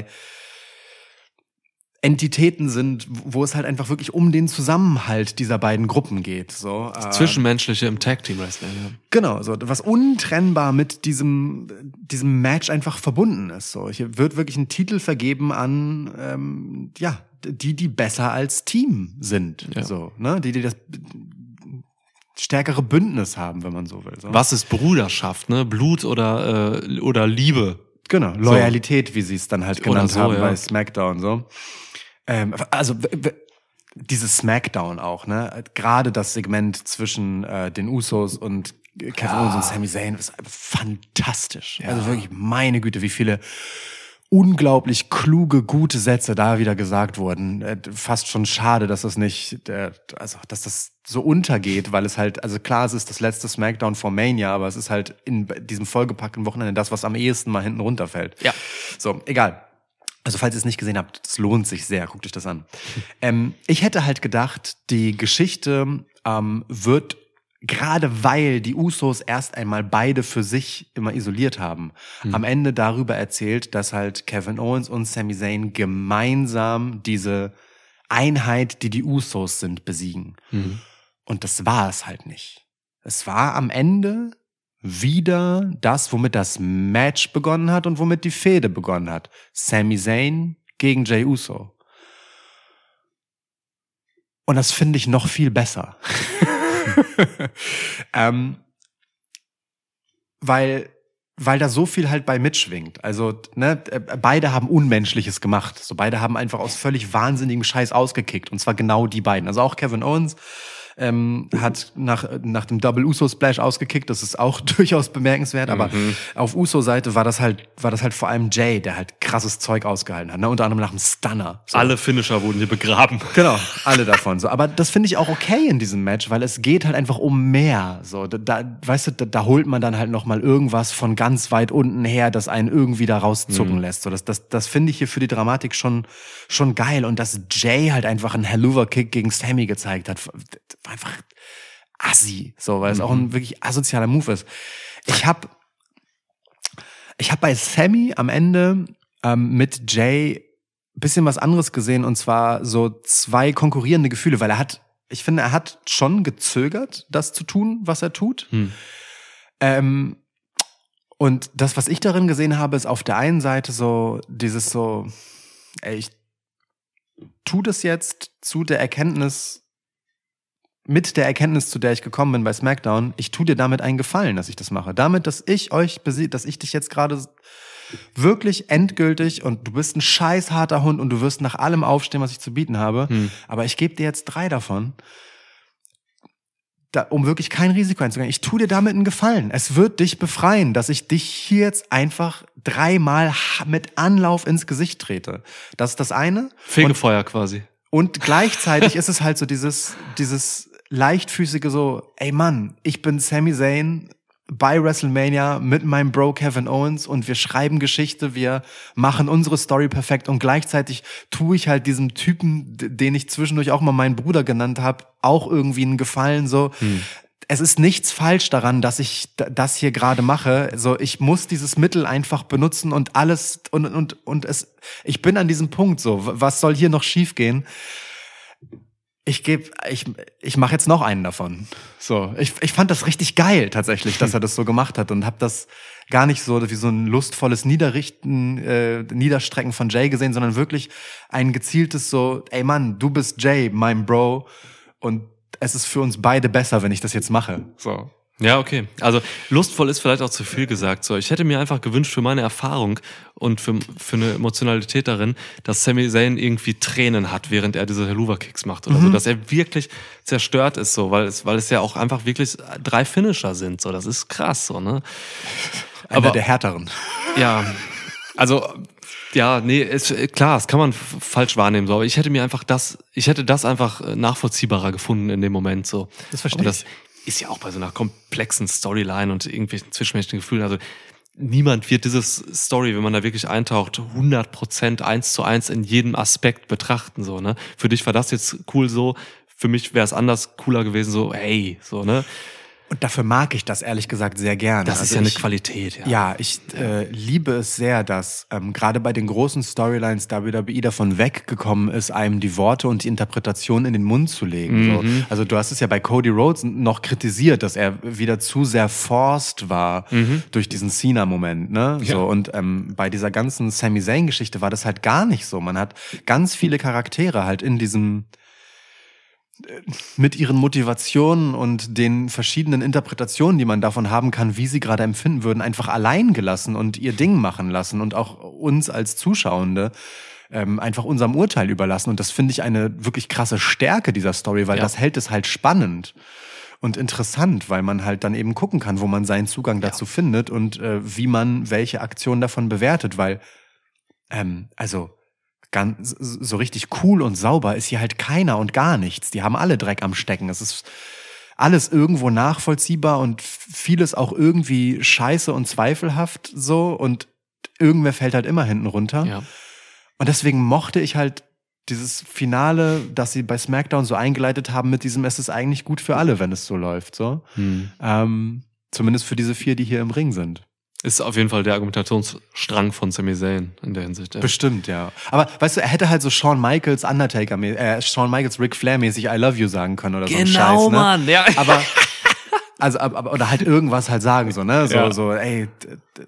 Entitäten sind, wo es halt einfach wirklich um den Zusammenhalt dieser beiden Gruppen geht. So, äh, Zwischenmenschliche im Tag-Team-Wrestling, ja. Genau, so was untrennbar mit diesem diesem Match einfach verbunden ist. So, hier wird wirklich ein Titel vergeben an ähm, ja die, die besser als Team sind. Ja. So, ne, die, die das stärkere Bündnis haben, wenn man so will. So. Was ist Bruderschaft, ne? Blut oder, äh, oder Liebe Genau, Loyalität, so. Wie sie es dann halt genannt so, haben ja. bei SmackDown. So. Ähm, also w- w- dieses SmackDown auch, ne? Gerade das Segment zwischen äh, den Usos und Kevin ja. Owens und Sami Zayn ist fantastisch. Ja. Also wirklich, meine Güte, wie viele unglaublich kluge, gute Sätze da wieder gesagt wurden. Äh, fast schon schade, dass das nicht, äh, also dass das so untergeht, weil es halt, also klar, es ist das letzte SmackDown vor Mania, aber es ist halt in diesem vollgepackten Wochenende das, was am ehesten mal hinten runterfällt. Ja. So, egal. Also falls ihr es nicht gesehen habt, das lohnt sich sehr, guckt euch das an. ähm, ich hätte halt gedacht, die Geschichte ähm, wird, gerade weil die Usos erst einmal beide für sich immer isoliert haben, hm. am Ende darüber erzählt, dass halt Kevin Owens und Sami Zayn gemeinsam diese Einheit, die die Usos sind, besiegen. Hm. Und das war es halt nicht. Es war am Ende wieder das, womit das Match begonnen hat und womit die Fehde begonnen hat. Sami Zayn gegen Jey Uso. Und das finde ich noch viel besser. ähm, weil, weil da so viel halt bei mitschwingt. Also, ne, beide haben Unmenschliches gemacht. So, beide haben einfach aus völlig wahnsinnigem Scheiß ausgekickt. Und zwar genau die beiden. Also auch Kevin Owens ähm, hat nach, nach dem Double Uso Splash ausgekickt. Das ist auch durchaus bemerkenswert. Aber mhm. auf Uso-Seite war das halt, war das halt vor allem Jay, der halt krasses Zeug ausgehalten hat. Ne? Unter anderem nach dem Stunner. So. Alle Finisher wurden hier begraben. Genau, alle davon. So, aber das finde ich auch okay in diesem Match, weil es geht halt einfach um mehr. So, da, da weißt du, da, da holt man dann halt noch mal irgendwas von ganz weit unten her, das einen irgendwie da rauszucken mhm. lässt. So, das, das, das finde ich hier für die Dramatik schon, schon geil. Und dass Jay halt einfach einen Helluva-Kick gegen Sami gezeigt hat, war einfach assi, so, weil es mhm. auch ein wirklich asozialer Move ist. Ich habe ich hab bei Sami am Ende ähm, mit Jay bisschen was anderes gesehen, und zwar so zwei konkurrierende Gefühle, weil er hat, ich finde, er hat schon gezögert, das zu tun, was er tut. Hm. Ähm, und das, was ich darin gesehen habe, ist auf der einen Seite so dieses so, ey, ich tu das jetzt zu der Erkenntnis, mit der Erkenntnis, zu der ich gekommen bin bei SmackDown, ich tu dir damit einen Gefallen, dass ich das mache. Damit, dass ich euch besie- dass ich dich jetzt gerade wirklich endgültig, und du bist ein scheiß harter Hund und du wirst nach allem aufstehen, was ich zu bieten habe, hm. aber ich gebe dir jetzt drei davon, da, um wirklich kein Risiko einzugehen. Ich tu dir damit einen Gefallen. Es wird dich befreien, dass ich dich hier jetzt einfach dreimal mit Anlauf ins Gesicht trete. Das ist das eine. Fegefeuer quasi. Und gleichzeitig ist es halt so dieses, dieses leichtfüßige so, ey Mann, ich bin Sami Zayn bei WrestleMania mit meinem Bro Kevin Owens und wir schreiben Geschichte, wir machen unsere Story perfekt, und gleichzeitig tue ich halt diesem Typen, den ich zwischendurch auch mal meinen Bruder genannt habe, auch irgendwie einen Gefallen, so. Hm. Es ist nichts falsch daran, dass ich das hier gerade mache. So, ich muss dieses Mittel einfach benutzen und alles, und, und, und es, ich bin an diesem Punkt so, was soll hier noch schiefgehen? Ich gebe, ich, ich mache jetzt noch einen davon. So, ich, ich fand das richtig geil tatsächlich, dass er das so gemacht hat, und habe das gar nicht so wie so ein lustvolles Niederrichten, äh, Niederstrecken von Jay gesehen, sondern wirklich ein gezieltes so, ey Mann, du bist Jay, mein Bro, und es ist für uns beide besser, wenn ich das jetzt mache. So. Ja, okay. Also lustvoll ist vielleicht auch zu viel gesagt. So, ich hätte mir einfach gewünscht für meine Erfahrung und für, für eine Emotionalität darin, dass Sami Zayn irgendwie Tränen hat, während er diese Helluva-Kicks macht oder mhm. so, dass er wirklich zerstört ist, so, weil es, weil es ja auch einfach wirklich drei Finisher sind. So, das ist krass, so, ne? Einer Aber der härteren. Ja, also ja, nee, ist, klar, das kann man f- falsch wahrnehmen, so, aber ich hätte mir einfach das, ich hätte das einfach nachvollziehbarer gefunden in dem Moment, so. Das verstehe ich. Ist ja auch bei so einer komplexen Storyline und irgendwelchen zwischenmenschlichen Gefühlen, also niemand wird dieses Story, wenn man da wirklich eintaucht, hundert Prozent eins zu eins in jedem Aspekt betrachten, so, ne? Für dich war das jetzt cool so, für mich wäre es anders cooler gewesen, so, hey, so, ne? Und dafür mag ich das ehrlich gesagt sehr gerne. Das ist also ja eine ich, Qualität, ja. Ja, ich äh, liebe es sehr, dass ähm, gerade bei den großen Storylines W W E davon weggekommen ist, einem die Worte und die Interpretation in den Mund zu legen. Mhm. So. Also du hast es ja bei Cody Rhodes noch kritisiert, dass er wieder zu sehr forced war mhm. durch diesen Cena-Moment. Ne? Ja. So, und ähm, bei dieser ganzen Sami Zayn-Geschichte war das halt gar nicht so. Man hat ganz viele Charaktere halt in diesem mit ihren Motivationen und den verschiedenen Interpretationen, die man davon haben kann, wie sie gerade empfinden würden, einfach allein gelassen und ihr Ding machen lassen und auch uns als Zuschauende ähm, einfach unserem Urteil überlassen. Und das finde ich eine wirklich krasse Stärke dieser Story, weil Ja. das hält es halt spannend und interessant, weil man halt dann eben gucken kann, wo man seinen Zugang dazu findet und äh, wie man welche Aktion davon bewertet, weil ähm, also ganz so richtig cool und sauber ist hier halt keiner und gar nichts. Die haben alle Dreck am Stecken. Es ist alles irgendwo nachvollziehbar und vieles auch irgendwie scheiße und zweifelhaft so und irgendwer fällt halt immer hinten runter. Ja. Und deswegen mochte ich halt dieses Finale, das sie bei SmackDown so eingeleitet haben mit diesem, es ist eigentlich gut für alle, wenn es so läuft. So. Hm. Ähm, zumindest für diese vier, die hier im Ring sind. Ist auf jeden Fall der Argumentationsstrang von Sami Zayn in der Hinsicht. Ja. Bestimmt, ja. Aber weißt du, er hätte halt so Shawn Michaels Undertaker, äh, Shawn Michaels Ric Flair mäßig I love you sagen können oder so ein Scheiß, ne? Mann. Ja. Aber, also, aber, oder halt irgendwas halt sagen, so, ne? So, Ja. so, ey, d- d-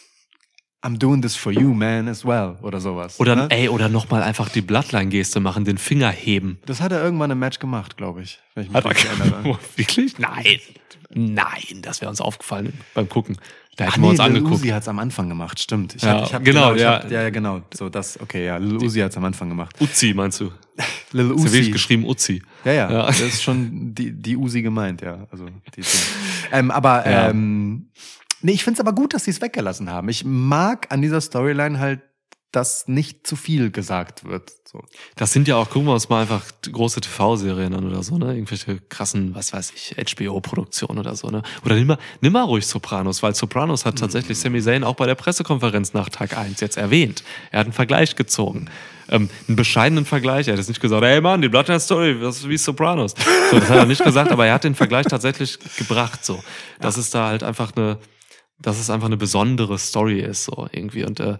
I'm doing this for you, man, as well. Oder sowas. Oder, ne? ey, oder nochmal einfach die Bloodline-Geste machen, den Finger heben. Das hat er irgendwann im Match gemacht, glaube ich. Wenn ich mich Hat er richtig erinnere. Wirklich? Nein. Nein, das wäre uns aufgefallen beim Gucken. Da hätten Ach wir nee, uns Lil angeguckt. Uzi hat's am Anfang gemacht, stimmt. Ich Ja, hab, ich hab, genau, ich ja. Hab, ja, ja, genau. So, das, okay, ja. Lil Uzi hat's am Anfang gemacht. Uzi, meinst du? Lil Ist ja wirklich Uzi. geschrieben Uzi. Ja, ja, Ja. das ist schon die, die Uzi gemeint, ja. Also, die ähm, aber, Ja. ähm, nee, ich find's aber gut, dass sie es weggelassen haben. Ich mag an dieser Storyline halt, dass nicht zu viel gesagt wird. So. Das sind ja auch, gucken wir uns mal einfach große T V-Serien an oder so, ne? Irgendwelche krassen, was weiß ich, H B O-Produktionen oder so, ne? Oder nimm mal, nimm mal ruhig Sopranos, weil Sopranos hat tatsächlich Sami Zayn auch bei der Pressekonferenz nach Tag eins jetzt erwähnt. Er hat einen Vergleich gezogen. Ähm, einen bescheidenen Vergleich. Er hat jetzt nicht gesagt, hey Mann, die Bloodline-Story, das ist wie Sopranos. So, das hat er nicht gesagt, aber er hat den Vergleich tatsächlich gebracht, so. Dass es da halt einfach eine, dass es einfach eine besondere Story ist, so irgendwie. Und äh,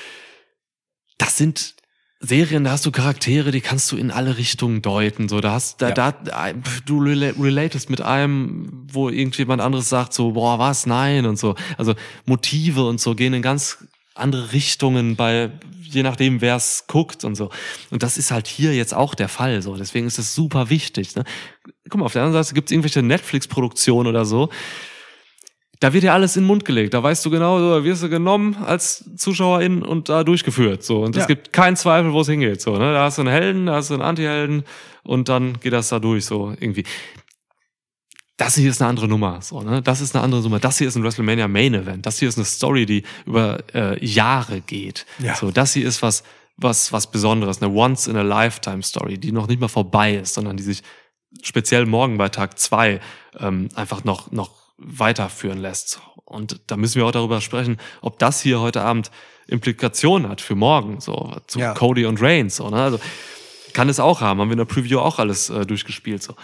das sind Serien, da hast du Charaktere, die kannst du in alle Richtungen deuten. So, da hast, da, Ja. da, du rela- relatest mit einem, wo irgendjemand anderes sagt so, boah, was, nein und so. Also Motive und so gehen in ganz andere Richtungen bei, je nachdem, wer es guckt und so. Und das ist halt hier jetzt auch der Fall. So, deswegen ist es super wichtig. Ne? Guck mal, auf der anderen Seite gibt es irgendwelche Netflix-Produktionen oder so. Da wird dir alles in den Mund gelegt. Da weißt du genau, so, da wirst du genommen als Zuschauerin und da durchgeführt. So. Und es Ja. gibt keinen Zweifel, wo es hingeht. So, ne? Da hast du einen Helden, da hast du einen Anti-Helden und dann geht das da durch, so irgendwie. Das hier ist eine andere Nummer. So, ne? Das ist eine andere Nummer. Das hier ist ein WrestleMania Main Event. Das hier ist eine Story, die über äh, Jahre geht. Ja. So, das hier ist was, was, was Besonderes. Eine Once-in-a-Lifetime-Story, die noch nicht mal vorbei ist, sondern die sich speziell morgen bei Tag zwei ähm, einfach noch, noch weiterführen lässt. Und da müssen wir auch darüber sprechen, ob das hier heute Abend Implikationen hat für morgen, so zu Ja. Cody und Reigns. So, ne? Also kann es auch haben, haben wir in der Preview auch alles äh, durchgespielt. So.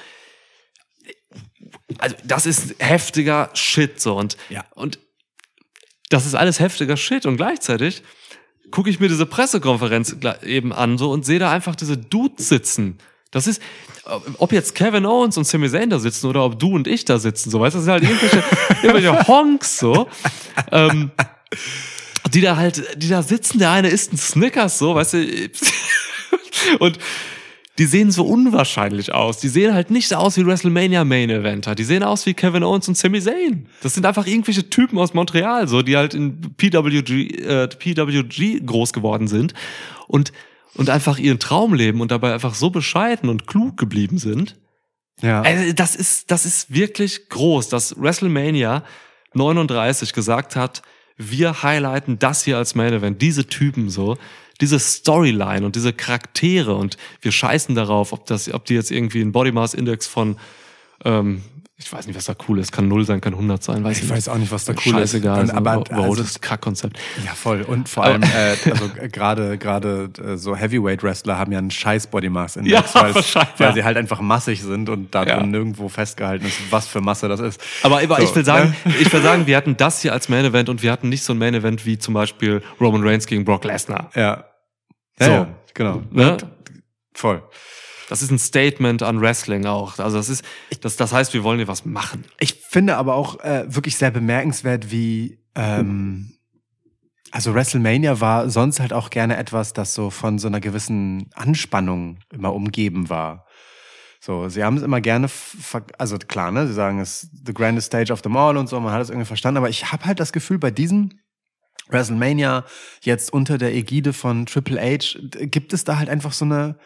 Also das ist heftiger Shit. So. Und, Ja. und das ist alles heftiger Shit. Und gleichzeitig gucke ich mir diese Pressekonferenz gla- eben an so und sehe da einfach diese Dudes sitzen. Das ist, ob jetzt Kevin Owens und Sami Zayn da sitzen oder ob du und ich da sitzen, so, weißt du, das sind halt irgendwelche, irgendwelche Honks, so, ähm, die da halt, die da sitzen, der eine isst ein Snickers, so, weißt du, und die sehen so unwahrscheinlich aus. Die sehen halt nicht aus wie WrestleMania Main Eventer. Die sehen aus wie Kevin Owens und Sami Zayn. Das sind einfach irgendwelche Typen aus Montreal, so, die halt in P W G, äh, P W G groß geworden sind und und einfach ihren Traum leben und dabei einfach so bescheiden und klug geblieben sind. Ja. Also das ist, das ist wirklich groß, dass WrestleMania neununddreißig gesagt hat, wir highlighten das hier als Main Event, diese Typen so, diese Storyline und diese Charaktere und wir scheißen darauf, ob das, ob die jetzt irgendwie einen Body Mass Index von, ähm, ich weiß nicht, was da cool ist, kann null sein, kann hundert sein, weiß ich, Ich nicht. weiß auch nicht, was da cool Scheißegal, ist. so, Aber aber also, das Kackkonzept. ja, voll. Und vor allem, äh, also äh, gerade gerade äh, so Heavyweight-Wrestler haben ja einen scheiß Body Mass Index, Ja, weil, wahrscheinlich, weil ja. sie halt einfach massig sind und da drin Ja. nirgendwo festgehalten ist, was für Masse das ist. Aber, aber So, ich will sagen, ne? ich will sagen, wir hatten das hier als Main Event und wir hatten nicht so ein Main Event wie zum Beispiel Roman Reigns gegen Brock Lesnar. Ja. So. Ja, ja, genau. Ne? Voll. Das ist ein Statement an Wrestling auch. Also das ist, das, das heißt, wir wollen hier was machen. Ich finde aber auch äh, wirklich sehr bemerkenswert, wie ähm, also WrestleMania war sonst halt auch gerne etwas, das so von so einer gewissen Anspannung immer umgeben war. So, sie haben es immer gerne, ver- also klar, ne, sie sagen, es ist the grandest stage of them all und so, man hat es irgendwie verstanden, aber ich habe halt das Gefühl, bei diesem WrestleMania jetzt unter der Ägide von Triple H gibt es da halt einfach so eine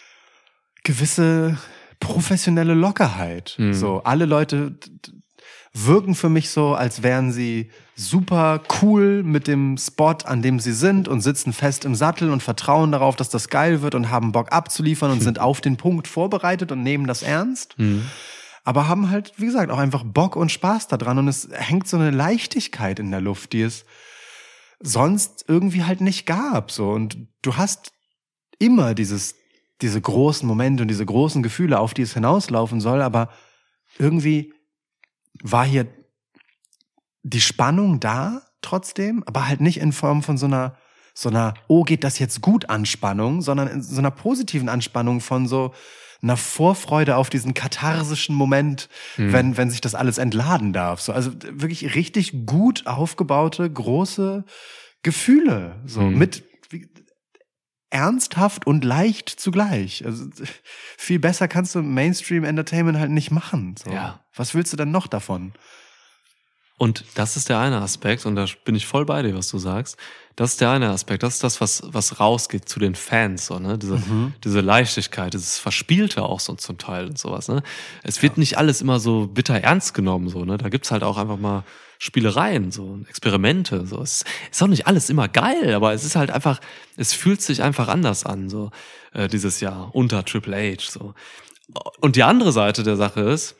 gewisse professionelle Lockerheit. Mhm. So, alle Leute wirken für mich so, als wären sie super cool mit dem Spot, an dem sie sind und sitzen fest im Sattel und vertrauen darauf, dass das geil wird und haben Bock abzuliefern und sind auf den Punkt vorbereitet und nehmen das ernst. Mhm. Aber haben halt, wie gesagt, auch einfach Bock und Spaß daran und es hängt so eine Leichtigkeit in der Luft, die es sonst irgendwie halt nicht gab. So. Und du hast immer dieses, diese großen Momente und diese großen Gefühle, auf die es hinauslaufen soll, aber irgendwie war hier die Spannung da trotzdem, aber halt nicht in Form von so einer, so einer, oh, geht das jetzt gut Anspannung, sondern in so einer positiven Anspannung von so einer Vorfreude auf diesen katharsischen Moment, Mhm. wenn, wenn sich das alles entladen darf. So, also wirklich richtig gut aufgebaute, große Gefühle, so Mhm. mit, wie, ernsthaft und leicht zugleich. Also viel besser kannst du Mainstream Entertainment halt nicht machen. So. Ja. Was willst du denn noch davon? Und das ist der eine Aspekt, und da bin ich voll bei dir, was du sagst. Das ist der eine Aspekt, das ist das, was, was rausgeht zu den Fans, so, ne? Diese, Mhm. diese Leichtigkeit, dieses Verspielte auch so zum Teil und sowas, ne? Es wird nicht alles immer so bitter ernst genommen, so, ne? Da gibt's halt auch einfach mal Spielereien, so, Experimente, so. Es ist auch nicht alles immer geil, aber es ist halt einfach, es fühlt sich einfach anders an, so, äh, dieses Jahr unter Triple H, so. Und die andere Seite der Sache ist,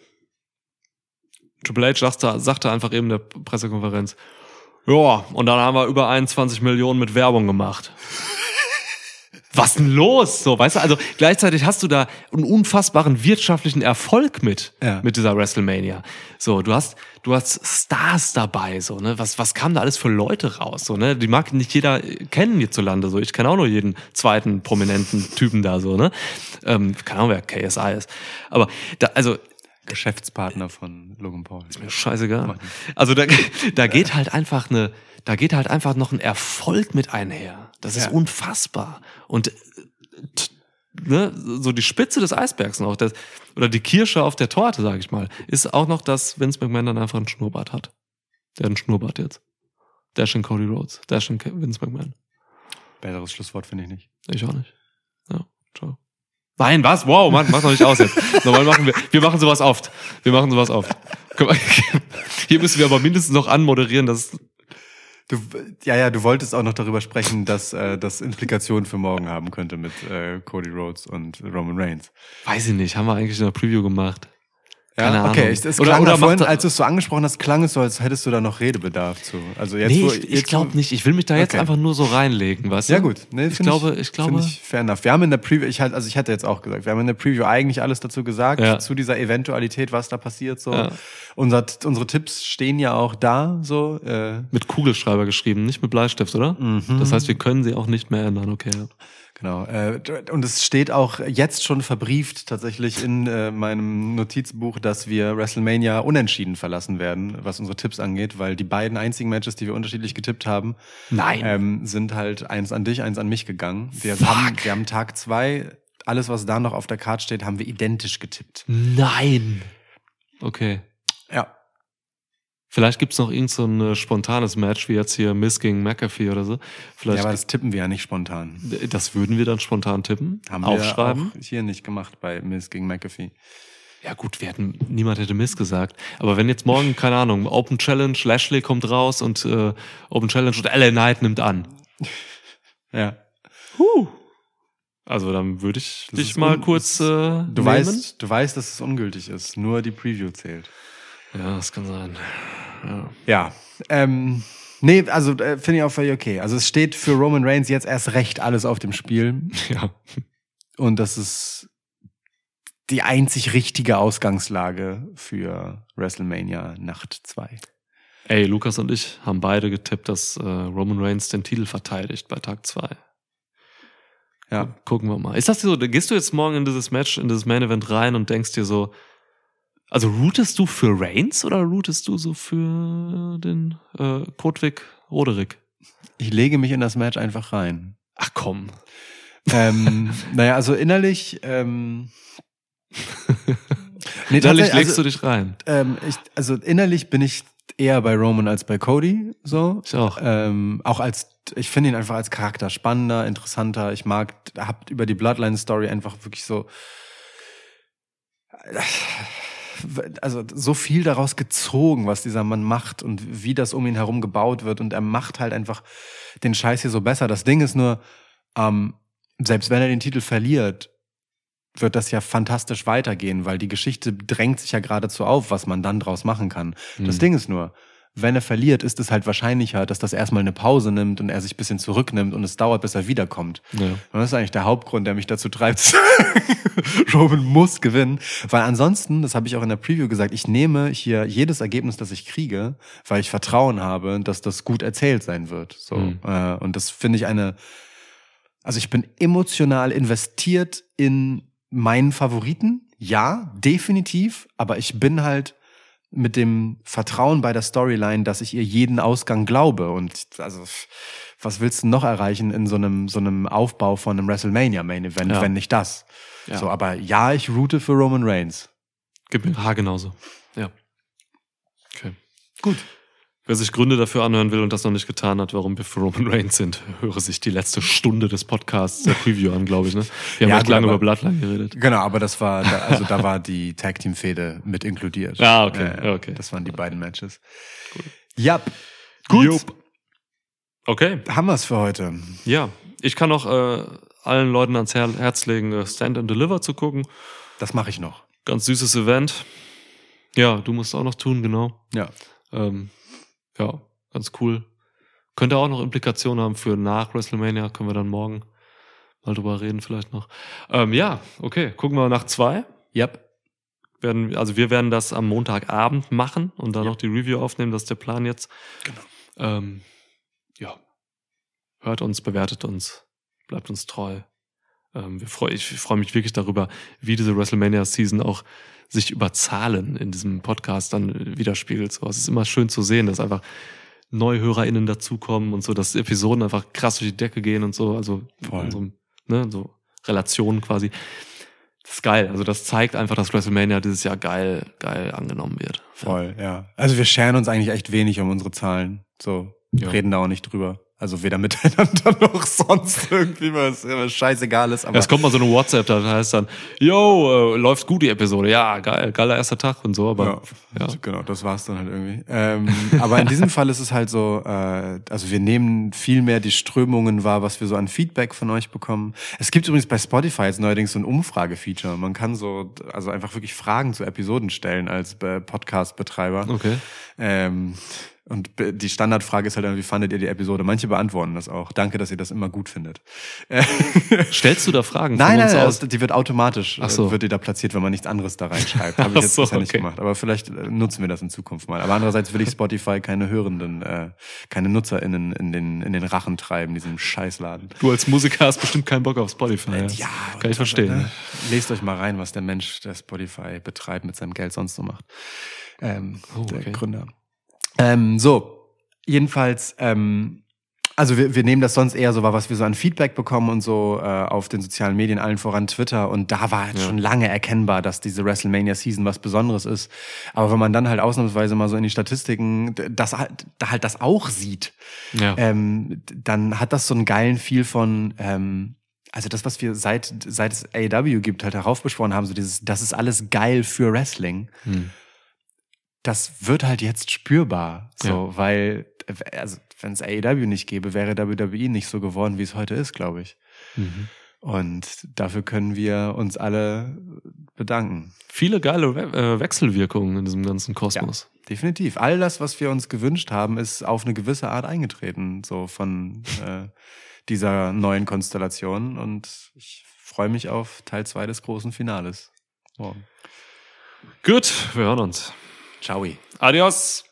Triple H sagte, sagte einfach eben in der Pressekonferenz, ja, und dann haben wir über einundzwanzig Millionen mit Werbung gemacht. Was denn los? So, weißt du, also gleichzeitig hast du da einen unfassbaren wirtschaftlichen Erfolg mit, Ja. mit dieser WrestleMania. So, du hast, du hast Stars dabei, so, ne? Was, was kam da alles für Leute raus, so, ne? Die mag nicht jeder kennen hierzulande, so. Ich kenne auch nur jeden zweiten prominenten Typen da, so, ne? Ähm, keine Ahnung, wer K S I ist. Aber da, also, Geschäftspartner von Logan Paul. mir scheißegal. Also da, da geht halt einfach eine, da geht halt einfach noch ein Erfolg mit einher. Das ist Ja. unfassbar. Und äh, t- ne, so die Spitze des Eisbergs noch, das, oder die Kirsche auf der Torte, sag ich mal, ist auch noch, dass Vince McMahon dann einfach einen Schnurrbart hat. Der hat einen Schnurrbart jetzt. Dashing Cody Rhodes, Dashing Vince McMahon. Besseres Schlusswort finde ich nicht. Ich auch nicht. Ja, ciao. Nein, was? Wow, Mann, mach doch nicht aus jetzt. Normal machen wir, wir machen sowas oft. Wir machen sowas oft. Guck mal, hier müssen wir aber mindestens noch anmoderieren, dass, Du, ja, ja, du wolltest auch noch darüber sprechen, dass äh, das Implikationen für morgen haben könnte mit äh, Cody Rhodes und Roman Reigns. weiß ich nicht, haben wir eigentlich in der Preview gemacht. Keine Ja, Ahnung. okay, es, es Oder- klang oder da vorhin, macht er- als du es so angesprochen hast, klang es so, als hättest du da noch Redebedarf zu. Also jetzt, Nee, wo, ich, ich jetzt, glaube nicht. Ich will mich da jetzt Okay. einfach nur so reinlegen, weißt du? Ja gut, nee, ich find glaube, ich glaube, find ich fair enough. Wir haben in der Preview, ich halt, also ich hatte jetzt auch gesagt, wir haben in der Preview eigentlich alles dazu gesagt, Ja. zu dieser Eventualität, was da passiert. So, Ja. Unser, unsere Tipps stehen ja auch da. So, äh, mit Kugelschreiber geschrieben, nicht mit Bleistift, oder? Mhm. Das heißt, wir können sie auch nicht mehr ändern, okay. Ja. Genau. Äh, und es steht auch jetzt schon verbrieft tatsächlich in äh, meinem Notizbuch, dass wir WrestleMania unentschieden verlassen werden, was unsere Tipps angeht, weil die beiden einzigen Matches, die wir unterschiedlich getippt haben, Nein. ähm, sind halt eins an dich, eins an mich gegangen. Wir Fuck. haben, wir haben Tag zwei, alles was da noch auf der Karte steht, haben wir identisch getippt. Nein. Okay. Ja. Vielleicht gibt's noch irgend so ein äh, spontanes Match, wie jetzt hier Miz gegen McAfee oder so. Ja, Vielleicht, aber das tippen wir ja nicht spontan. das würden wir dann spontan tippen, Haben aufschreiben. wir auch hier nicht gemacht bei Miz gegen McAfee. Ja gut, wir hätten, niemand hätte Miss gesagt. Aber wenn jetzt morgen, keine Ahnung, Open Challenge, Lashley kommt raus und äh, Open Challenge und L A Knight nimmt an. Ja. Huh. Also dann würde ich Das dich ist mal un- kurz äh, Du nehmen. weißt, du weißt, dass es ungültig ist. Nur die Preview zählt. Ja, das kann sein. Ja. Ja, ähm, nee, also äh, finde ich auch völlig okay. Also es steht für Roman Reigns jetzt erst recht alles auf dem Spiel ja. und das ist die einzig richtige Ausgangslage für WrestleMania Nacht zwei. Ey, Lukas und ich haben beide getippt, dass äh, Roman Reigns den Titel verteidigt bei Tag zwei. Ja, Gucken wir mal. Ist das so, gehst du jetzt morgen in dieses Match, in dieses Main Event rein und denkst dir so, also rootest du für Reigns oder rootest du so für den äh, Kodwig Roderick? ich lege mich in das Match einfach rein. Ach komm. ähm, naja, also innerlich ähm, Nee, Innerlich tatsächlich, legst also, du dich rein. ähm, ich, also innerlich bin ich eher bei Roman als bei Cody, so. Ich auch. Ähm, auch als, ich finde ihn einfach als Charakter spannender, interessanter. Ich mag, hab über die Bloodline-Story einfach wirklich so, also so viel daraus gezogen, was dieser Mann macht und wie das um ihn herum gebaut wird. Und er macht halt einfach den Scheiß hier so besser. Das Ding ist nur, ähm, selbst wenn er den Titel verliert, wird das ja fantastisch weitergehen, weil die Geschichte drängt sich ja geradezu auf, was man dann draus machen kann. Mhm. Das Ding ist nur, wenn er verliert, ist es halt wahrscheinlicher, dass das erstmal eine Pause nimmt und er sich ein bisschen zurücknimmt und es dauert, bis er wiederkommt. Ja. Und das ist eigentlich der Hauptgrund, der mich dazu treibt, Roman muss gewinnen. Weil ansonsten, das habe ich auch in der Preview gesagt, ich nehme hier jedes Ergebnis, das ich kriege, weil ich Vertrauen habe, dass das gut erzählt sein wird. So. Mhm. Und das finde ich eine, also ich bin emotional investiert in meinen Favoriten, ja, definitiv, aber ich bin halt mit dem Vertrauen bei der Storyline, dass ich ihr jeden Ausgang glaube. Und also, was willst du noch erreichen in so einem so einem Aufbau von einem WrestleMania-Main-Event, ja. wenn nicht das? Ja. So, aber ja, ich route für Roman Reigns. Gib mir Haar genauso. Ja. Okay. Gut. Wer sich Gründe dafür anhören will und das noch nicht getan hat, warum wir für Roman Reigns sind, höre sich die letzte Stunde des Podcasts der Preview an, glaube ich. Ne? Wir haben ja, echt lange über Bloodline geredet. Genau, aber das war, da, also da war die Tag-Team-Fehde mit inkludiert. Ah, okay. Äh, okay. Das waren die beiden Matches. Cool. Ja, gut. Jupp. Okay. Haben wir es für heute. Ja, ich kann noch äh, allen Leuten ans Her- Herz legen, äh, Stand and Deliver zu gucken. Das mache ich noch. Ganz süßes Event. Ja, du musst auch noch tun, genau. Ja. Ähm, Ja, ganz cool. Könnte auch noch Implikationen haben für nach WrestleMania. Können wir dann morgen mal drüber reden vielleicht noch. Ähm, ja, okay. Gucken wir nach zwei. Yep. Werden, also wir werden das am Montagabend machen und dann Yep. noch die Review aufnehmen. Das ist der Plan jetzt. Genau. Ähm, ja. Hört uns, bewertet uns, bleibt uns treu. Ähm, wir freu, ich freue mich wirklich darüber, wie diese WrestleMania-Season auch sich über Zahlen in diesem Podcast dann widerspiegelt. So, es ist immer schön zu sehen, dass einfach neue HörerInnen dazukommen und so, dass Episoden einfach krass durch die Decke gehen und so, also Voll. so, ne, so Relationen quasi. Das ist geil. Also das zeigt einfach, dass WrestleMania dieses Jahr geil, geil angenommen wird. Voll, ja. Also wir scheren uns eigentlich echt wenig um unsere Zahlen. So, Ja. reden da auch nicht drüber. Also weder miteinander noch sonst irgendwie, was was scheißegal ist. Aber Ja, es kommt mal so eine WhatsApp, da heißt dann, yo, äh, läuft gut die Episode. Ja, geil, geiler erster Tag und so, aber ja, ja. genau, das war's dann halt irgendwie. Ähm, aber in diesem Fall ist es halt so, äh, also wir nehmen viel mehr die Strömungen wahr, was wir so an Feedback von euch bekommen. Es gibt übrigens bei Spotify jetzt neuerdings so ein Umfragefeature. Man kann so, also einfach wirklich Fragen zu Episoden stellen als äh, Podcast-Betreiber. Okay. Ähm, und be- die Standardfrage ist halt dann, wie fandet ihr die Episode? Manche beantworten das auch. Danke, dass ihr das immer gut findet. Stellst du da Fragen von Nein, uns nein, aus? das, die wird automatisch, Ach so. äh, wird die da platziert, wenn man nichts anderes da reinschreibt. Habe ich jetzt Ach so, bisher nicht okay. gemacht. Aber vielleicht äh, nutzen wir das in Zukunft mal. Aber andererseits will ich Spotify keine Hörenden, äh, keine NutzerInnen in den, in den Rachen treiben, diesem Scheißladen. Du als Musiker hast bestimmt keinen Bock auf Spotify. Ja, Ja, kann ich verstehen. Ne? Lest euch mal rein, was der Mensch, der Spotify betreibt, mit seinem Geld sonst so macht. Ähm, Oh, der okay. Gründer. Ähm, so, jedenfalls, ähm, also wir, wir nehmen das sonst eher so wahr, was wir so an Feedback bekommen und so äh, auf den sozialen Medien, allen voran Twitter. Und da war halt Ja. schon lange erkennbar, dass diese WrestleMania-Season was Besonderes ist. Aber wenn man dann halt ausnahmsweise mal so in die Statistiken das halt, da halt das auch sieht, Ja. ähm, dann hat das so einen geilen Feel von, ähm, also das, was wir seit, seit es A E W gibt, halt heraufbeschworen haben, so dieses, das ist alles geil für Wrestling. Hm. Das wird halt jetzt spürbar, so, Ja. weil, also, wenn es A E W nicht gäbe, wäre W W E nicht so geworden, wie es heute ist, glaube ich. Mhm. Und dafür können wir uns alle bedanken. Viele geile We äh, Wechselwirkungen in diesem ganzen Kosmos. Definitiv. All das, was wir uns gewünscht haben, ist auf eine gewisse Art eingetreten, so von äh, dieser neuen Konstellation. Und ich freue mich auf Teil zwei des großen Finales. Morgen. Gut, wir hören uns. Ciao. Adios.